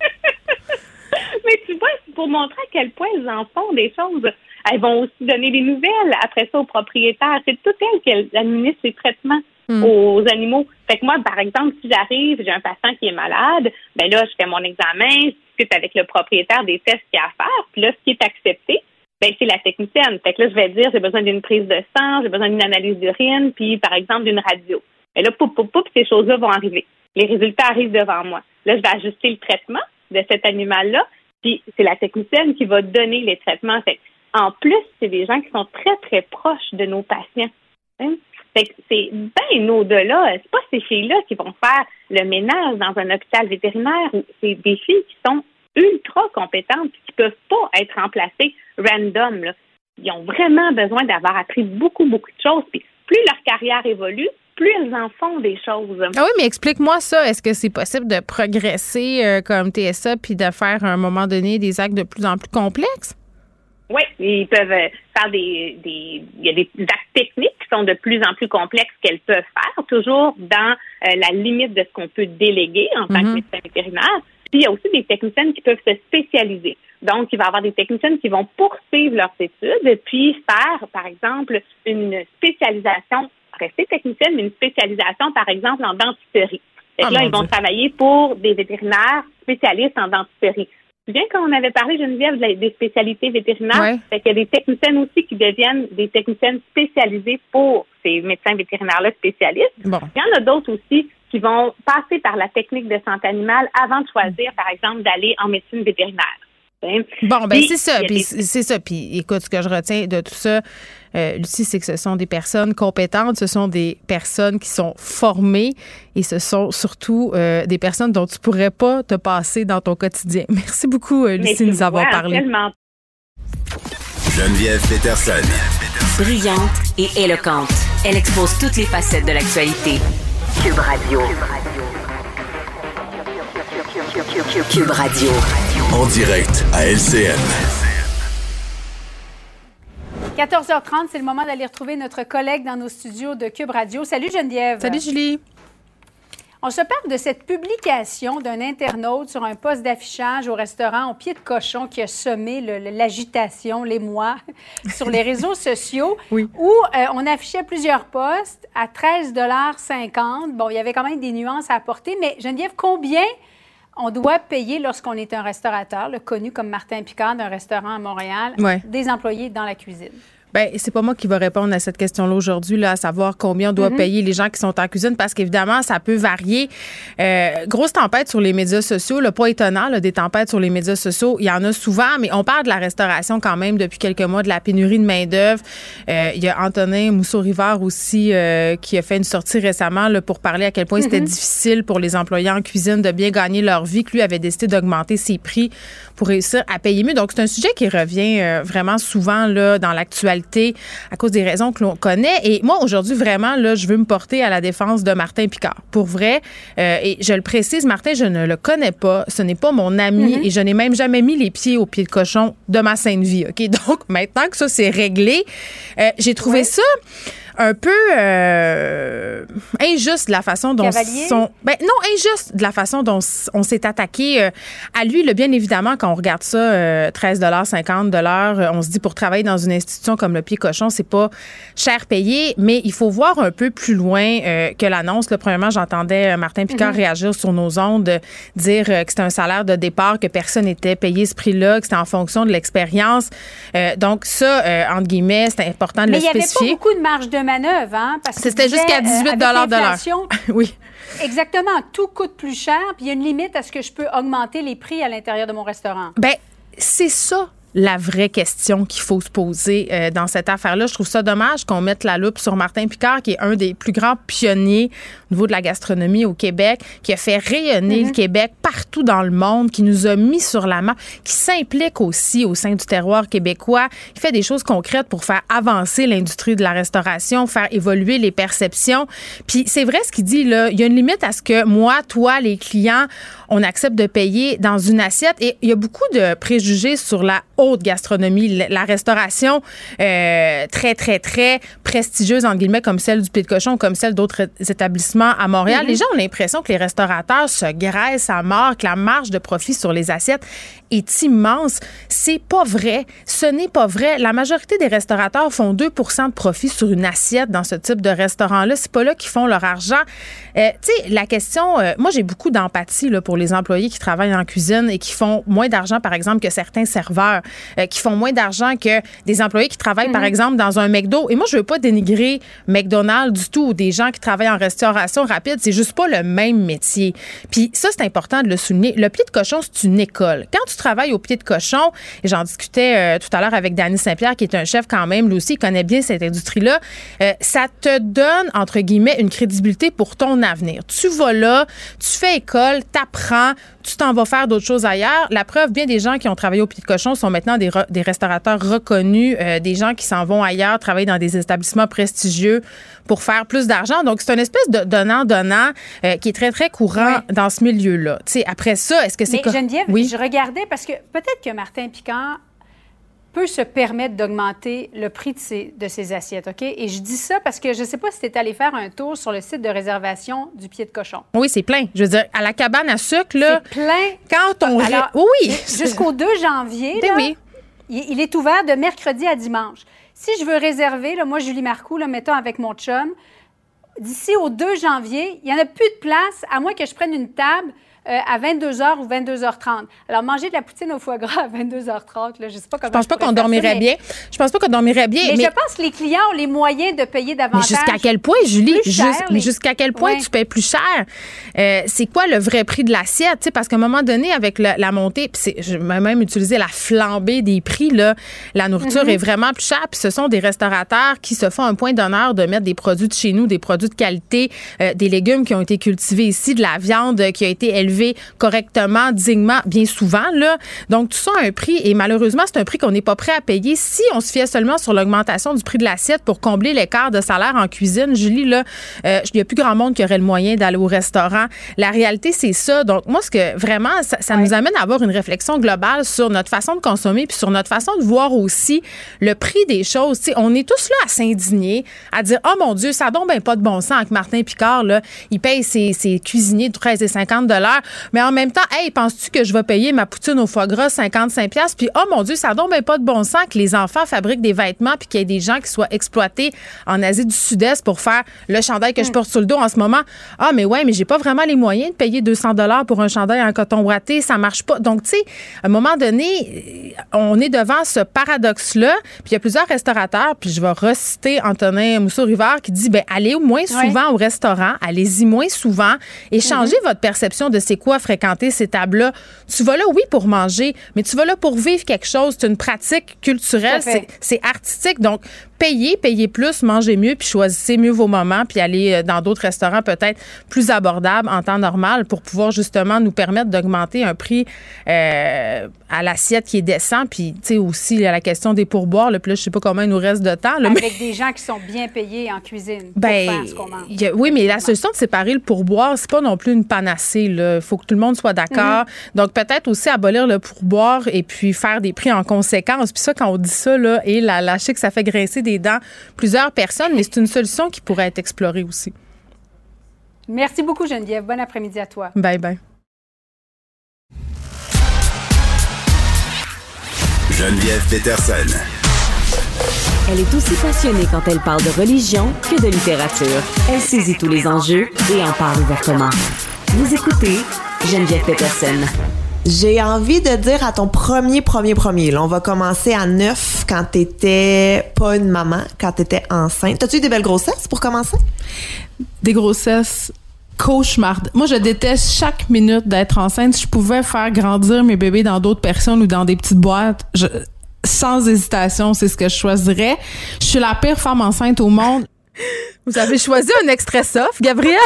[SPEAKER 11] Mais tu vois, c'est pour montrer à quel point ils en font des choses. Elles vont aussi donner des nouvelles après ça aux propriétaires. C'est tout elles qui administrent les traitements mm. aux animaux. Fait que moi, par exemple, si j'arrive, j'ai un patient qui est malade, ben là, je fais mon examen, je discute avec le propriétaire des tests qu'il y a à faire, puis là, ce qui est accepté, ben c'est la technicienne. Fait que là, je vais dire, j'ai besoin d'une prise de sang, j'ai besoin d'une analyse d'urine, puis par exemple, d'une radio. Et là, poup, poup, poup, ces choses-là vont arriver. Les résultats arrivent devant moi. Là, je vais ajuster le traitement de cet animal-là, puis c'est la technicienne qui va donner les traitements. Fait en plus, c'est des gens qui sont très, très proches de nos patients. Hein? Fait que c'est bien au-delà. C'est pas ces filles-là qui vont faire le ménage dans un hôpital vétérinaire. C'est des filles qui sont ultra compétentes et qui peuvent pas être remplacées random. Là. Ils ont vraiment besoin d'avoir appris beaucoup, beaucoup de choses. Puis plus leur carrière évolue, plus elles en font des choses.
[SPEAKER 3] Ah oui, mais explique-moi ça. Est-ce que c'est possible de progresser euh, comme T S A puis de faire à un moment donné des actes de plus en plus complexes?
[SPEAKER 11] Oui, ils peuvent faire des, des... Il y a des actes techniques qui sont de plus en plus complexes qu'elles peuvent faire, toujours dans euh, la limite de ce qu'on peut déléguer en tant mm-hmm. que médecin vétérinaire. Puis il y a aussi des techniciennes qui peuvent se spécialiser. Donc, il va y avoir des techniciennes qui vont poursuivre leurs études puis faire, par exemple, une spécialisation, rester technicienne, mais une spécialisation, par exemple, en dentisterie. Fait que ah, là, ils vont Dieu. travailler pour des vétérinaires spécialistes en dentisterie. Tu te souviens quand on avait parlé, Geneviève, des spécialités vétérinaires? Ouais. Fait qu'il y a des techniciennes aussi qui deviennent des techniciennes spécialisées pour ces médecins vétérinaires-là spécialistes. Bon. Il y en a d'autres aussi qui vont passer par la technique de santé animale avant de choisir, par exemple, d'aller en médecine vétérinaire.
[SPEAKER 3] Bon, ben c'est ça. Puis c'est ça. Puis écoute, ce que je retiens de tout ça, euh, Lucie, c'est que ce sont des personnes compétentes, ce sont des personnes qui sont formées et ce sont surtout euh, des personnes dont tu pourrais pas te passer dans ton quotidien. Merci beaucoup, euh, Lucie, de nous avoir parlé.
[SPEAKER 11] Tellement.
[SPEAKER 2] Geneviève Peterson.
[SPEAKER 4] Brillante et éloquente, elle expose toutes les facettes de l'actualité. Cube Radio. Cube Radio.
[SPEAKER 2] En direct à L C N.
[SPEAKER 12] quatorze heures trente, c'est le moment d'aller retrouver notre collègue dans nos studios de Cube Radio. Salut Geneviève.
[SPEAKER 3] Salut Julie.
[SPEAKER 12] On se parle de cette publication d'un internaute sur un poste d'affichage au restaurant au pied de cochon qui a semé le, l'agitation, l'émoi sur les réseaux sociaux, oui. où euh, on affichait plusieurs postes à treize dollars cinquante. Bon, il y avait quand même des nuances à apporter, mais Geneviève, combien on doit payer lorsqu'on est un restaurateur, le connu comme Martin Picard d'un restaurant à Montréal, ouais. des employés dans la cuisine?
[SPEAKER 3] Bien, c'est pas moi qui va répondre à cette question-là aujourd'hui, là, à savoir combien on doit mm-hmm. payer les gens qui sont en cuisine, parce qu'évidemment, ça peut varier. Euh, grosse tempête sur les médias sociaux, là, pas étonnant, là, des tempêtes sur les médias sociaux, il y en a souvent, mais on parle de la restauration quand même depuis quelques mois, de la pénurie de main-d'œuvre. Euh, il y a Antonin Mousseau-Rivard aussi euh, qui a fait une sortie récemment là, pour parler à quel point mm-hmm. c'était difficile pour les employés en cuisine de bien gagner leur vie, que lui avait décidé d'augmenter ses prix pour réussir à payer mieux. Donc, c'est un sujet qui revient euh, vraiment souvent là, dans l'actualité à cause des raisons que l'on connaît. Et moi, aujourd'hui, vraiment, là, je veux me porter à la défense de Martin Picard. Pour vrai, euh, et je le précise, Martin, je ne le connais pas. Ce n'est pas mon ami mm-hmm. et je n'ai même jamais mis les pieds au pied de cochon de ma sainte vie. OK? Donc, maintenant que ça, c'est réglé, euh, j'ai trouvé ouais. ça un peu euh, injuste de la façon dont
[SPEAKER 12] Cavalier.
[SPEAKER 3] sont ben non injuste de la façon dont on s'est attaqué euh, à lui. Là, bien évidemment, quand on regarde ça, euh, treize dollars cinquante de l'heure, euh, on se dit pour travailler dans une institution comme le Pied Cochon, c'est pas cher payé, mais il faut voir un peu plus loin euh, que l'annonce. Là, premièrement, j'entendais Martin Picard mm-hmm. réagir sur nos ondes, euh, dire euh, que c'était un salaire de départ, que personne n'était payé ce prix-là, que c'était en fonction de l'expérience. Euh, donc ça, euh, entre guillemets, c'est important de
[SPEAKER 12] mais
[SPEAKER 3] le spécifier.
[SPEAKER 12] Mais il n'y avait pas beaucoup de marge de manœuvre, hein? Parce que
[SPEAKER 3] c'était jusqu'à dix-huit dollars de l'heure. Oui.
[SPEAKER 12] Exactement. Tout coûte plus cher, puis il y a une limite à ce que je peux augmenter les prix à l'intérieur de mon restaurant.
[SPEAKER 3] Bien, c'est ça. la vraie question qu'il faut se poser euh, dans cette affaire-là. Je trouve ça dommage qu'on mette la loupe sur Martin Picard, qui est un des plus grands pionniers au niveau de la gastronomie au Québec, qui a fait rayonner mm-hmm. le Québec partout dans le monde, qui nous a mis sur la map, qui s'implique aussi au sein du terroir québécois, qui fait des choses concrètes pour faire avancer l'industrie de la restauration, faire évoluer les perceptions. Puis c'est vrai ce qu'il dit, là, il y a une limite à ce que moi, toi, les clients, on accepte de payer dans une assiette. Et il y a beaucoup de préjugés sur la haute gastronomie, la restauration euh, très, très, très prestigieuse, entre guillemets, comme celle du Pied de Cochon, comme celle d'autres établissements à Montréal. Mm-hmm. Les gens ont l'impression que les restaurateurs se graissent à mort, que la marge de profit sur les assiettes est immense. C'est pas vrai. Ce n'est pas vrai. La majorité des restaurateurs font deux pour cent de profit sur une assiette dans ce type de restaurant-là. C'est pas là qu'ils font leur argent. Euh, tu sais, la question... Euh, moi, j'ai beaucoup d'empathie là, pour les employés qui travaillent en cuisine et qui font moins d'argent, par exemple, que certains serveurs, euh, qui font moins d'argent que des employés qui travaillent, mm-hmm. par exemple, dans un McDo. Et moi, je veux pas dénigrer McDonald's du tout ou des gens qui travaillent en restauration rapide. C'est juste pas le même métier. Puis ça, c'est important de le souligner. Le Pied de Cochon, c'est une école. Quand tu travailles au Pied de Cochon, et j'en discutais euh, tout à l'heure avec Danny Saint-Pierre, qui est un chef quand même, lui aussi, il connaît bien cette industrie-là, euh, ça te donne, entre guillemets, une crédibilité pour ton avenir. Tu vas là, tu fais école, t'apprends, tu t'en vas faire d'autres choses ailleurs. La preuve, bien des gens qui ont travaillé au Pied de Cochon sont maintenant des, re- des restaurateurs reconnus, euh, des gens qui s'en vont ailleurs, travailler dans des établissements prestigieux pour faire plus d'argent. Donc, c'est une espèce de donnant-donnant euh, qui est très, très courant oui. dans ce milieu-là. Tu sais, après ça, est-ce que c'est...
[SPEAKER 12] Mais
[SPEAKER 3] co-
[SPEAKER 12] Geneviève,
[SPEAKER 3] oui?
[SPEAKER 12] je regardais parce que peut-être que Martin Picard peut se permettre d'augmenter le prix de ses, de ses assiettes, OK? Et je dis ça parce que je ne sais pas si tu es allé faire un tour sur le site de réservation du Pied de Cochon.
[SPEAKER 3] Oui, c'est plein. Je veux dire, à la cabane à sucre, là...
[SPEAKER 12] C'est plein.
[SPEAKER 3] Quand on...
[SPEAKER 12] Alors,
[SPEAKER 3] oui!
[SPEAKER 12] Jusqu'au deux janvier, là,
[SPEAKER 3] oui.
[SPEAKER 12] il, il est ouvert de mercredi à dimanche. Si je veux réserver, là, moi, Julie Marcoux, là, mettons avec mon chum, d'ici au deux janvier, il n'y en a plus de place, à moins que je prenne une table euh, à vingt-deux heures ou vingt-deux heures trente. Alors, manger de la poutine au foie gras à vingt-deux heures trente, là, je ne sais pas comment
[SPEAKER 3] je pense
[SPEAKER 12] je
[SPEAKER 3] pas qu'on
[SPEAKER 12] ça,
[SPEAKER 3] dormirait
[SPEAKER 12] mais...
[SPEAKER 3] bien. Je pense pas qu'on dormirait bien.
[SPEAKER 12] Mais,
[SPEAKER 3] mais
[SPEAKER 12] je pense que les clients ont les moyens de payer davantage.
[SPEAKER 3] Mais jusqu'à quel point, Julie?
[SPEAKER 12] Plus cher,
[SPEAKER 3] Juste,
[SPEAKER 12] les...
[SPEAKER 3] Mais jusqu'à quel point ouais. tu payes plus cher? Euh, c'est quoi le vrai prix de l'assiette? T'sais, parce qu'à un moment donné, avec la, la montée, puis c'est, je vais même utiliser la flambée des prix, là, la nourriture mm-hmm. est vraiment plus chère. Puis ce sont des restaurateurs qui se font un point d'honneur de mettre des produits de chez nous, des produits de qualité, euh, des légumes qui ont été cultivés ici, de la viande qui a été élevée correctement, dignement, bien souvent, là. Donc, tout ça a un prix et malheureusement, c'est un prix qu'on n'est pas prêt à payer si on se fiait seulement sur l'augmentation du prix de l'assiette pour combler l'écart de salaire en cuisine. Julie, là, euh, il n'y a plus grand monde qui aurait le moyen d'aller au restaurant. La réalité, c'est ça. Donc, moi, ce que vraiment, ça, ça ouais. nous amène à avoir une réflexion globale sur notre façon de consommer puis sur notre façon de voir aussi le prix des choses. T'sais, on est tous là à s'indigner, à dire, oh mon Dieu, ça donne ben pas de bon sens avec Martin Picard, là. Il paye ses, ses cuisiniers de treize et cinquante dollars, mais en même temps, hey, penses-tu que je vais payer ma poutine au foie gras cinquante-cinq dollars? Puis, oh mon Dieu, ça donne ben pas de bon sens que les enfants fabriquent des vêtements puis qu'il y ait des gens qui soient exploités en Asie du Sud-Est pour faire le chandail que mm. je porte sur le dos en ce moment. Ah, mais ouais, mais j'ai pas vraiment les moyens de payer deux cents dollars pour un chandail en coton ouaté. Ça marche pas. Donc, tu sais, à un moment donné, on est devant ce paradoxe-là. Puis, il y a plusieurs restaurateurs, puis je vais reciter Antonin Mousseau-Rivard qui dit, ben allez moins souvent ouais. au restaurant, allez-y moins souvent et changez mm-hmm. votre perception de c'est quoi fréquenter ces tables-là. Tu vas là, oui, pour manger, mais tu vas là pour vivre quelque chose. C'est une pratique culturelle, c'est, c'est artistique. Donc, payez, payez plus, mangez mieux, puis choisissez mieux vos moments, puis allez dans d'autres restaurants peut-être plus abordables en temps normal pour pouvoir justement nous permettre d'augmenter un prix euh, à l'assiette qui est décent. Puis, tu sais, aussi, il y a la question des pourboires. Là, puis là, je sais pas combien il nous reste de temps. Là,
[SPEAKER 12] Avec
[SPEAKER 3] mais...
[SPEAKER 12] des gens qui sont bien payés en cuisine
[SPEAKER 3] ben,
[SPEAKER 12] pour faire ce qu'on mange.
[SPEAKER 3] Y a, oui, mais la solution de séparer le pourboire, c'est pas non plus une panacée. Il faut que tout le monde soit d'accord. Mm-hmm. Donc, peut-être aussi abolir le pourboire et puis faire des prix en conséquence. Puis ça, quand on dit ça, là, et la lâcher que ça fait grincer des dents plusieurs personnes, mais c'est une solution qui pourrait être explorée aussi.
[SPEAKER 12] Merci beaucoup, Geneviève. Bon après-midi à toi.
[SPEAKER 3] Bye, bye.
[SPEAKER 2] Geneviève Peterson.
[SPEAKER 4] Elle est aussi passionnée quand elle parle de religion que de littérature. Elle saisit tous les enjeux et en parle ouvertement. Vous écoutez Geneviève Peterson.
[SPEAKER 13] J'ai envie de dire à ton premier, premier, premier, là, on va commencer à neuf quand t'étais pas une maman, quand t'étais enceinte. T'as-tu eu des belles grossesses pour commencer?
[SPEAKER 14] Des grossesses cauchemardes. Moi, je déteste chaque minute d'être enceinte. Si je pouvais faire grandir mes bébés dans d'autres personnes ou dans des petites boîtes, je... sans hésitation, c'est ce que je choisirais. Je suis la pire femme enceinte au monde.
[SPEAKER 3] Vous avez choisi un extrait soft, Gabrielle?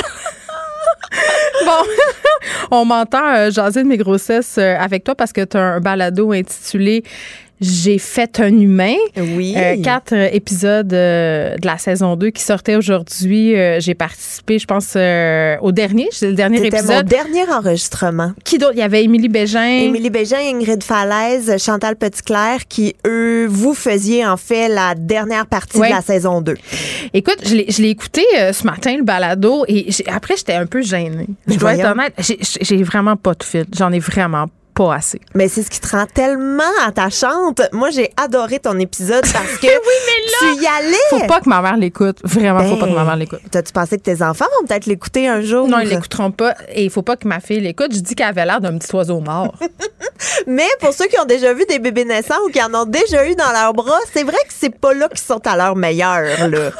[SPEAKER 3] Bon, on m'entend euh, jaser de mes grossesses euh, avec toi parce que tu as un balado intitulé J'ai fait un humain.
[SPEAKER 13] Oui.
[SPEAKER 3] Euh, quatre euh, épisodes euh, de la saison deux qui sortaient aujourd'hui. Euh, j'ai participé, je pense, euh, au dernier. C'est le dernier
[SPEAKER 13] C'était
[SPEAKER 3] épisode.
[SPEAKER 13] mon dernier enregistrement.
[SPEAKER 3] Qui d'autre? Il y avait Émilie Bégin.
[SPEAKER 13] Émilie Bégin, Ingrid Falaise, Chantal Petitclerc, qui, eux, vous faisiez en fait la dernière partie
[SPEAKER 3] ouais.
[SPEAKER 13] de la saison deux.
[SPEAKER 3] Écoute, je l'ai, je l'ai écouté euh, ce matin, le balado, et j'ai, après, j'étais un peu gênée. Je dois
[SPEAKER 13] voyons.
[SPEAKER 3] être honnête. J'ai, j'ai vraiment pas de fil. J'en ai vraiment pas. Pas assez.
[SPEAKER 13] Mais c'est ce qui te rend tellement attachante. Moi, j'ai adoré ton épisode parce que
[SPEAKER 3] oui, mais là,
[SPEAKER 13] tu y allais.
[SPEAKER 3] Faut pas que ma mère l'écoute. Vraiment, ben, faut pas que ma mère l'écoute.
[SPEAKER 13] T'as-tu pensé que tes enfants vont peut-être l'écouter un jour?
[SPEAKER 3] Non, ils l'écouteront pas. Et il faut pas que ma fille l'écoute. Je dis qu'elle avait l'air d'un petit oiseau mort.
[SPEAKER 13] Mais pour ceux qui ont déjà vu des bébés naissants ou qui en ont déjà eu dans leurs bras, c'est vrai que c'est pas là qu'ils sont à leur meilleur, là.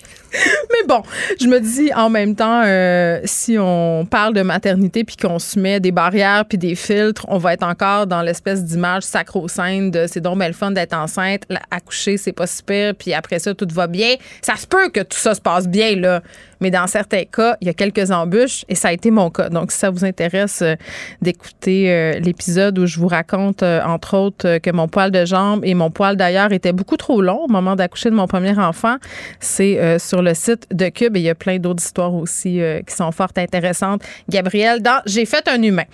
[SPEAKER 3] Mais bon, je me dis en même temps, euh, si on parle de maternité puis qu'on se met des barrières puis des filtres, on va être encore dans l'espèce d'image sacro-sainte de c'est donc bien le fun d'être enceinte, accoucher, c'est pas si pire, puis après ça, tout va bien. Ça se peut que tout ça se passe bien, là. Mais dans certains cas, il y a quelques embûches et ça a été mon cas. Donc, si ça vous intéresse euh, d'écouter euh, l'épisode où je vous raconte, euh, entre autres, euh, que mon poil de jambe et mon poil d'ailleurs étaient beaucoup trop longs au moment d'accoucher de mon premier enfant, c'est euh, sur le site de Cube et il y a plein d'autres histoires aussi euh, qui sont fort intéressantes. Gabrielle, dans J'ai fait un humain.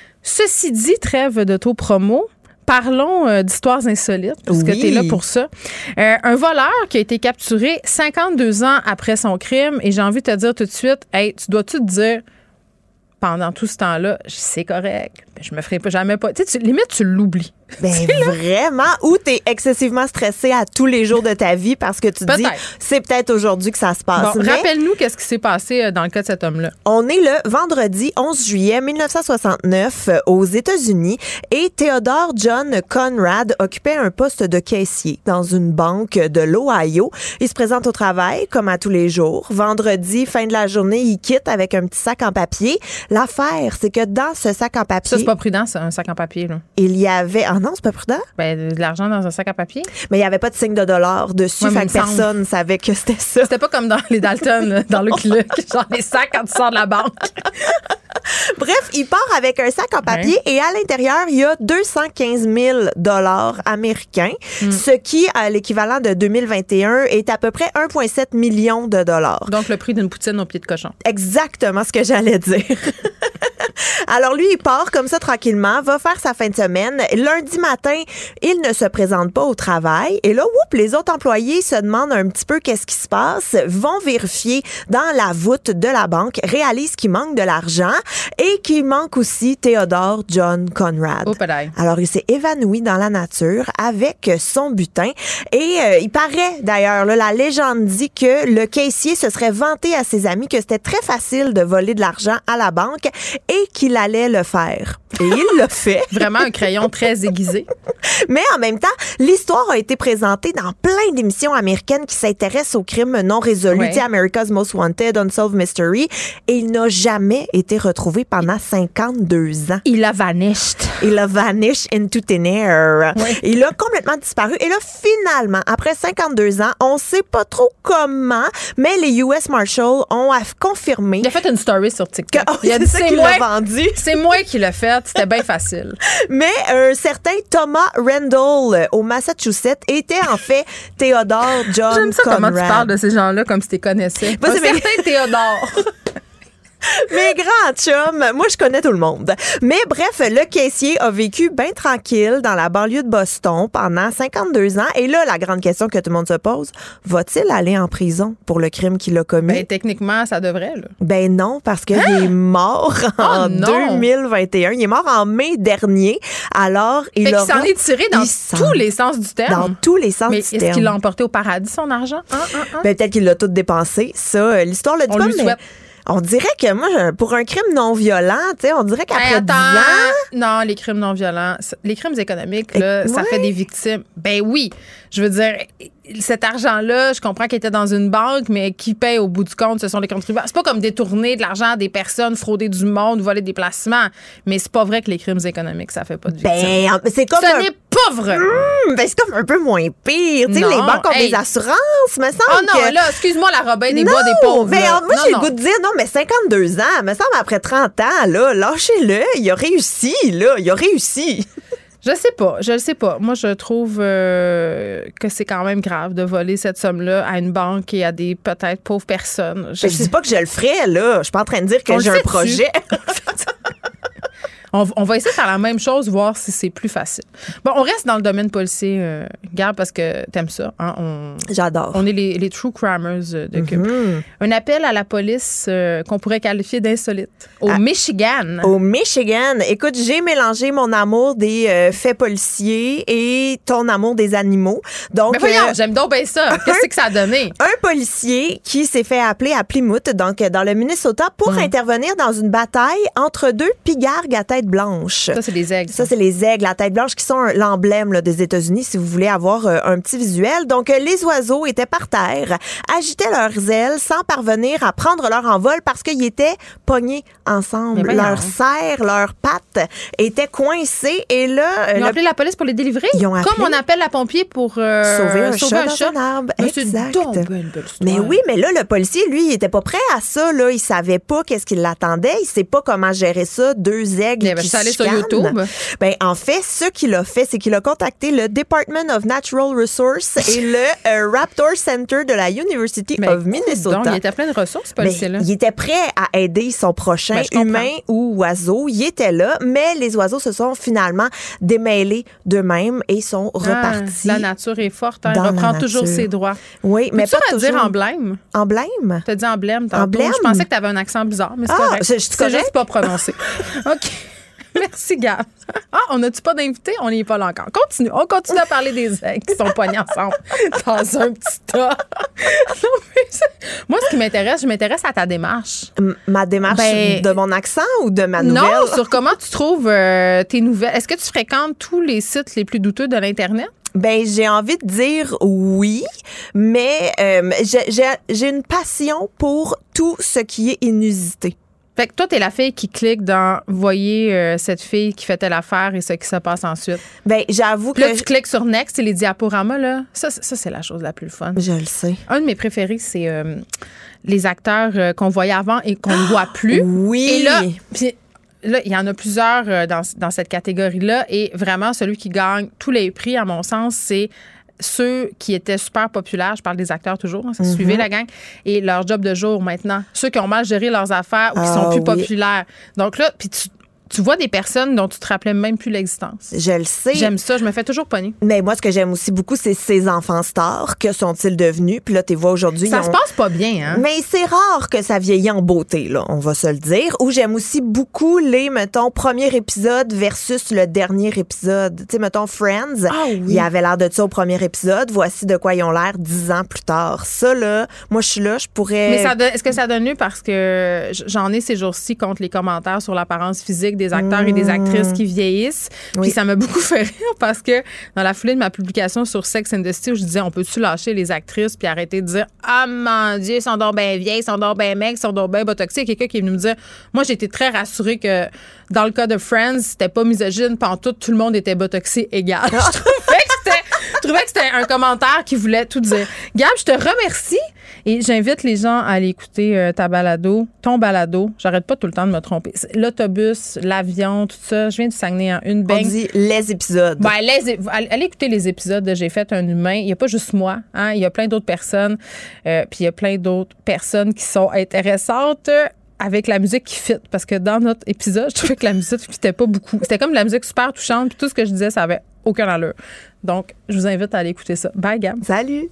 [SPEAKER 3] Ceci dit, trêve d'auto-promo. Parlons euh, d'histoires insolites, parce oui. que tu es là pour ça. Euh, un voleur qui a été capturé cinquante-deux ans après son crime, et j'ai envie de te dire tout de suite, hey, tu dois-tu te dire, pendant tout ce temps-là, c'est correct, je me ferai pas jamais pas. Tu sais, limite, tu l'oublies.
[SPEAKER 13] Ben vraiment, ou t'es excessivement stressé à tous les jours de ta vie parce que tu te dis, c'est peut-être aujourd'hui que ça se passe.
[SPEAKER 3] Bon,
[SPEAKER 13] mais
[SPEAKER 3] rappelle-nous qu'est-ce qui s'est passé dans le cas de cet homme-là.
[SPEAKER 13] On est le vendredi onze juillet mille neuf cent soixante-neuf aux États-Unis et Theodore John Conrad occupait un poste de caissier dans une banque de l'Ohio. Il se présente au travail comme à tous les jours. Vendredi, fin de la journée, il quitte avec un petit sac en papier. L'affaire, c'est que dans ce sac en papier...
[SPEAKER 3] Ça, c'est pas prudent, ça, un sac en papier, là.
[SPEAKER 13] Il y avait... Ah non, c'est pas prudent?
[SPEAKER 3] Ben, de l'argent dans un sac à papier.
[SPEAKER 13] Mais il n'y avait pas de signe de dollar dessus,
[SPEAKER 3] ouais,
[SPEAKER 13] fait que personne ne savait que c'était ça.
[SPEAKER 3] C'était pas comme dans les Dalton, dans Lucky Luke, genre les sacs quand tu sors de la banque.
[SPEAKER 13] Bref, il part avec un sac en papier ouais. et à l'intérieur, il y a deux cent quinze mille dollars américains, mm. ce qui, à l'équivalent de deux mille vingt et un, est à peu près un virgule sept million de dollars.
[SPEAKER 3] Donc, le prix d'une poutine au pied de cochon.
[SPEAKER 13] Exactement ce que j'allais dire. Alors, lui, il part comme ça tranquillement, va faire sa fin de semaine. Lundi matin, il ne se présente pas au travail. Et là, whoop, les autres employés se demandent un petit peu qu'est-ce qui se passe, vont vérifier dans la voûte de la banque, réalisent qu'il manque de l'argent et qu'il manque aussi Theodore John Conrad.
[SPEAKER 3] Oh,
[SPEAKER 13] alors, il s'est évanoui dans la nature avec son butin. Et euh, il paraît, d'ailleurs, là, la légende dit que le caissier se serait vanté à ses amis que c'était très facile de voler de l'argent à la banque et qu'il allait le faire. Et il l'a fait.
[SPEAKER 3] Vraiment un crayon très aiguisé.
[SPEAKER 13] Mais en même temps, l'histoire a été présentée dans plein d'émissions américaines qui s'intéressent aux crimes non résolus. Ouais. Tu sais, America's Most Wanted, Unsolved Mystery. Et il n'a jamais été retrouvé pendant cinquante-deux ans.
[SPEAKER 3] Il a vanished.
[SPEAKER 13] Il a vanished into thin air.
[SPEAKER 3] Ouais.
[SPEAKER 13] Il a complètement disparu. Et là, finalement, après cinquante-deux ans, on sait pas trop comment, mais les U S Marshals ont confirmé.
[SPEAKER 3] Il a fait une story sur TikTok.
[SPEAKER 13] Que, oh,
[SPEAKER 3] il a dit,
[SPEAKER 13] c'est moi, vendu.
[SPEAKER 3] C'est moi qui l'ai fait. C'était bien facile.
[SPEAKER 13] Mais un certain Thomas Randall au Massachusetts était en fait Theodore John
[SPEAKER 3] J'aime ça
[SPEAKER 13] Conrad.
[SPEAKER 3] Comment tu parles de ces gens-là comme si tu les connaissais.
[SPEAKER 13] Moi,
[SPEAKER 3] un
[SPEAKER 13] c'est
[SPEAKER 3] certain Théodore.
[SPEAKER 13] Mes grands chums, moi je connais tout le monde. Mais bref, le caissier a vécu bien tranquille dans la banlieue de Boston pendant cinquante-deux ans. Et là, la grande question que tout le monde se pose, va-t-il aller en prison pour le crime qu'il a commis?
[SPEAKER 3] Ben, techniquement, ça devrait, là.
[SPEAKER 13] Ben non, parce qu'il hein? est mort en oh, deux mille vingt et un. Il est mort en mai dernier. Alors, il
[SPEAKER 3] fait
[SPEAKER 13] aura...
[SPEAKER 3] qu'il s'en est tiré dans il tous les sens du terme.
[SPEAKER 13] Dans tous les sens
[SPEAKER 3] mais
[SPEAKER 13] du terme.
[SPEAKER 3] Mais est-ce qu'il l'a emporté au paradis, son argent? Hein, hein, hein?
[SPEAKER 13] Ben, peut-être qu'il l'a tout dépensé. Ça, l'histoire le dit
[SPEAKER 3] on
[SPEAKER 13] pas,
[SPEAKER 3] lui
[SPEAKER 13] mais...
[SPEAKER 3] souhaite.
[SPEAKER 13] On dirait que moi, pour un crime non violent, tu sais, on dirait qu'après
[SPEAKER 3] hey,
[SPEAKER 13] dix ans...
[SPEAKER 3] Non, les crimes non violents, les crimes économiques, là, Et, ça ouais. fait des victimes. Ben oui, je veux dire, cet argent-là, je comprends qu'il était dans une banque, mais qui paye au bout du compte, ce sont les contribuables. C'est pas comme détourner de l'argent des personnes, frauder du monde, voler des placements, mais c'est pas vrai que les crimes économiques, ça fait pas de victimes.
[SPEAKER 13] Ben, c'est comme
[SPEAKER 3] Ce
[SPEAKER 13] un...
[SPEAKER 3] n'est Pauvre!
[SPEAKER 13] Mmh, ben c'est comme un peu moins pire. Tu sais, les banques ont hey. des assurances, me semble.
[SPEAKER 3] Oh non,
[SPEAKER 13] que...
[SPEAKER 3] là, excuse-moi, la Robin des Bois des pauvres.
[SPEAKER 13] Mais
[SPEAKER 3] là.
[SPEAKER 13] moi,
[SPEAKER 3] non,
[SPEAKER 13] j'ai
[SPEAKER 3] non.
[SPEAKER 13] le goût de dire, non, mais cinquante-deux ans, me semble, après trente ans, là, lâchez-le. Il a réussi, là. Il a réussi.
[SPEAKER 3] Je sais pas, je le sais pas. Moi, je trouve euh, que c'est quand même grave de voler cette somme-là à une banque et à des peut-être pauvres personnes.
[SPEAKER 13] Je, je dis pas que je le ferais, là. Je suis pas en train de dire que
[SPEAKER 3] on
[SPEAKER 13] j'ai un projet.
[SPEAKER 3] On, on va essayer de faire la même chose, voir si c'est plus facile. Bon, on reste dans le domaine policier, euh, Gab, parce que t'aimes ça. Hein? On,
[SPEAKER 13] J'adore.
[SPEAKER 3] On est les, les true crimers de Cube. Mm-hmm. Un appel à la police euh, qu'on pourrait qualifier d'insolite. Au à, Michigan.
[SPEAKER 13] Au Michigan. Écoute, j'ai mélangé mon amour des euh, faits policiers et ton amour des animaux. Donc,
[SPEAKER 3] Mais voyons,
[SPEAKER 13] euh,
[SPEAKER 3] j'aime donc bien ça. Qu'est-ce un, que ça a donné?
[SPEAKER 13] Un policier qui s'est fait appeler à Plymouth, donc dans le Minnesota, pour mm. intervenir dans une bataille entre deux pigargues à tête blanche.
[SPEAKER 3] Ça, c'est les aigles.
[SPEAKER 13] Ça, ça c'est les aigles à tête blanche qui sont l'emblème là, des États-Unis, si vous voulez avoir euh, un petit visuel. Donc, euh, les oiseaux étaient par terre, agitaient leurs ailes sans parvenir à prendre leur envol parce qu'ils étaient pognés ensemble. Leurs serres, leurs pattes étaient coincées et là...
[SPEAKER 3] Ils ont
[SPEAKER 13] le...
[SPEAKER 3] appelé la police pour les délivrer?
[SPEAKER 13] Ils ont appelé...
[SPEAKER 3] Comme on appelle la pompier pour euh,
[SPEAKER 13] sauver un
[SPEAKER 3] sauver
[SPEAKER 13] chat
[SPEAKER 3] un
[SPEAKER 13] dans
[SPEAKER 3] chat.
[SPEAKER 13] un arbre.
[SPEAKER 3] Mais
[SPEAKER 13] exact.
[SPEAKER 3] C'est donc une belle histoire.
[SPEAKER 13] Mais oui, mais là, le policier, lui, il était pas prêt à ça. Là. Il savait pas qu'est-ce qui l'attendait. Il sait pas comment gérer ça. Deux aigles qui se
[SPEAKER 3] sur YouTube.
[SPEAKER 13] Ben, en fait, ce qu'il a fait, c'est qu'il a contacté le Department of Natural Resources et le euh, Raptor Center de la University
[SPEAKER 3] mais
[SPEAKER 13] of Minnesota.
[SPEAKER 3] Donc, il était plein de ressources, ce policier-là.
[SPEAKER 13] Il était prêt à aider son prochain ben, humain ou oiseau. Il était là, mais les oiseaux se sont finalement démêlés d'eux-mêmes et sont ah, repartis.
[SPEAKER 3] La nature est forte. Hein, elle reprend toujours ses droits.
[SPEAKER 13] Oui, mais pas toujours.
[SPEAKER 3] dire emblème?
[SPEAKER 13] Emblème?
[SPEAKER 3] T'as dit emblème tantôt.
[SPEAKER 13] Emblème?
[SPEAKER 3] Je pensais que t'avais un accent bizarre, mais c'est
[SPEAKER 13] ah,
[SPEAKER 3] correct.
[SPEAKER 13] Je, je
[SPEAKER 3] c'est juste pas prononcé. OK. Merci, Gab. Ah, on n'a-tu pas d'invité? On n'y est pas là encore. Continue. On continue à parler des aigles qui sont pognés ensemble dans un petit tas. Non, mais moi, ce qui m'intéresse, je m'intéresse à ta démarche.
[SPEAKER 13] M- ma démarche ben, de mon accent ou de ma nouvelle?
[SPEAKER 3] Non, sur comment tu trouves euh, tes nouvelles. Est-ce que tu fréquentes tous les sites les plus douteux de l'Internet?
[SPEAKER 13] Ben, j'ai envie de dire oui, mais euh, j'ai, j'ai, j'ai une passion pour tout ce qui est inusité.
[SPEAKER 3] Fait que toi, t'es la fille qui clique dans « Voyez euh, cette fille qui fait telle affaire et ce qui se passe ensuite ».
[SPEAKER 13] Ben, j'avoue que...
[SPEAKER 3] Là, tu cliques sur « Next » et les diaporamas, là. Ça, ça, c'est la chose la plus fun.
[SPEAKER 13] Je le sais.
[SPEAKER 3] Un de mes préférés, c'est euh, les acteurs euh, qu'on voyait avant et qu'on ne voit plus.
[SPEAKER 13] Oui!
[SPEAKER 3] Et là, puis là, il y en a plusieurs euh, dans, dans cette catégorie-là et vraiment, celui qui gagne tous les prix, à mon sens, c'est... ceux qui étaient super populaires, je parle des acteurs toujours, hein, mm-hmm. suivez la gang, et leur job de jour maintenant, ceux qui ont mal géré leurs affaires ou qui ah, sont plus oui. populaires. Donc là, puis tu, tu vois des personnes dont tu te rappelais même plus l'existence.
[SPEAKER 13] Je le sais.
[SPEAKER 3] J'aime ça, je me fais toujours pogner.
[SPEAKER 13] Mais moi, ce que j'aime aussi beaucoup, c'est ces enfants stars. Que sont-ils devenus? Puis là, tu les vois aujourd'hui.
[SPEAKER 3] Ça
[SPEAKER 13] ont...
[SPEAKER 3] se passe pas bien, hein?
[SPEAKER 13] Mais c'est rare que ça vieillit en beauté, là, on va se le dire. Ou j'aime aussi beaucoup les, mettons, premier épisode versus le dernier épisode. Tu sais, mettons, Friends.
[SPEAKER 3] Ah oui.
[SPEAKER 13] Il avait l'air de ça au premier épisode. Voici de quoi ils ont l'air dix ans plus tard. Ça, là, moi, je suis là, je pourrais...
[SPEAKER 3] Mais ça de... est-ce que ça donne mieux? Parce que j'en ai ces jours-ci contre les commentaires sur l'apparence physique des acteurs mmh. et des actrices qui vieillissent. Puis oui. ça m'a beaucoup fait rire parce que dans la foulée de ma publication sur Sex and the City où je disais on peut-tu lâcher les actrices puis arrêter de dire ah mon Dieu, ils sont donc bien vieilles, ils sont donc bien mecs, ils sont donc bien botoxés. Il y a quelqu'un qui est venu me dire moi j'ai été très rassurée que dans le cas de Friends, c'était pas misogyne, pantoute, tout le monde était botoxé égal. Je trouvais que c'était je trouvais que c'était un commentaire qui voulait tout dire. Gab, je te remercie et j'invite les gens à aller écouter euh, ta balado, ton balado. J'arrête pas tout le temps de me tromper. L'autobus, l'avion, tout ça. Je viens du Saguenay en une baigne.
[SPEAKER 13] On dit les épisodes.
[SPEAKER 3] Ben, les, allez écouter les épisodes de J'ai fait un humain. Il n'y a pas juste moi. Hein? Il y a plein d'autres personnes. Euh, puis il y a plein d'autres personnes qui sont intéressantes avec la musique qui fit. Parce que dans notre épisode, je trouvais que la musique ne fitait pas beaucoup. C'était comme de la musique super touchante. Puis tout ce que je disais, ça avait aucun allure. Donc, je vous invite à aller écouter ça. Bye, Gab.
[SPEAKER 13] Salut.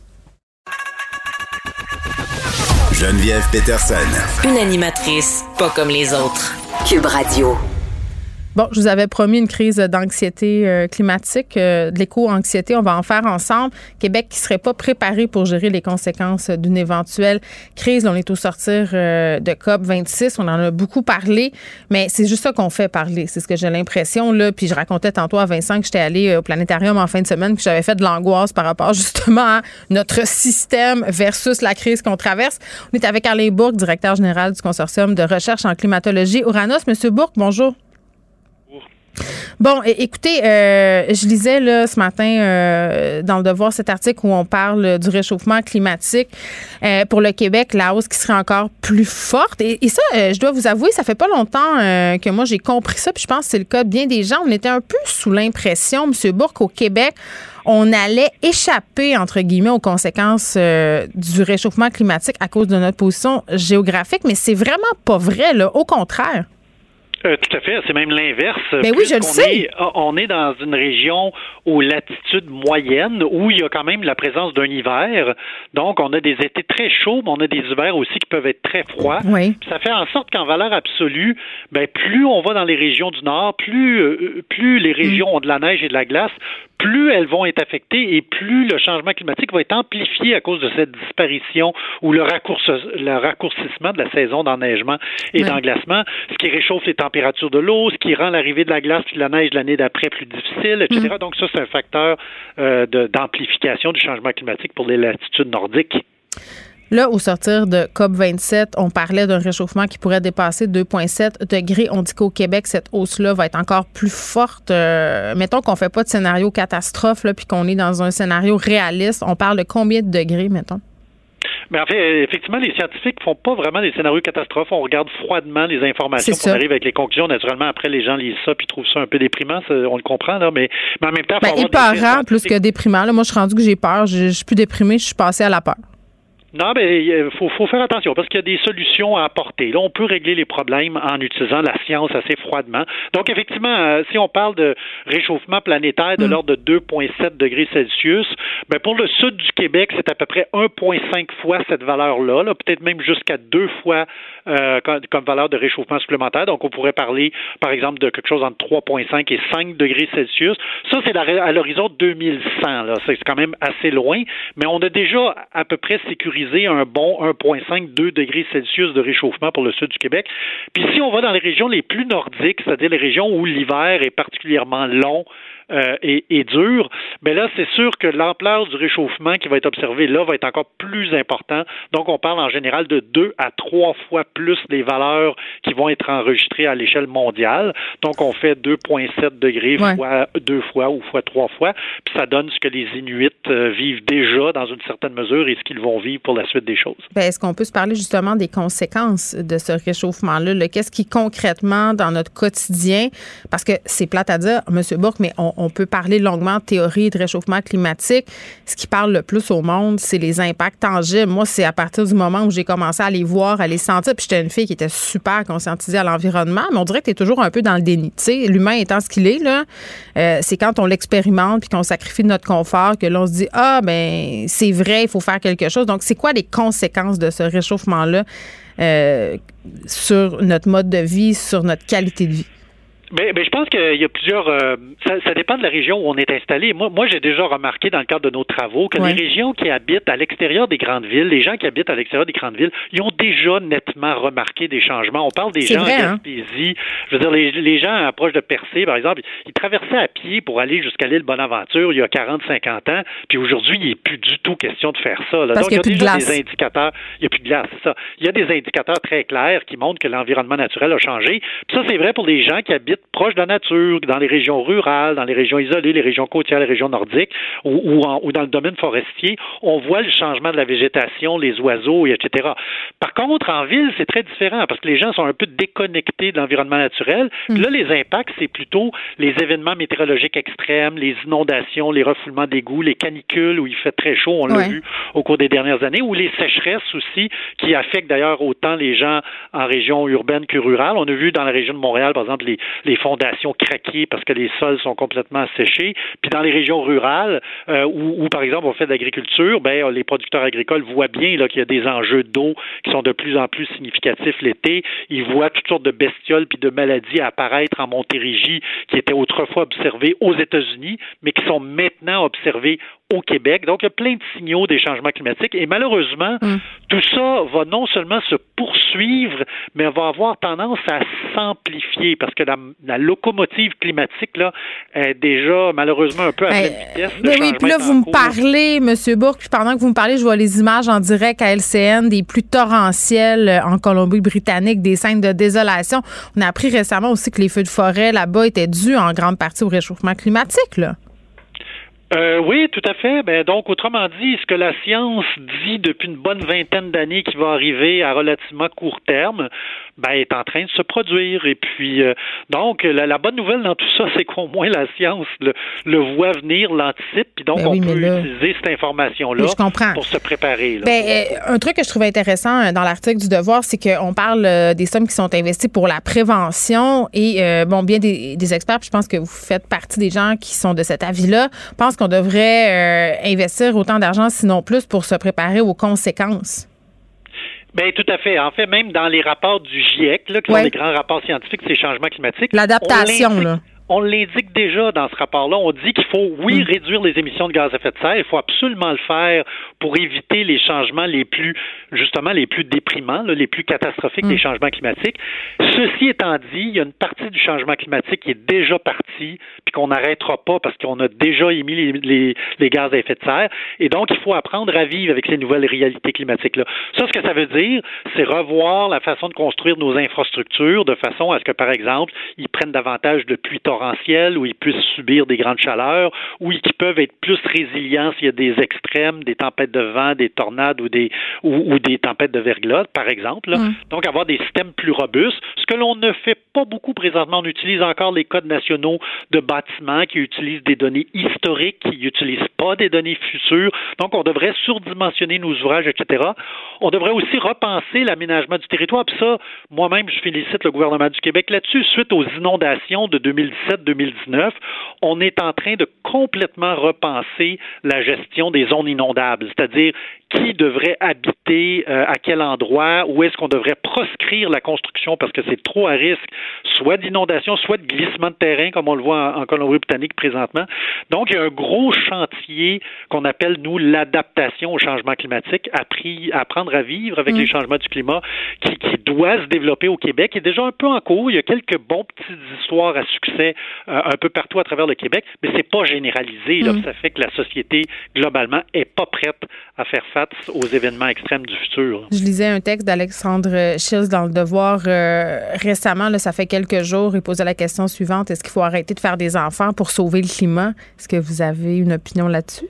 [SPEAKER 2] Geneviève Peterson.
[SPEAKER 4] Une animatrice pas comme les autres. Cube Radio.
[SPEAKER 3] Bon, je vous avais promis une crise d'anxiété euh, climatique, euh, de l'éco-anxiété. On va en faire ensemble. Québec qui serait pas préparé pour gérer les conséquences d'une éventuelle crise. On est au sortir euh, de C O P vingt-six. On en a beaucoup parlé, mais c'est juste ça qu'on fait parler. C'est ce que j'ai l'impression, là. Puis je racontais tantôt à Vincent que j'étais allée au planétarium en fin de semaine, que j'avais fait de l'angoisse par rapport justement à notre système versus la crise qu'on traverse. On est avec Alain Bourque, directeur général du consortium de recherche en climatologie Ouranos. Monsieur Bourque, bonjour. Bon, écoutez, euh, je lisais là ce matin euh, dans le Devoir cet article où on parle du réchauffement climatique euh, pour le Québec, la hausse qui serait encore plus forte. Et, et ça, euh, je dois vous avouer, ça fait pas longtemps euh, que moi j'ai compris ça. Puis je pense que c'est le cas de bien des gens. On était un peu sous l'impression, M. Bourque, au Québec, on allait échapper, entre guillemets, aux conséquences euh, du réchauffement climatique à cause de notre position géographique. Mais c'est vraiment pas vrai, là. Au contraire.
[SPEAKER 15] Euh, tout à fait, c'est même l'inverse.
[SPEAKER 3] Ben oui, je le sais.
[SPEAKER 15] Est, on est dans une région aux latitudes moyennes où il y a quand même la présence d'un hiver. Donc, on a des étés très chauds, mais on a des hivers aussi qui peuvent être très froids.
[SPEAKER 3] Oui.
[SPEAKER 15] Ça fait en sorte qu'en valeur absolue, ben plus on va dans les régions du Nord, plus euh, plus les régions mm. ont de la neige et de la glace, plus elles vont être affectées et plus le changement climatique va être amplifié à cause de cette disparition ou le, raccourci, le raccourcissement de la saison d'enneigement et oui. d'englacement, ce qui réchauffe les températures de l'eau, ce qui rend l'arrivée de la glace et de la neige l'année d'après plus difficile, et cetera. Mm. Donc ça, c'est un facteur euh, de, d'amplification du changement climatique pour les latitudes nordiques.
[SPEAKER 3] Là, au sortir de C O P vingt-sept, on parlait d'un réchauffement qui pourrait dépasser deux virgule sept degrés. On dit qu'au Québec, cette hausse-là va être encore plus forte. Euh, mettons qu'on ne fait pas de scénario catastrophe, là, puis qu'on est dans un scénario réaliste. On parle de combien de degrés, mettons?
[SPEAKER 15] Mais en fait, effectivement, les scientifiques font pas vraiment des scénarios catastrophes. On regarde froidement les informations, on arrive avec les conclusions. Naturellement, après, les gens lisent ça puis trouvent ça un peu déprimant. Ça, on le comprend, là, mais, mais en même temps, il faut
[SPEAKER 3] ben, épeurant plus que déprimant. Là, moi, je suis rendu que j'ai peur. Je, je suis plus déprimée, je suis passée à la peur.
[SPEAKER 15] Non, mais il faut, faut faire attention parce qu'il y a des solutions à apporter. Là, on peut régler les problèmes en utilisant la science assez froidement. Donc, effectivement, euh, si on parle de réchauffement planétaire de mmh. l'ordre de deux virgule sept degrés Celsius, ben pour le sud du Québec, c'est à peu près un virgule cinq fois cette valeur-là, là, peut-être même jusqu'à deux fois euh, comme, comme valeur de réchauffement supplémentaire. Donc, on pourrait parler, par exemple, de quelque chose entre trois virgule cinq et cinq degrés Celsius. Ça, c'est à l'horizon deux mille cent. Là. C'est quand même assez loin, mais on a déjà à peu près sécurisé un bon un virgule cinq deux degrés Celsius de réchauffement pour le sud du Québec. Puis si on va dans les régions les plus nordiques, c'est-à-dire les régions où l'hiver est particulièrement long euh, et, et dur, mais là, c'est sûr que l'ampleur du réchauffement qui va être observé là va être encore plus important. Donc, on parle en général de deux à trois fois plus les valeurs qui vont être enregistrées à l'échelle mondiale. Donc, on fait deux virgule sept degrés ouais. fois deux fois ou fois trois fois. Puis ça donne ce que les Inuits euh, vivent déjà dans une certaine mesure et ce qu'ils vont vivre pour la suite des choses.
[SPEAKER 3] Bien, est-ce qu'on peut se parler justement des conséquences de ce réchauffement-là? Là? Qu'est-ce qui concrètement dans notre quotidien, parce que c'est plate à dire, M. Bourque, mais on, on peut parler longuement de théorie de réchauffement climatique. Ce qui parle le plus au monde, c'est les impacts tangibles. Moi, c'est à partir du moment où j'ai commencé à les voir, à les sentir, puis j'étais une fille qui était super conscientisée à l'environnement, mais on dirait que tu es toujours un peu dans le déni. Tu sais, l'humain étant ce qu'il est, là, euh, c'est quand on l'expérimente puis qu'on sacrifie de notre confort que l'on se dit « Ah, ben c'est vrai, il faut faire quelque chose ». Donc, c'est quoi les conséquences de ce réchauffement-là euh, sur notre mode de vie, sur notre qualité de vie?
[SPEAKER 15] Mais, mais je pense qu'il y a plusieurs... Euh, ça, ça dépend de la région où on est installé. Moi, moi, j'ai déjà remarqué dans le cadre de nos travaux que ouais. les régions qui habitent à l'extérieur des grandes villes, les gens qui habitent à l'extérieur des grandes villes, ils ont déjà nettement remarqué des changements. On parle des C'est gens vrai, en Gaspésie. Hein? Je veux dire, les, les gens proches de Percé, par exemple, ils traversaient à pied pour aller jusqu'à l'île Bonaventure il y a quarante à cinquante ans. Puis aujourd'hui, il n'est plus du tout question de faire ça. Là.
[SPEAKER 3] Parce
[SPEAKER 15] Donc, il y a,
[SPEAKER 3] y a
[SPEAKER 15] déjà
[SPEAKER 3] de
[SPEAKER 15] des indicateurs. Il n'y a plus de glace, c'est ça. Il y a des indicateurs très clairs qui montrent que l'environnement naturel a changé. Puis ça, c'est vrai pour les gens qui habitent proche de la nature, dans les régions rurales, dans les régions isolées, les régions côtières, les régions nordiques, ou, ou, en, ou dans le domaine forestier, on voit le changement de la végétation, les oiseaux, et cetera. Par contre, en ville, c'est très différent parce que les gens sont un peu déconnectés de l'environnement naturel. Puis là, les impacts, c'est plutôt les événements météorologiques extrêmes, les inondations, les refoulements d'égouts, les canicules où il fait très chaud, on l'a ouais. vu au cours des dernières années, ou les sécheresses aussi, qui affectent d'ailleurs autant les gens en région urbaine que rurale. On a vu dans la région de Montréal, par exemple, les, les fondations craquer parce que les sols sont complètement asséchés. Puis dans les régions rurales, euh, où, où par exemple on fait de l'agriculture, ben les producteurs agricoles voient bien là qu'il y a des enjeux d'eau qui sont de plus en plus significatifs l'été. Ils voient toutes sortes de bestioles puis de maladies apparaître en Montérégie qui étaient autrefois observées aux États-Unis, mais qui sont maintenant observées au Québec. Donc, il y a plein de signaux des changements climatiques. Et malheureusement, mm. tout ça va non seulement se poursuivre, mais va avoir tendance à s'amplifier parce que la, la locomotive climatique là, est déjà malheureusement un peu à pleine vitesse.
[SPEAKER 3] Mais oui, puis là, vous me parlez, M. Bourque, puis pendant que vous me parlez, je vois les images en direct à L C N des pluies torrentielles en Colombie-Britannique, des scènes de désolation. On a appris récemment aussi que les feux de forêt là-bas étaient dus en grande partie au réchauffement climatique, là.
[SPEAKER 15] Euh, oui, tout à fait. Ben, donc, autrement dit, ce que la science dit depuis une bonne vingtaine d'années qui va arriver à relativement court terme, ben, est en train de se produire. Et puis, euh, donc, la, la bonne nouvelle dans tout ça, c'est qu'au moins la science le, le voit venir, l'anticipe, puis donc ben oui, on peut là, utiliser cette information-là pour se préparer. Là,
[SPEAKER 3] ben,
[SPEAKER 15] pour...
[SPEAKER 3] euh, un truc que je trouvais intéressant dans l'article du Devoir, c'est qu'on parle euh, des sommes qui sont investies pour la prévention et, euh, bon, bien des, des experts, puis je pense que vous faites partie des gens qui sont de cet avis-là, pensent qu'on devrait euh, investir autant d'argent, sinon plus, pour se préparer aux conséquences.
[SPEAKER 15] Bien, tout à fait. En fait, même dans les rapports du GIEC, là, qui ouais. sont les grands rapports scientifiques sur les changements climatiques,
[SPEAKER 3] l'adaptation, là.
[SPEAKER 15] On l'indique déjà dans ce rapport-là. On dit qu'il faut, oui, mmh. réduire les émissions de gaz à effet de serre. Il faut absolument le faire pour éviter les changements les plus, justement, les plus déprimants, là, les plus catastrophiques mmh. des changements climatiques. Ceci étant dit, il y a une partie du changement climatique qui est déjà partie, puis qu'on n'arrêtera pas parce qu'on a déjà émis les, les, les gaz à effet de serre. Et donc, il faut apprendre à vivre avec ces nouvelles réalités climatiques-là. Ça, ce que ça veut dire, c'est revoir la façon de construire nos infrastructures de façon à ce que, par exemple, ils prennent davantage de pluie torrentielle, où ils puissent subir des grandes chaleurs, où ils peuvent être plus résilients s'il y a des extrêmes, des tempêtes de vent, des tornades ou des ou, ou des tempêtes de verglas, par exemple. Là. Mm. Donc, avoir des systèmes plus robustes. Ce que l'on ne fait pas beaucoup présentement, on utilise encore les codes nationaux de bâtiments qui utilisent des données historiques, qui n'utilisent pas des données futures. Donc, on devrait surdimensionner nos ouvrages, et cetera. On devrait aussi repenser l'aménagement du territoire. Puis ça, moi-même, je félicite le gouvernement du Québec là-dessus. Suite aux inondations de deux mille dix-sept deux mille dix-neuf, on est en train de complètement repenser la gestion des zones inondables, c'est-à-dire qui devrait habiter, euh, à quel endroit, où est-ce qu'on devrait proscrire la construction parce que c'est trop à risque, soit d'inondation, soit de glissement de terrain, comme on le voit en, en Colombie-Britannique présentement. Donc, il y a un gros chantier qu'on appelle, nous, l'adaptation au changement climatique, appris, apprendre à vivre avec mmh. les changements du climat, qui, qui doit se développer au Québec, qui est déjà un peu en cours. Il y a quelques bons petites histoires à succès euh, un peu partout à travers le Québec, mais c'est pas généralisé. Là, mmh. Ça fait que la société, globalement, est pas prête à faire face aux événements extrêmes du futur.
[SPEAKER 3] Je lisais un texte d'Alexandre Schills dans Le Devoir euh, récemment, là, ça fait quelques jours, il posait la question suivante, est-ce qu'il faut arrêter de faire des enfants pour sauver le climat? Est-ce que vous avez une opinion là-dessus?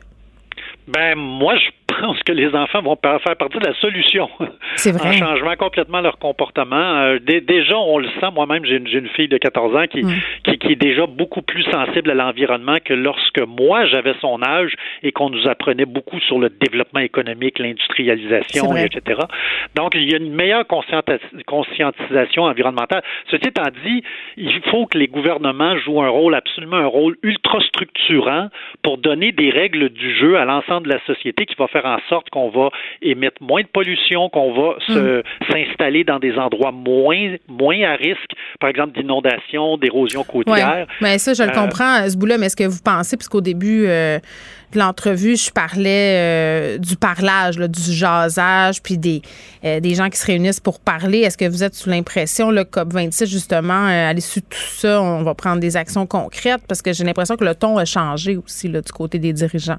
[SPEAKER 15] Ben, moi, je pense que les enfants vont faire partie de la solution.
[SPEAKER 3] C'est vrai.
[SPEAKER 15] En changeant complètement leur comportement. Euh, d- déjà, on le sent. Moi-même, j'ai une, j'ai une fille de quatorze ans qui, mm. qui, qui est déjà beaucoup plus sensible à l'environnement que lorsque moi, j'avais son âge et qu'on nous apprenait beaucoup sur le développement économique, l'industrialisation, et cetera. Donc, il y a une meilleure conscientisation environnementale. Ceci étant dit, il faut que les gouvernements jouent un rôle, absolument un rôle ultra structurant pour donner des règles du jeu à l'ensemble de la société qui va faire en sorte qu'on va émettre moins de pollution, qu'on va mmh. se, s'installer dans des endroits moins, moins à risque, par exemple d'inondation, d'érosion côtière.
[SPEAKER 3] Oui, mais ça, je le euh, comprends, ce bout-là, mais est-ce que vous pensez, puisqu'au début euh, de l'entrevue, je parlais euh, du parlage, là, du jasage, puis des, euh, des gens qui se réunissent pour parler, est-ce que vous êtes sous l'impression, le C O P vingt-six, justement, euh, à l'issue de tout ça, on va prendre des actions concrètes? Parce que j'ai l'impression que le ton a changé aussi là, du côté des dirigeants.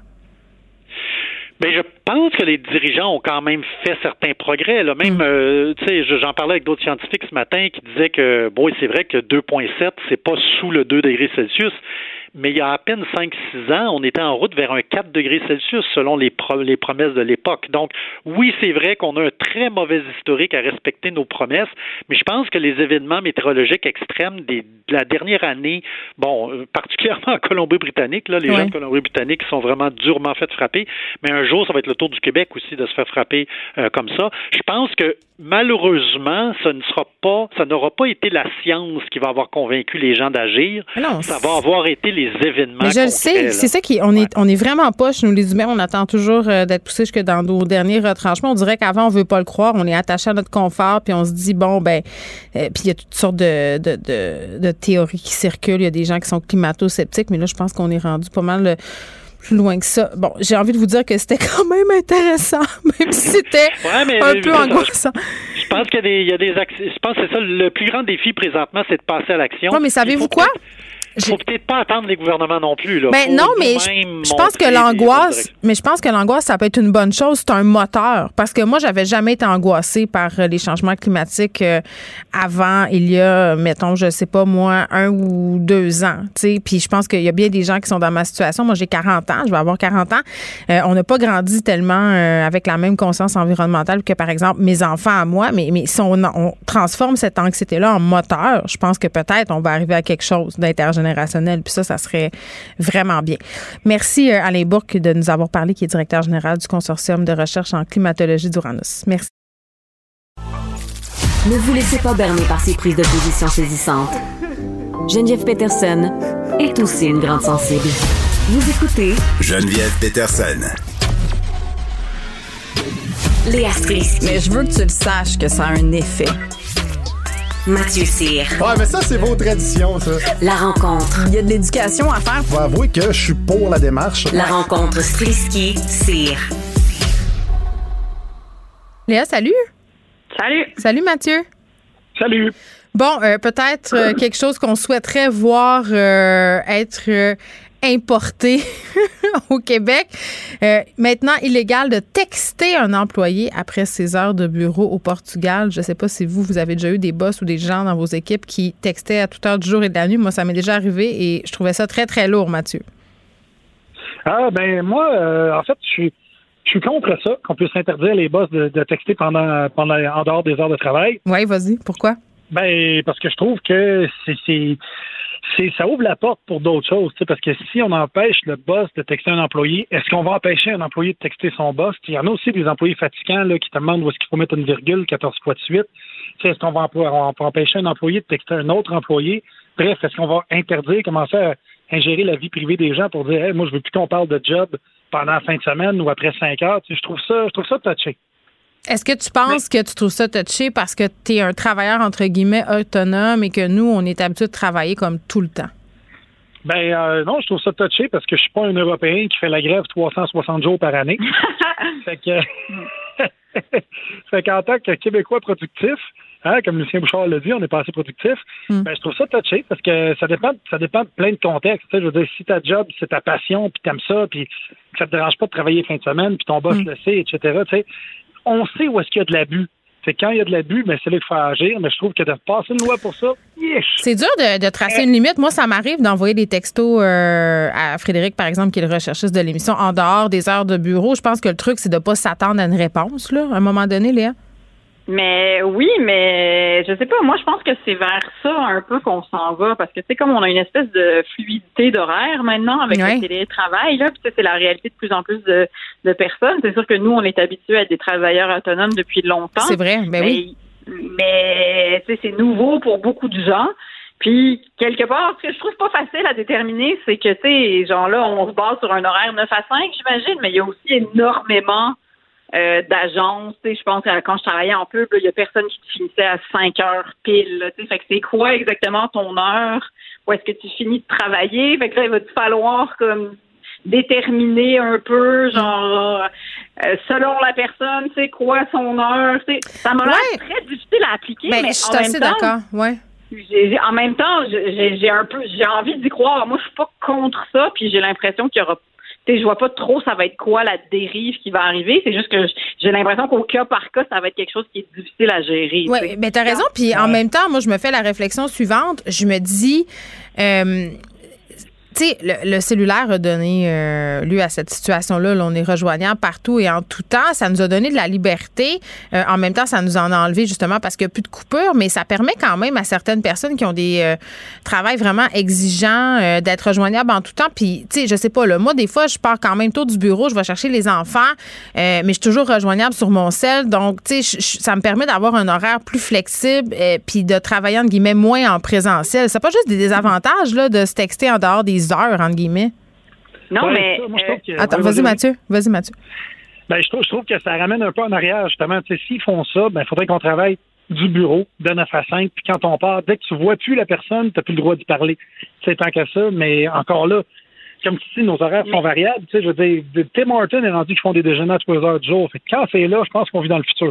[SPEAKER 15] Bien, je pense que les dirigeants ont quand même fait certains progrès. Là. Même, euh, tu sais, j'en parlais avec d'autres scientifiques ce matin qui disaient que, bon, c'est vrai que deux virgule sept, c'est pas sous le deux degrés Celsius, mais il y a à peine cinq six ans, on était en route vers un quatre degrés Celsius selon les, pro- les promesses de l'époque. Donc, oui, c'est vrai qu'on a un très mauvais historique à respecter nos promesses, mais je pense que les événements météorologiques extrêmes des, de la dernière année, bon, euh, particulièrement en Colombie-Britannique, là, les ouais. gens de Colombie-Britannique sont vraiment durement fait frapper, mais un jour, ça va être le tour du Québec aussi de se faire frapper euh, comme ça. Je pense que malheureusement, ça ne sera pas, ça n'aura pas été la science qui va avoir convaincu les gens d'agir. Non, ça va avoir été les événements.
[SPEAKER 3] Mais je le sais, là. C'est ça qui, on ouais. est, on est vraiment pas chez nous les humains. On attend toujours euh, d'être poussé jusque dans nos derniers retranchements. On dirait qu'avant on veut pas le croire. On est attaché à notre confort, puis on se dit bon ben, euh, puis il y a toutes sortes de, de, de, de théories qui circulent. Il y a des gens qui sont climato-sceptiques, mais là je pense qu'on est rendu pas mal. Euh, plus loin que ça. Bon, j'ai envie de vous dire que c'était quand même intéressant, même si c'était
[SPEAKER 15] ouais, mais,
[SPEAKER 3] un peu angoissant.
[SPEAKER 15] Je pense qu'il y a des, il y a des je pense que c'est ça, le plus grand défi présentement, c'est de passer à l'action.
[SPEAKER 3] Oui, mais savez-vous quoi?
[SPEAKER 15] Il faut peut-être pas attendre les gouvernements non plus. Là.
[SPEAKER 3] Ben non, mais je, je pense que l'angoisse, mais je pense que l'angoisse, ça peut être une bonne chose. C'est un moteur. Parce que moi, j'avais jamais été angoissée par les changements climatiques euh, avant, il y a, mettons, je sais pas moi, un ou deux ans. T'sais. Puis je pense qu'il y a bien des gens qui sont dans ma situation. Moi, j'ai quarante ans, je vais avoir quarante ans. Euh, on n'a pas grandi tellement euh, avec la même conscience environnementale que, par exemple, mes enfants à moi. Mais, mais si on, on transforme cette anxiété-là en moteur, je pense que peut-être on va arriver à quelque chose d'intergénérationnel. Puis ça, ça serait vraiment bien. Merci euh, Alain Bourque de nous avoir parlé, qui est directeur général du consortium de recherche en climatologie d'Uranus. Merci.
[SPEAKER 4] Ne vous laissez pas berner par ces prises de position saisissantes. Geneviève Peterson est aussi une grande sensible. Vous écoutez
[SPEAKER 2] Geneviève Peterson.
[SPEAKER 4] Léa Strisky.
[SPEAKER 16] Mais je veux que tu le saches que ça a un effet.
[SPEAKER 4] Mathieu Cyr.
[SPEAKER 17] Ouais, mais ça, c'est vos traditions, ça.
[SPEAKER 4] La rencontre.
[SPEAKER 16] Il y a de l'éducation à faire.
[SPEAKER 17] Faut avouer que je suis pour la démarche.
[SPEAKER 4] La rencontre Strisky-Cyr.
[SPEAKER 3] Léa, salut.
[SPEAKER 11] Salut.
[SPEAKER 3] Salut, Mathieu.
[SPEAKER 15] Salut.
[SPEAKER 3] Bon, euh, peut-être euh, quelque chose qu'on souhaiterait voir euh, être euh, importé au Québec. Euh, maintenant, illégal de texter un employé après ses heures de bureau au Portugal. Je ne sais pas si vous, vous avez déjà eu des boss ou des gens dans vos équipes qui textaient à toute heure du jour et de la nuit. Moi, ça m'est déjà arrivé et je trouvais ça très, très lourd, Mathieu.
[SPEAKER 18] Ah, ben moi, euh, en fait, je suis je suis contre ça, qu'on puisse interdire les boss de, de texter pendant, pendant en dehors des heures de travail.
[SPEAKER 3] Oui, vas-y. Pourquoi?
[SPEAKER 18] Ben, parce que je trouve que c'est... c'est C'est, ça ouvre la porte pour d'autres choses, tu sais, parce que si on empêche le boss de texter un employé, est-ce qu'on va empêcher un employé de texter son boss? Il y en a aussi des employés fatigants là, qui te demandent où est-ce qu'il faut mettre une virgule quatorze fois de suite. Tu sais, est-ce qu'on va, on va empêcher un employé de texter un autre employé? Bref, est-ce qu'on va interdire, commencer à ingérer la vie privée des gens pour dire hey, moi, je veux plus qu'on parle de job pendant la fin de semaine ou après cinq heures? Tu sais, je trouve ça, je trouve ça touché.
[SPEAKER 3] Est-ce que tu penses Mais, que tu trouves ça touché parce que tu es un travailleur, entre guillemets, autonome et que nous, on est habitué de travailler comme tout le temps?
[SPEAKER 18] Ben euh, non, je trouve ça touché parce que je suis pas un Européen qui fait la grève trois cent soixante jours par année. fait que fait qu'en tant que Québécois productif, hein, comme Lucien Bouchard l'a dit, on est pas assez productif. Mm. Ben je trouve ça touché parce que ça dépend, ça dépend de plein de contextes. Tu sais, je veux dire, si ta job c'est ta passion, puis t'aimes ça, puis ça te dérange pas de travailler fin de semaine, puis ton boss mm. le sait, et cetera. Tu sais, on sait où est-ce qu'il y a de l'abus. C'est quand il y a de l'abus, ben c'est là qu'il faut agir. Mais je trouve que de passer une loi pour ça, yes.
[SPEAKER 3] C'est dur de, de tracer une limite. Moi, ça m'arrive d'envoyer des textos euh, à Frédéric, par exemple, qui est le recherchiste de l'émission, en dehors des heures de bureau. Je pense que le truc, c'est de ne pas s'attendre à une réponse, là, à un moment donné, Léa.
[SPEAKER 11] Mais oui, mais je sais pas, moi je pense que c'est vers ça un peu qu'on s'en va, parce que tu sais, comme on a une espèce de fluidité d'horaire maintenant avec ouais. le télétravail, là, puis c'est la réalité de plus en plus de, de personnes. C'est sûr que nous, on est habitués à être des travailleurs autonomes depuis longtemps.
[SPEAKER 3] C'est vrai, ben
[SPEAKER 11] mais,
[SPEAKER 3] oui.
[SPEAKER 11] Mais tu sais, c'est nouveau pour beaucoup de gens. Puis, quelque part, ce que je trouve pas facile à déterminer, c'est que, tu sais, genre là, on se base sur un horaire neuf à cinq, j'imagine, mais il y a aussi énormément Euh, d'agence, tu sais, je pense que quand je travaillais en pub, il y a personne qui te finissait à cinq heures pile, tu sais, fait que c'est quoi exactement ton heure? Où est-ce que tu finis de travailler? Fait que là, il va te falloir comme déterminer un peu, genre, euh, selon la personne, tu sais, quoi son heure, tu sais, ça m'a l'air
[SPEAKER 3] ouais.
[SPEAKER 11] très difficile à appliquer,
[SPEAKER 3] ben,
[SPEAKER 11] mais
[SPEAKER 3] je suis
[SPEAKER 11] en
[SPEAKER 3] assez
[SPEAKER 11] même temps,
[SPEAKER 3] d'accord, ouais.
[SPEAKER 11] J'ai, j'ai, en même temps, j'ai, j'ai un peu, j'ai envie d'y croire. Moi, je suis pas contre ça, puis j'ai l'impression qu'il y aura je vois pas trop ça va être quoi la dérive qui va arriver. C'est juste que j'ai l'impression qu'au cas par cas, ça va être quelque chose qui est difficile à gérer.
[SPEAKER 3] Oui, mais t'as raison. Puis en même temps, moi, je me fais la réflexion suivante. Je me dis... Euh, tu sais, le, le cellulaire a donné euh, lieu à cette situation-là. Là, on est rejoignable partout et en tout temps. Ça nous a donné de la liberté. Euh, en même temps, ça nous en a enlevé justement parce qu'il n'y a plus de coupure, mais ça permet quand même à certaines personnes qui ont des euh, travails vraiment exigeants euh, d'être rejoignables en tout temps. Puis, tu sais, je sais pas, là, moi, des fois, je pars quand même tôt du bureau, je vais chercher les enfants, euh, mais je suis toujours rejoignable sur mon cell. Donc, tu sais, ça me permet d'avoir un horaire plus flexible euh, puis de travailler, entre guillemets, moins en présentiel. C'est pas juste des désavantages là, de se texter en dehors des heures, entre guillemets.
[SPEAKER 11] Non, ouais, mais... Ça, moi,
[SPEAKER 18] je que,
[SPEAKER 3] Attends, vas-y, Mathieu. Vas-y, Mathieu.
[SPEAKER 18] Ben, je trouve, je trouve que ça ramène un peu en arrière, justement. Tu sais, s'ils font ça, ben, il faudrait qu'on travaille du bureau de neuf à cinq, puis quand on part, dès que tu vois plus la personne, tu n'as plus le droit d'y parler. C'est tant qu'à ça, mais encore là, comme si nos horaires sont variables. Tu sais, je veux dire, Tim Hortons est rendu qu'ils font des déjeuners à trois heures du jour. Fait que quand c'est là, je pense qu'on vit dans le futur.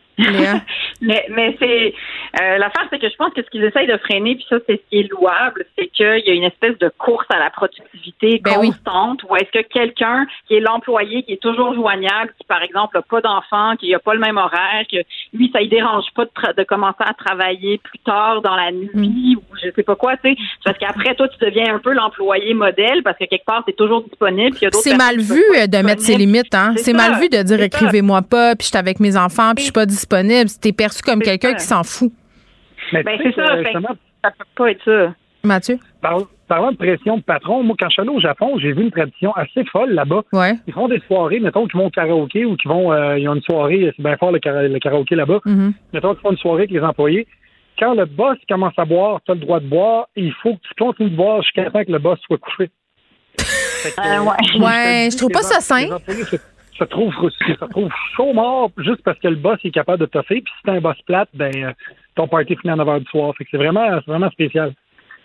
[SPEAKER 11] mais mais c'est euh, l'affaire, c'est que je pense que ce qu'ils essayent de freiner, puis ça, c'est ce qui est louable, c'est qu'il y a une espèce de course à la productivité ben constante, oui. Où est-ce que quelqu'un qui est l'employé, qui est toujours joignable, qui par exemple n'a pas d'enfant, qui n'a pas le même horaire, que lui, ça ne dérange pas de, tra- de commencer à travailler plus tard dans la nuit mm. ou je sais pas quoi, tu sais, parce qu'après, toi, tu deviens un peu l'employé modèle parce que quelque part, tu es toujours disponible. Y a
[SPEAKER 3] c'est mal vu de mettre ses limites, hein. C'est, c'est mal vu de dire c'est écrivez-moi ça. Pas, puis je suis avec mes enfants, puis je suis pas disponible. T'es perçu comme c'est quelqu'un ça. Qui s'en fout.
[SPEAKER 11] Mais ben, c'est ça. Fait, ça peut pas être ça.
[SPEAKER 3] Mathieu?
[SPEAKER 18] Par, parlant de pression de patron, moi, quand je suis allé au Japon, j'ai vu une tradition assez folle là-bas.
[SPEAKER 3] Ouais.
[SPEAKER 18] Ils font des soirées, mettons qu'ils vont au karaoké ou qu'ils vont, euh, ils ont une soirée, c'est bien fort le, kara- le karaoké là-bas. Mm-hmm. Mettons qu'ils font une soirée avec les employés. Quand le boss commence à boire, tu as le droit de boire et il faut que tu continues de boire jusqu'à temps que le boss soit couché.
[SPEAKER 11] Que, euh, ouais,
[SPEAKER 3] ouais je trouve pas ça sain.
[SPEAKER 18] Ça trouve ça trouve chaud mort juste parce que le boss est capable de toffer. Puis si t'es un boss plate, ben euh, ton party finit à neuf heures du soir. Fait que c'est vraiment, c'est vraiment spécial.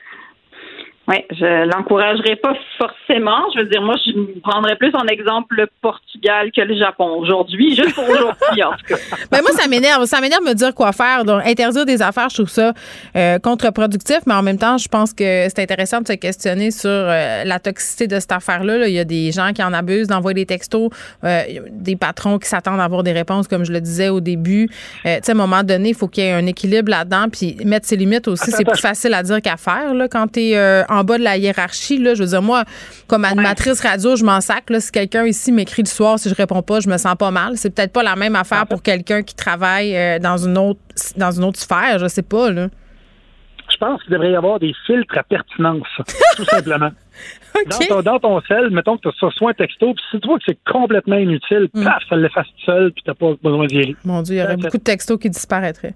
[SPEAKER 11] Oui, je l'encouragerais pas forcément. Je veux dire, moi, je prendrais plus en exemple le Portugal que le Japon aujourd'hui, juste pour aujourd'hui, en tout cas.
[SPEAKER 3] Ben moi, ça m'énerve. Ça m'énerve de me dire quoi faire. Donc, interdire des affaires, je trouve ça euh, contre-productif, mais en même temps, je pense que c'est intéressant de se questionner sur euh, la toxicité de cette affaire-là. Là. Il y a des gens qui en abusent, d'envoyer des textos, euh, des patrons qui s'attendent à avoir des réponses, comme je le disais au début. Euh, tu sais, à un moment donné, il faut qu'il y ait un équilibre là-dedans, puis mettre ses limites aussi, c'est plus facile à dire qu'à faire là, quand t'es euh, en bas de la hiérarchie, là, je veux dire, moi, comme animatrice radio, je m'en sac. Là, si quelqu'un ici m'écrit le soir, si je réponds pas, je me sens pas mal. C'est peut-être pas la même affaire pour quelqu'un qui travaille euh, dans une autre dans une autre sphère, je sais pas, là.
[SPEAKER 18] Je pense qu'il devrait y avoir des filtres à pertinence, tout simplement. Okay. Dans, ton, dans ton cell, mettons que tu as reçu un texto, puis si tu vois que c'est complètement inutile, mm. paf, ça l'efface tout seul, puis t'as pas besoin d'y aller.
[SPEAKER 3] Mon Dieu, il y aurait beaucoup de textos qui disparaîtraient.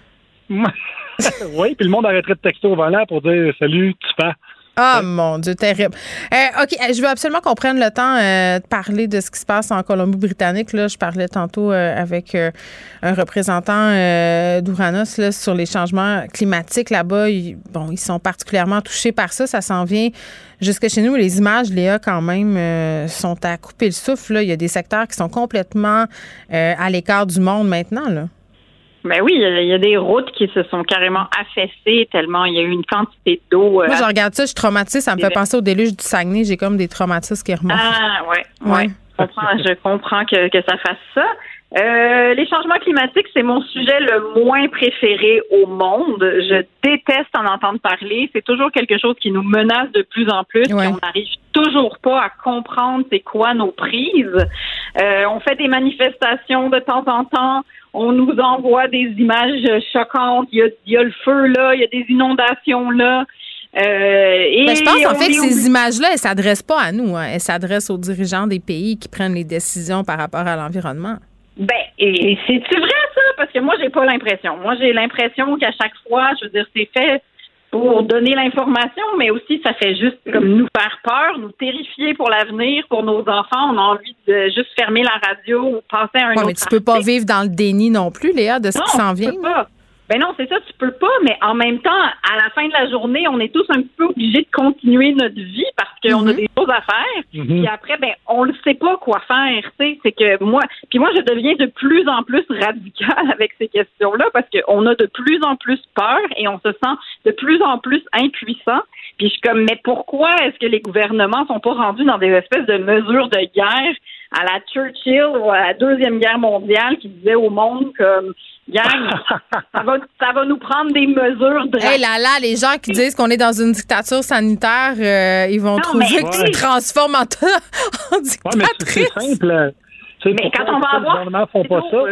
[SPEAKER 18] Oui, puis le monde arrêterait de texto au volant pour dire « Salut, tu fais ».
[SPEAKER 3] Ah, oh, mon Dieu, terrible. Euh, OK, je veux absolument qu'on prenne le temps euh, de parler de ce qui se passe en Colombie-Britannique. Là, je parlais tantôt euh, avec euh, un représentant euh, d'Ouranos là, sur les changements climatiques là-bas. Ils, bon, ils sont particulièrement touchés par ça. Ça s'en vient jusque chez nous. Les images, Léa, quand même, euh, sont à couper le souffle. Là. Il y a des secteurs qui sont complètement euh, à l'écart du monde maintenant, là.
[SPEAKER 11] Ben oui, il y a des routes qui se sont carrément affaissées tellement il y a eu une quantité d'eau. Euh,
[SPEAKER 3] Moi, je regarde ça, je suis traumatisée. Ça me fait penser au déluge du Saguenay. J'ai comme des traumatismes qui remontent.
[SPEAKER 11] Ah, ouais, ouais. ouais. Je comprends, je comprends que, que ça fasse ça. Euh, les changements climatiques, c'est mon sujet le moins préféré au monde. Je déteste en entendre parler. C'est toujours quelque chose qui nous menace de plus en plus. Ouais. On n'arrive toujours pas à comprendre c'est quoi nos prises. Euh, on fait des manifestations de temps en temps. On nous envoie des images choquantes. Il y a, il y a le feu là, il y a des inondations là. Euh, et
[SPEAKER 3] ben, je pense en fait que ces images-là, elles ne s'adressent pas à nous. Hein. Elles s'adressent aux dirigeants des pays qui prennent les décisions par rapport à l'environnement.
[SPEAKER 11] Ben, et c'est-tu vrai ça? Parce que moi, j'ai pas l'impression. Moi, j'ai l'impression qu'à chaque fois, je veux dire, c'est fait pour donner l'information, mais aussi ça fait juste comme nous faire peur, nous terrifier pour l'avenir, pour nos enfants. On a envie de juste fermer la radio ou passer à un ouais, autre.
[SPEAKER 3] Mais tu peux pas vivre dans le déni non plus, Léa, de ce non, qui s'en vient.
[SPEAKER 11] Tu peux pas. Ben non, c'est ça, tu peux pas, mais en même temps, à la fin de la journée, on est tous un peu obligés de continuer notre vie parce qu'on mm-hmm. a des choses à faire. Mm-hmm. Puis après, ben, on le sait pas quoi faire, tu sais. C'est que moi, puis moi, je deviens de plus en plus radicale avec ces questions-là parce qu'on a de plus en plus peur et on se sent de plus en plus impuissant. Puis je suis comme, mais pourquoi est-ce que les gouvernements sont pas rendus dans des espèces de mesures de guerre à la Churchill ou à la Deuxième Guerre mondiale qui disait au monde comme gang, ça va, ça va nous prendre des mesures drastiques.
[SPEAKER 3] Hey là là, les gens qui disent qu'on est dans une dictature sanitaire, euh, ils vont non, trouver que ouais. tu te transformes en, t- en dictatrice.
[SPEAKER 18] Ouais, mais c'est simple. C'est
[SPEAKER 11] mais quand on va avoir... Les
[SPEAKER 18] gouvernements font pas ça.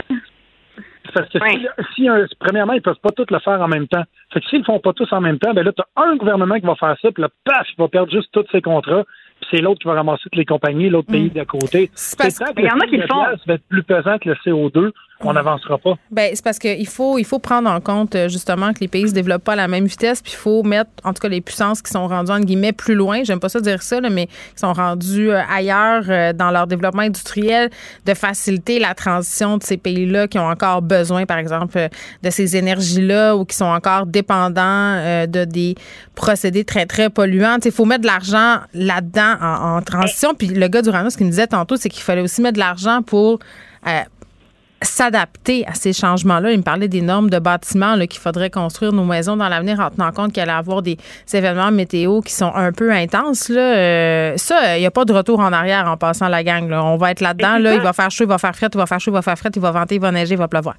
[SPEAKER 18] Parce que ouais. si, si un, premièrement, ils peuvent pas tous le faire en même temps. Fait que s'ils le font pas tous en même temps, ben là, tu as un gouvernement qui va faire ça, puis là, paf, il va perdre juste tous ses contrats. Puis c'est l'autre qui va ramasser toutes les compagnies, l'autre mmh. pays d'à côté.
[SPEAKER 11] C'est parce qu'il y en a qui le font.
[SPEAKER 18] Ça va être plus pesant que le C O deux. on n'avancera pas.
[SPEAKER 3] Ben c'est parce qu'il faut, il faut prendre en compte justement que les pays se développent pas à la même vitesse, puis il faut mettre, en tout cas, les puissances qui sont rendues, entre guillemets, plus loin, j'aime pas ça dire ça, là, mais qui sont rendues ailleurs euh, dans leur développement industriel, de faciliter la transition de ces pays-là qui ont encore besoin, par exemple, de ces énergies-là ou qui sont encore dépendants euh, de des procédés très, très polluants. Il faut mettre de l'argent là-dedans en, en transition. Puis le gars d'Uranus, ce qu'il me disait tantôt, c'est qu'il fallait aussi mettre de l'argent pour euh, s'adapter à ces changements-là. Il me parlait des normes de bâtiments là, qu'il faudrait construire nos maisons dans l'avenir en tenant compte qu'il allait y avoir des événements météo qui sont un peu intenses. Là. Euh, ça, il n'y a pas de retour en arrière en passant la gang. Là. On va être là-dedans. Là, il va faire chaud, il va faire fret, il va faire chaud, il va faire fret, il va venter, il va neiger, il va pleuvoir.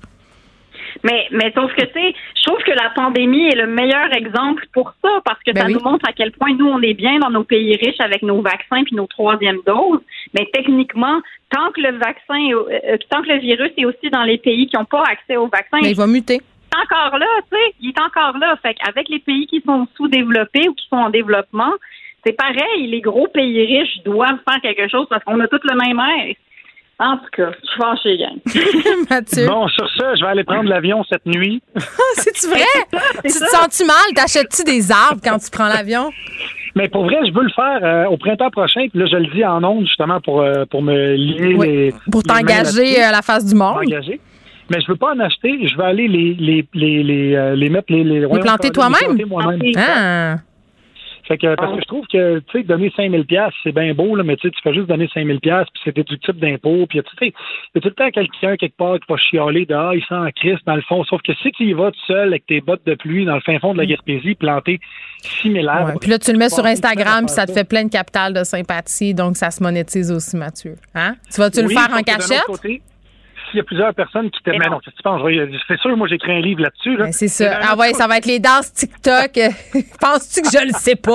[SPEAKER 11] Mais, mais sauf que, tu sais, je trouve que la pandémie est le meilleur exemple pour ça, parce que ben ça oui. nous montre à quel point nous, on est bien dans nos pays riches avec nos vaccins puis nos troisièmes doses. Mais techniquement, tant que le vaccin, euh, tant que le virus est aussi dans les pays qui n'ont pas accès au vaccin.
[SPEAKER 3] Mais il va muter.
[SPEAKER 11] Il est encore là, tu sais, il est encore là. Fait qu'avec les pays qui sont sous-développés ou qui sont en développement, c'est pareil, les gros pays riches doivent faire quelque chose parce qu'on a tous le même air. En tout cas, je suis fâchée, gang.
[SPEAKER 3] Mathieu.
[SPEAKER 18] Bon, sur ça, je vais aller prendre l'avion cette nuit.
[SPEAKER 3] C'est-tu vrai? C'est ça, c'est tu ça. Te sens-tu mal? T'achètes-tu des arbres quand tu prends l'avion?
[SPEAKER 18] Mais pour vrai, je veux le faire euh, au printemps prochain. Puis là, je le dis en ondes, justement, pour, euh, pour me lier
[SPEAKER 3] oui.
[SPEAKER 18] les.
[SPEAKER 3] Pour t'engager à la face du monde.
[SPEAKER 18] M'engager. Mais je veux pas en acheter. Je vais aller les, les, les, les, euh, les mettre. Les, les,
[SPEAKER 3] les planter toi-même?
[SPEAKER 18] Les planter moi-même.
[SPEAKER 3] Ah.
[SPEAKER 18] Fait que, parce que je trouve que, tu sais, donner cinq mille dollars, c'est bien beau, là, mais tu sais, tu fais juste donner cinq mille dollars, puis c'est déductible d'impôts, puis tu sais, il y a tout le temps quelqu'un quelque part qui va chialer de « Ah, il sent en crise dans le fond », sauf que si tu y vas tout seul avec tes bottes de pluie dans le fin fond de la Gaspésie, planter six mille arbres...
[SPEAKER 3] Ouais, puis là, tu le mets sur Instagram, puis ça te fait plein de capital de sympathie, donc ça se monétise aussi, Mathieu. Hein? Tu vas-tu oui, le faire en cachette?
[SPEAKER 18] Il y a plusieurs personnes qui t'aiment. Non, tu penses, c'est sûr, moi, j'ai écrit un livre là-dessus. Là.
[SPEAKER 3] Ben, c'est ça. Ah ouais, ça va être les danses TikTok. Penses-tu que je le sais pas?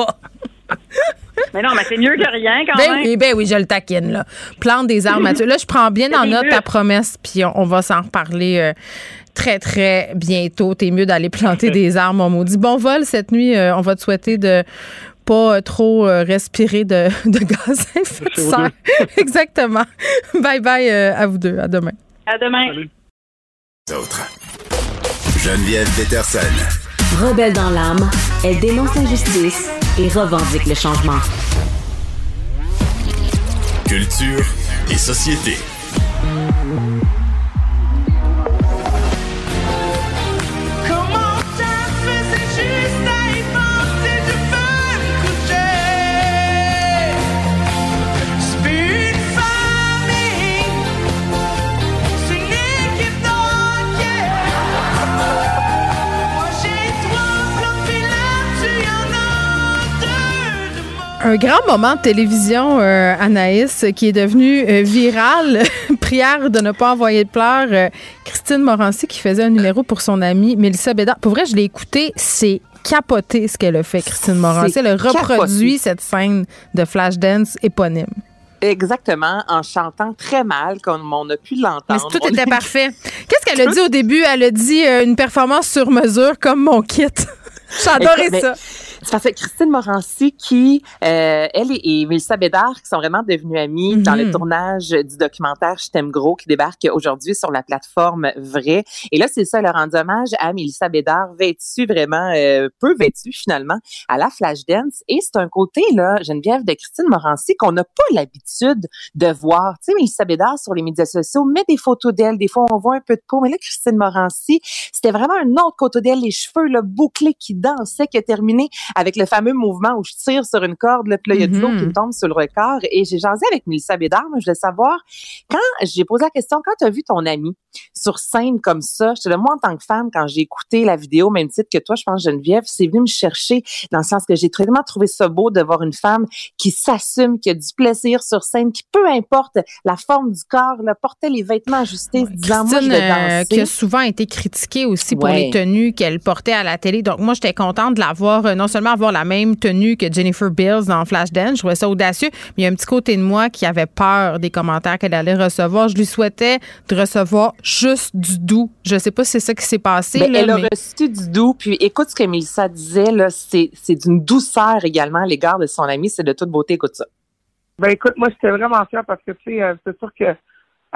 [SPEAKER 11] Mais non, mais c'est mieux que rien, quand
[SPEAKER 3] ben
[SPEAKER 11] même.
[SPEAKER 3] Oui, ben oui, je le taquine, là. Plante des arbres, Mathieu. Là, je prends bien en note ta promesse, puis on, on va s'en reparler euh, très, très bientôt. T'es mieux d'aller planter des arbres, mon maudit. Bon vol cette nuit. Euh, on va te souhaiter de pas trop euh, respirer de, de gaz à effet de serre. Exactement. Bye bye euh, à vous deux. À demain.
[SPEAKER 11] À demain.
[SPEAKER 18] Salut.
[SPEAKER 2] Autres. Geneviève Peterson.
[SPEAKER 4] Rebelle dans l'âme, elle dénonce l'injustice et revendique le changement.
[SPEAKER 2] Culture et société.
[SPEAKER 3] Un grand moment de télévision, euh, Anaïs, qui est devenu euh, viral. Prière de ne pas envoyer de pleurs. Euh, Christine Morancy qui faisait un numéro pour son amie Mélissa Bédard. Pour vrai, je l'ai écouté, c'est capoté ce qu'elle a fait, Christine Morancy. C'est elle a reproduit capoté. Cette scène de Flashdance éponyme.
[SPEAKER 19] Exactement, en chantant très mal, comme on a pu l'entendre.
[SPEAKER 3] Mais tout était parfait. Qu'est-ce qu'elle a dit au début? Elle a dit euh, une performance sur mesure comme mon kit. J'adorais ça.
[SPEAKER 19] C'est parce que Christine Morancy, qui, euh, elle et, et Mélissa Bédard, qui sont vraiment devenues amies mm-hmm. dans le tournage du documentaire Je t'aime gros, qui débarque aujourd'hui sur la plateforme Vrai. Et là, c'est ça, leur rendre hommage à Mélissa Bédard, vêtue vraiment, euh, peu vêtue finalement, à la Flashdance. Et c'est un côté, là, Geneviève, de Christine Morancy qu'on n'a pas l'habitude de voir. Tu sais, Mélissa Bédard, sur les médias sociaux, met des photos d'elle. Des fois, on voit un peu de peau. Mais là, Christine Morancy, c'était vraiment un autre côté d'elle, les cheveux, là, bouclés, qui dansaient, qui a terminé avec le fameux mouvement où je tire sur une corde, là, puis là, il y a du mm-hmm. l'eau qui me tombe sur le record. Et j'ai jasé avec Mélissa Bédard, mais je voulais savoir, quand j'ai posé la question, quand tu as vu ton ami sur scène comme ça, je te dis, moi, en tant que femme, quand j'ai écouté la vidéo, même titre que toi, je pense, Geneviève, c'est venu me chercher dans le sens que j'ai vraiment trouvé ça beau de voir une femme qui s'assume, qui a du plaisir sur scène, qui, peu importe la forme du corps, là, portait les vêtements ajustés, ouais, disant,
[SPEAKER 3] Christine,
[SPEAKER 19] moi, je vais danser.
[SPEAKER 3] Euh, qui a souvent été critiquée aussi pour
[SPEAKER 19] ouais.
[SPEAKER 3] les tenues qu'elle portait à la télé. Donc, moi, j'étais contente de la voir, euh, non seulement avoir la même tenue que Jennifer Beals dans Flashdance. Je trouvais ça audacieux. Mais il y a un petit côté de moi qui avait peur des commentaires qu'elle allait recevoir. Je lui souhaitais de recevoir juste du doux. Je sais pas si c'est ça qui s'est passé.
[SPEAKER 19] Ben,
[SPEAKER 3] là,
[SPEAKER 19] elle
[SPEAKER 3] mais...
[SPEAKER 19] a reçu du doux. Puis écoute ce que Mélissa disait, là, c'est, c'est d'une douceur également à l'égard de son ami. C'est de toute beauté. Écoute ça.
[SPEAKER 20] Ben écoute, moi, j'étais vraiment fière parce que, tu sais, euh, c'est sûr que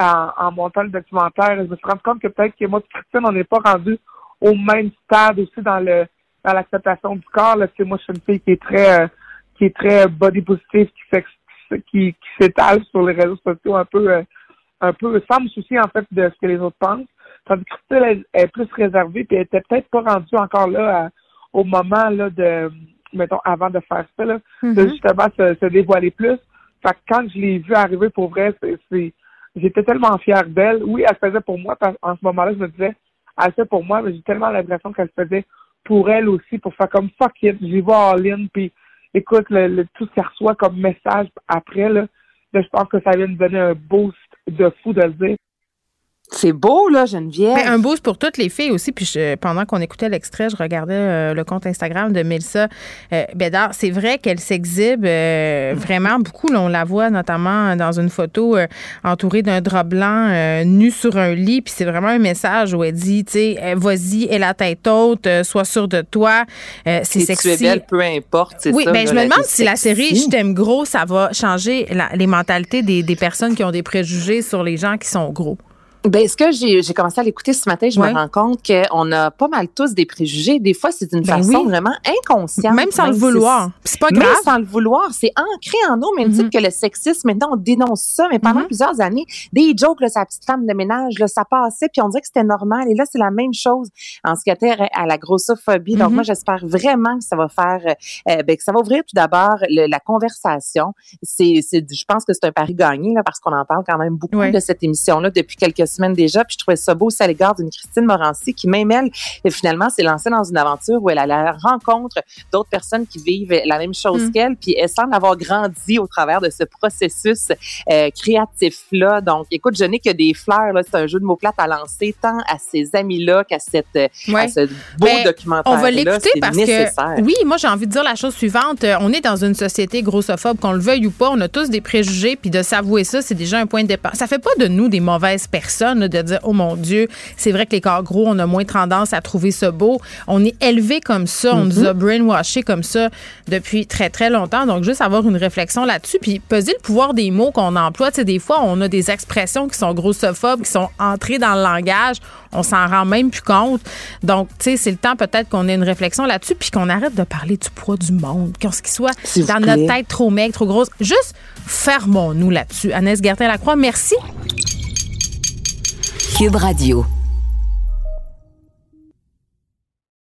[SPEAKER 20] en, en montant le documentaire, je me suis rendu compte que peut-être que moi et Christine, on n'est pas rendu au même stade aussi dans le dans l'acceptation du corps. Là, tu sais, moi, je suis une fille qui est très euh, qui est très body positive, qui, qui, qui s'étale sur les réseaux sociaux un peu euh, un peu sans me soucier en fait de ce que les autres pensent. Tandis que Christine elle, elle est plus réservée, puis elle était peut-être pas rendue encore là à, au moment là de mettons avant de faire ça, là, mm-hmm. de justement se, se dévoiler plus. Fait que quand je l'ai vue arriver pour vrai, c'est, c'est j'étais tellement fière d'elle. Oui, elle faisait pour moi, parce en ce moment-là, je me disais, elle fait pour moi, mais j'ai tellement l'impression qu'elle faisait pour elle aussi, pour faire comme fuck it, j'y vais all-in, puis écoute, le, le, tout ce qu'elle reçoit comme message après, là, là, je pense que ça vient nous donner un boost de fou de le dire.
[SPEAKER 19] C'est beau, là, Geneviève.
[SPEAKER 3] Ben, un boost pour toutes les filles aussi. Puis je, pendant qu'on écoutait l'extrait, je regardais euh, le compte Instagram de Mélissa euh, Bédard. C'est vrai qu'elle s'exhibe euh, vraiment beaucoup. Là, on la voit notamment dans une photo euh, entourée d'un drap blanc, euh, nue sur un lit. Puis c'est vraiment un message où elle dit, tu sais, vas-y, aie la tête haute, euh, sois sûre de toi. Euh, c'est
[SPEAKER 19] si
[SPEAKER 3] sexy.
[SPEAKER 19] Tu es belle, peu importe. C'est
[SPEAKER 3] oui,
[SPEAKER 19] ça,
[SPEAKER 3] ben je me demande si
[SPEAKER 19] sexy.
[SPEAKER 3] La série Je t'aime gros, ça va changer la, les mentalités des, des personnes qui ont des préjugés sur les gens qui sont gros.
[SPEAKER 19] Ben, ce que j'ai, j'ai commencé à l'écouter ce matin, je
[SPEAKER 3] ouais.
[SPEAKER 19] me rends compte qu'on a pas mal tous des préjugés. Des fois, c'est d'une
[SPEAKER 3] ben
[SPEAKER 19] façon
[SPEAKER 3] oui.
[SPEAKER 19] vraiment inconsciente.
[SPEAKER 3] Même sans
[SPEAKER 19] même
[SPEAKER 3] le vouloir.
[SPEAKER 19] C'est,
[SPEAKER 3] c'est pas grave.
[SPEAKER 19] Même sans le vouloir. C'est ancré en nous, même mm-hmm. titre que le sexisme. Maintenant, on dénonce ça. Mais pendant mm-hmm. plusieurs années, des jokes, là, sa petite femme de ménage, là, ça passait, puis on dirait que c'était normal. Et là, c'est la même chose en ce qui a trait à la grossophobie. Donc, mm-hmm. moi, j'espère vraiment que ça va faire, euh, ben, que ça va ouvrir tout d'abord le, la conversation. C'est, c'est, je pense que c'est un pari gagné, là, parce qu'on en parle quand même beaucoup ouais. de cette émission-là depuis quelques semaines déjà. Puis je trouve ça beau aussi à l'égard d'une Christine Morancy qui, même elle, finalement, s'est lancée dans une aventure où elle a la rencontre d'autres personnes qui vivent la même chose mm. qu'elle, puis elle semble avoir grandi au travers de ce processus euh, créatif-là. Donc, écoute, je n'ai que des fleurs, là, c'est un jeu de mots plates à lancer tant à ces amis-là qu'à cette, ouais. à ce beau ben, documentaire-là.
[SPEAKER 3] On va l'écouter
[SPEAKER 19] c'est
[SPEAKER 3] parce
[SPEAKER 19] nécessaire.
[SPEAKER 3] que, oui, moi, j'ai envie de dire la chose suivante. On est dans une société grossophobe, qu'on le veuille ou pas. On a tous des préjugés, puis de s'avouer ça, c'est déjà un point de départ. Ça fait pas de nous des mauvaises personnes, là, de dire, oh mon Dieu, c'est vrai que les corps gros, on a moins tendance à trouver ça beau. On est élevé comme ça, on mm-hmm. nous a brainwashé comme ça depuis très, très longtemps. Donc, juste avoir une réflexion là-dessus, puis peser le pouvoir des mots qu'on emploie. Tu sais, des fois, on a des expressions qui sont grossophobes, qui sont entrées dans le langage. On s'en rend même plus compte. Donc, tu sais, c'est le temps peut-être qu'on ait une réflexion là-dessus, puis qu'on arrête de parler du poids du monde, qu'on ce qui soit S'il dans notre tête trop maigre, trop grosse. Juste fermons-nous là-dessus. Agnès Gertin-Lacroix, merci.
[SPEAKER 4] Cube Radio.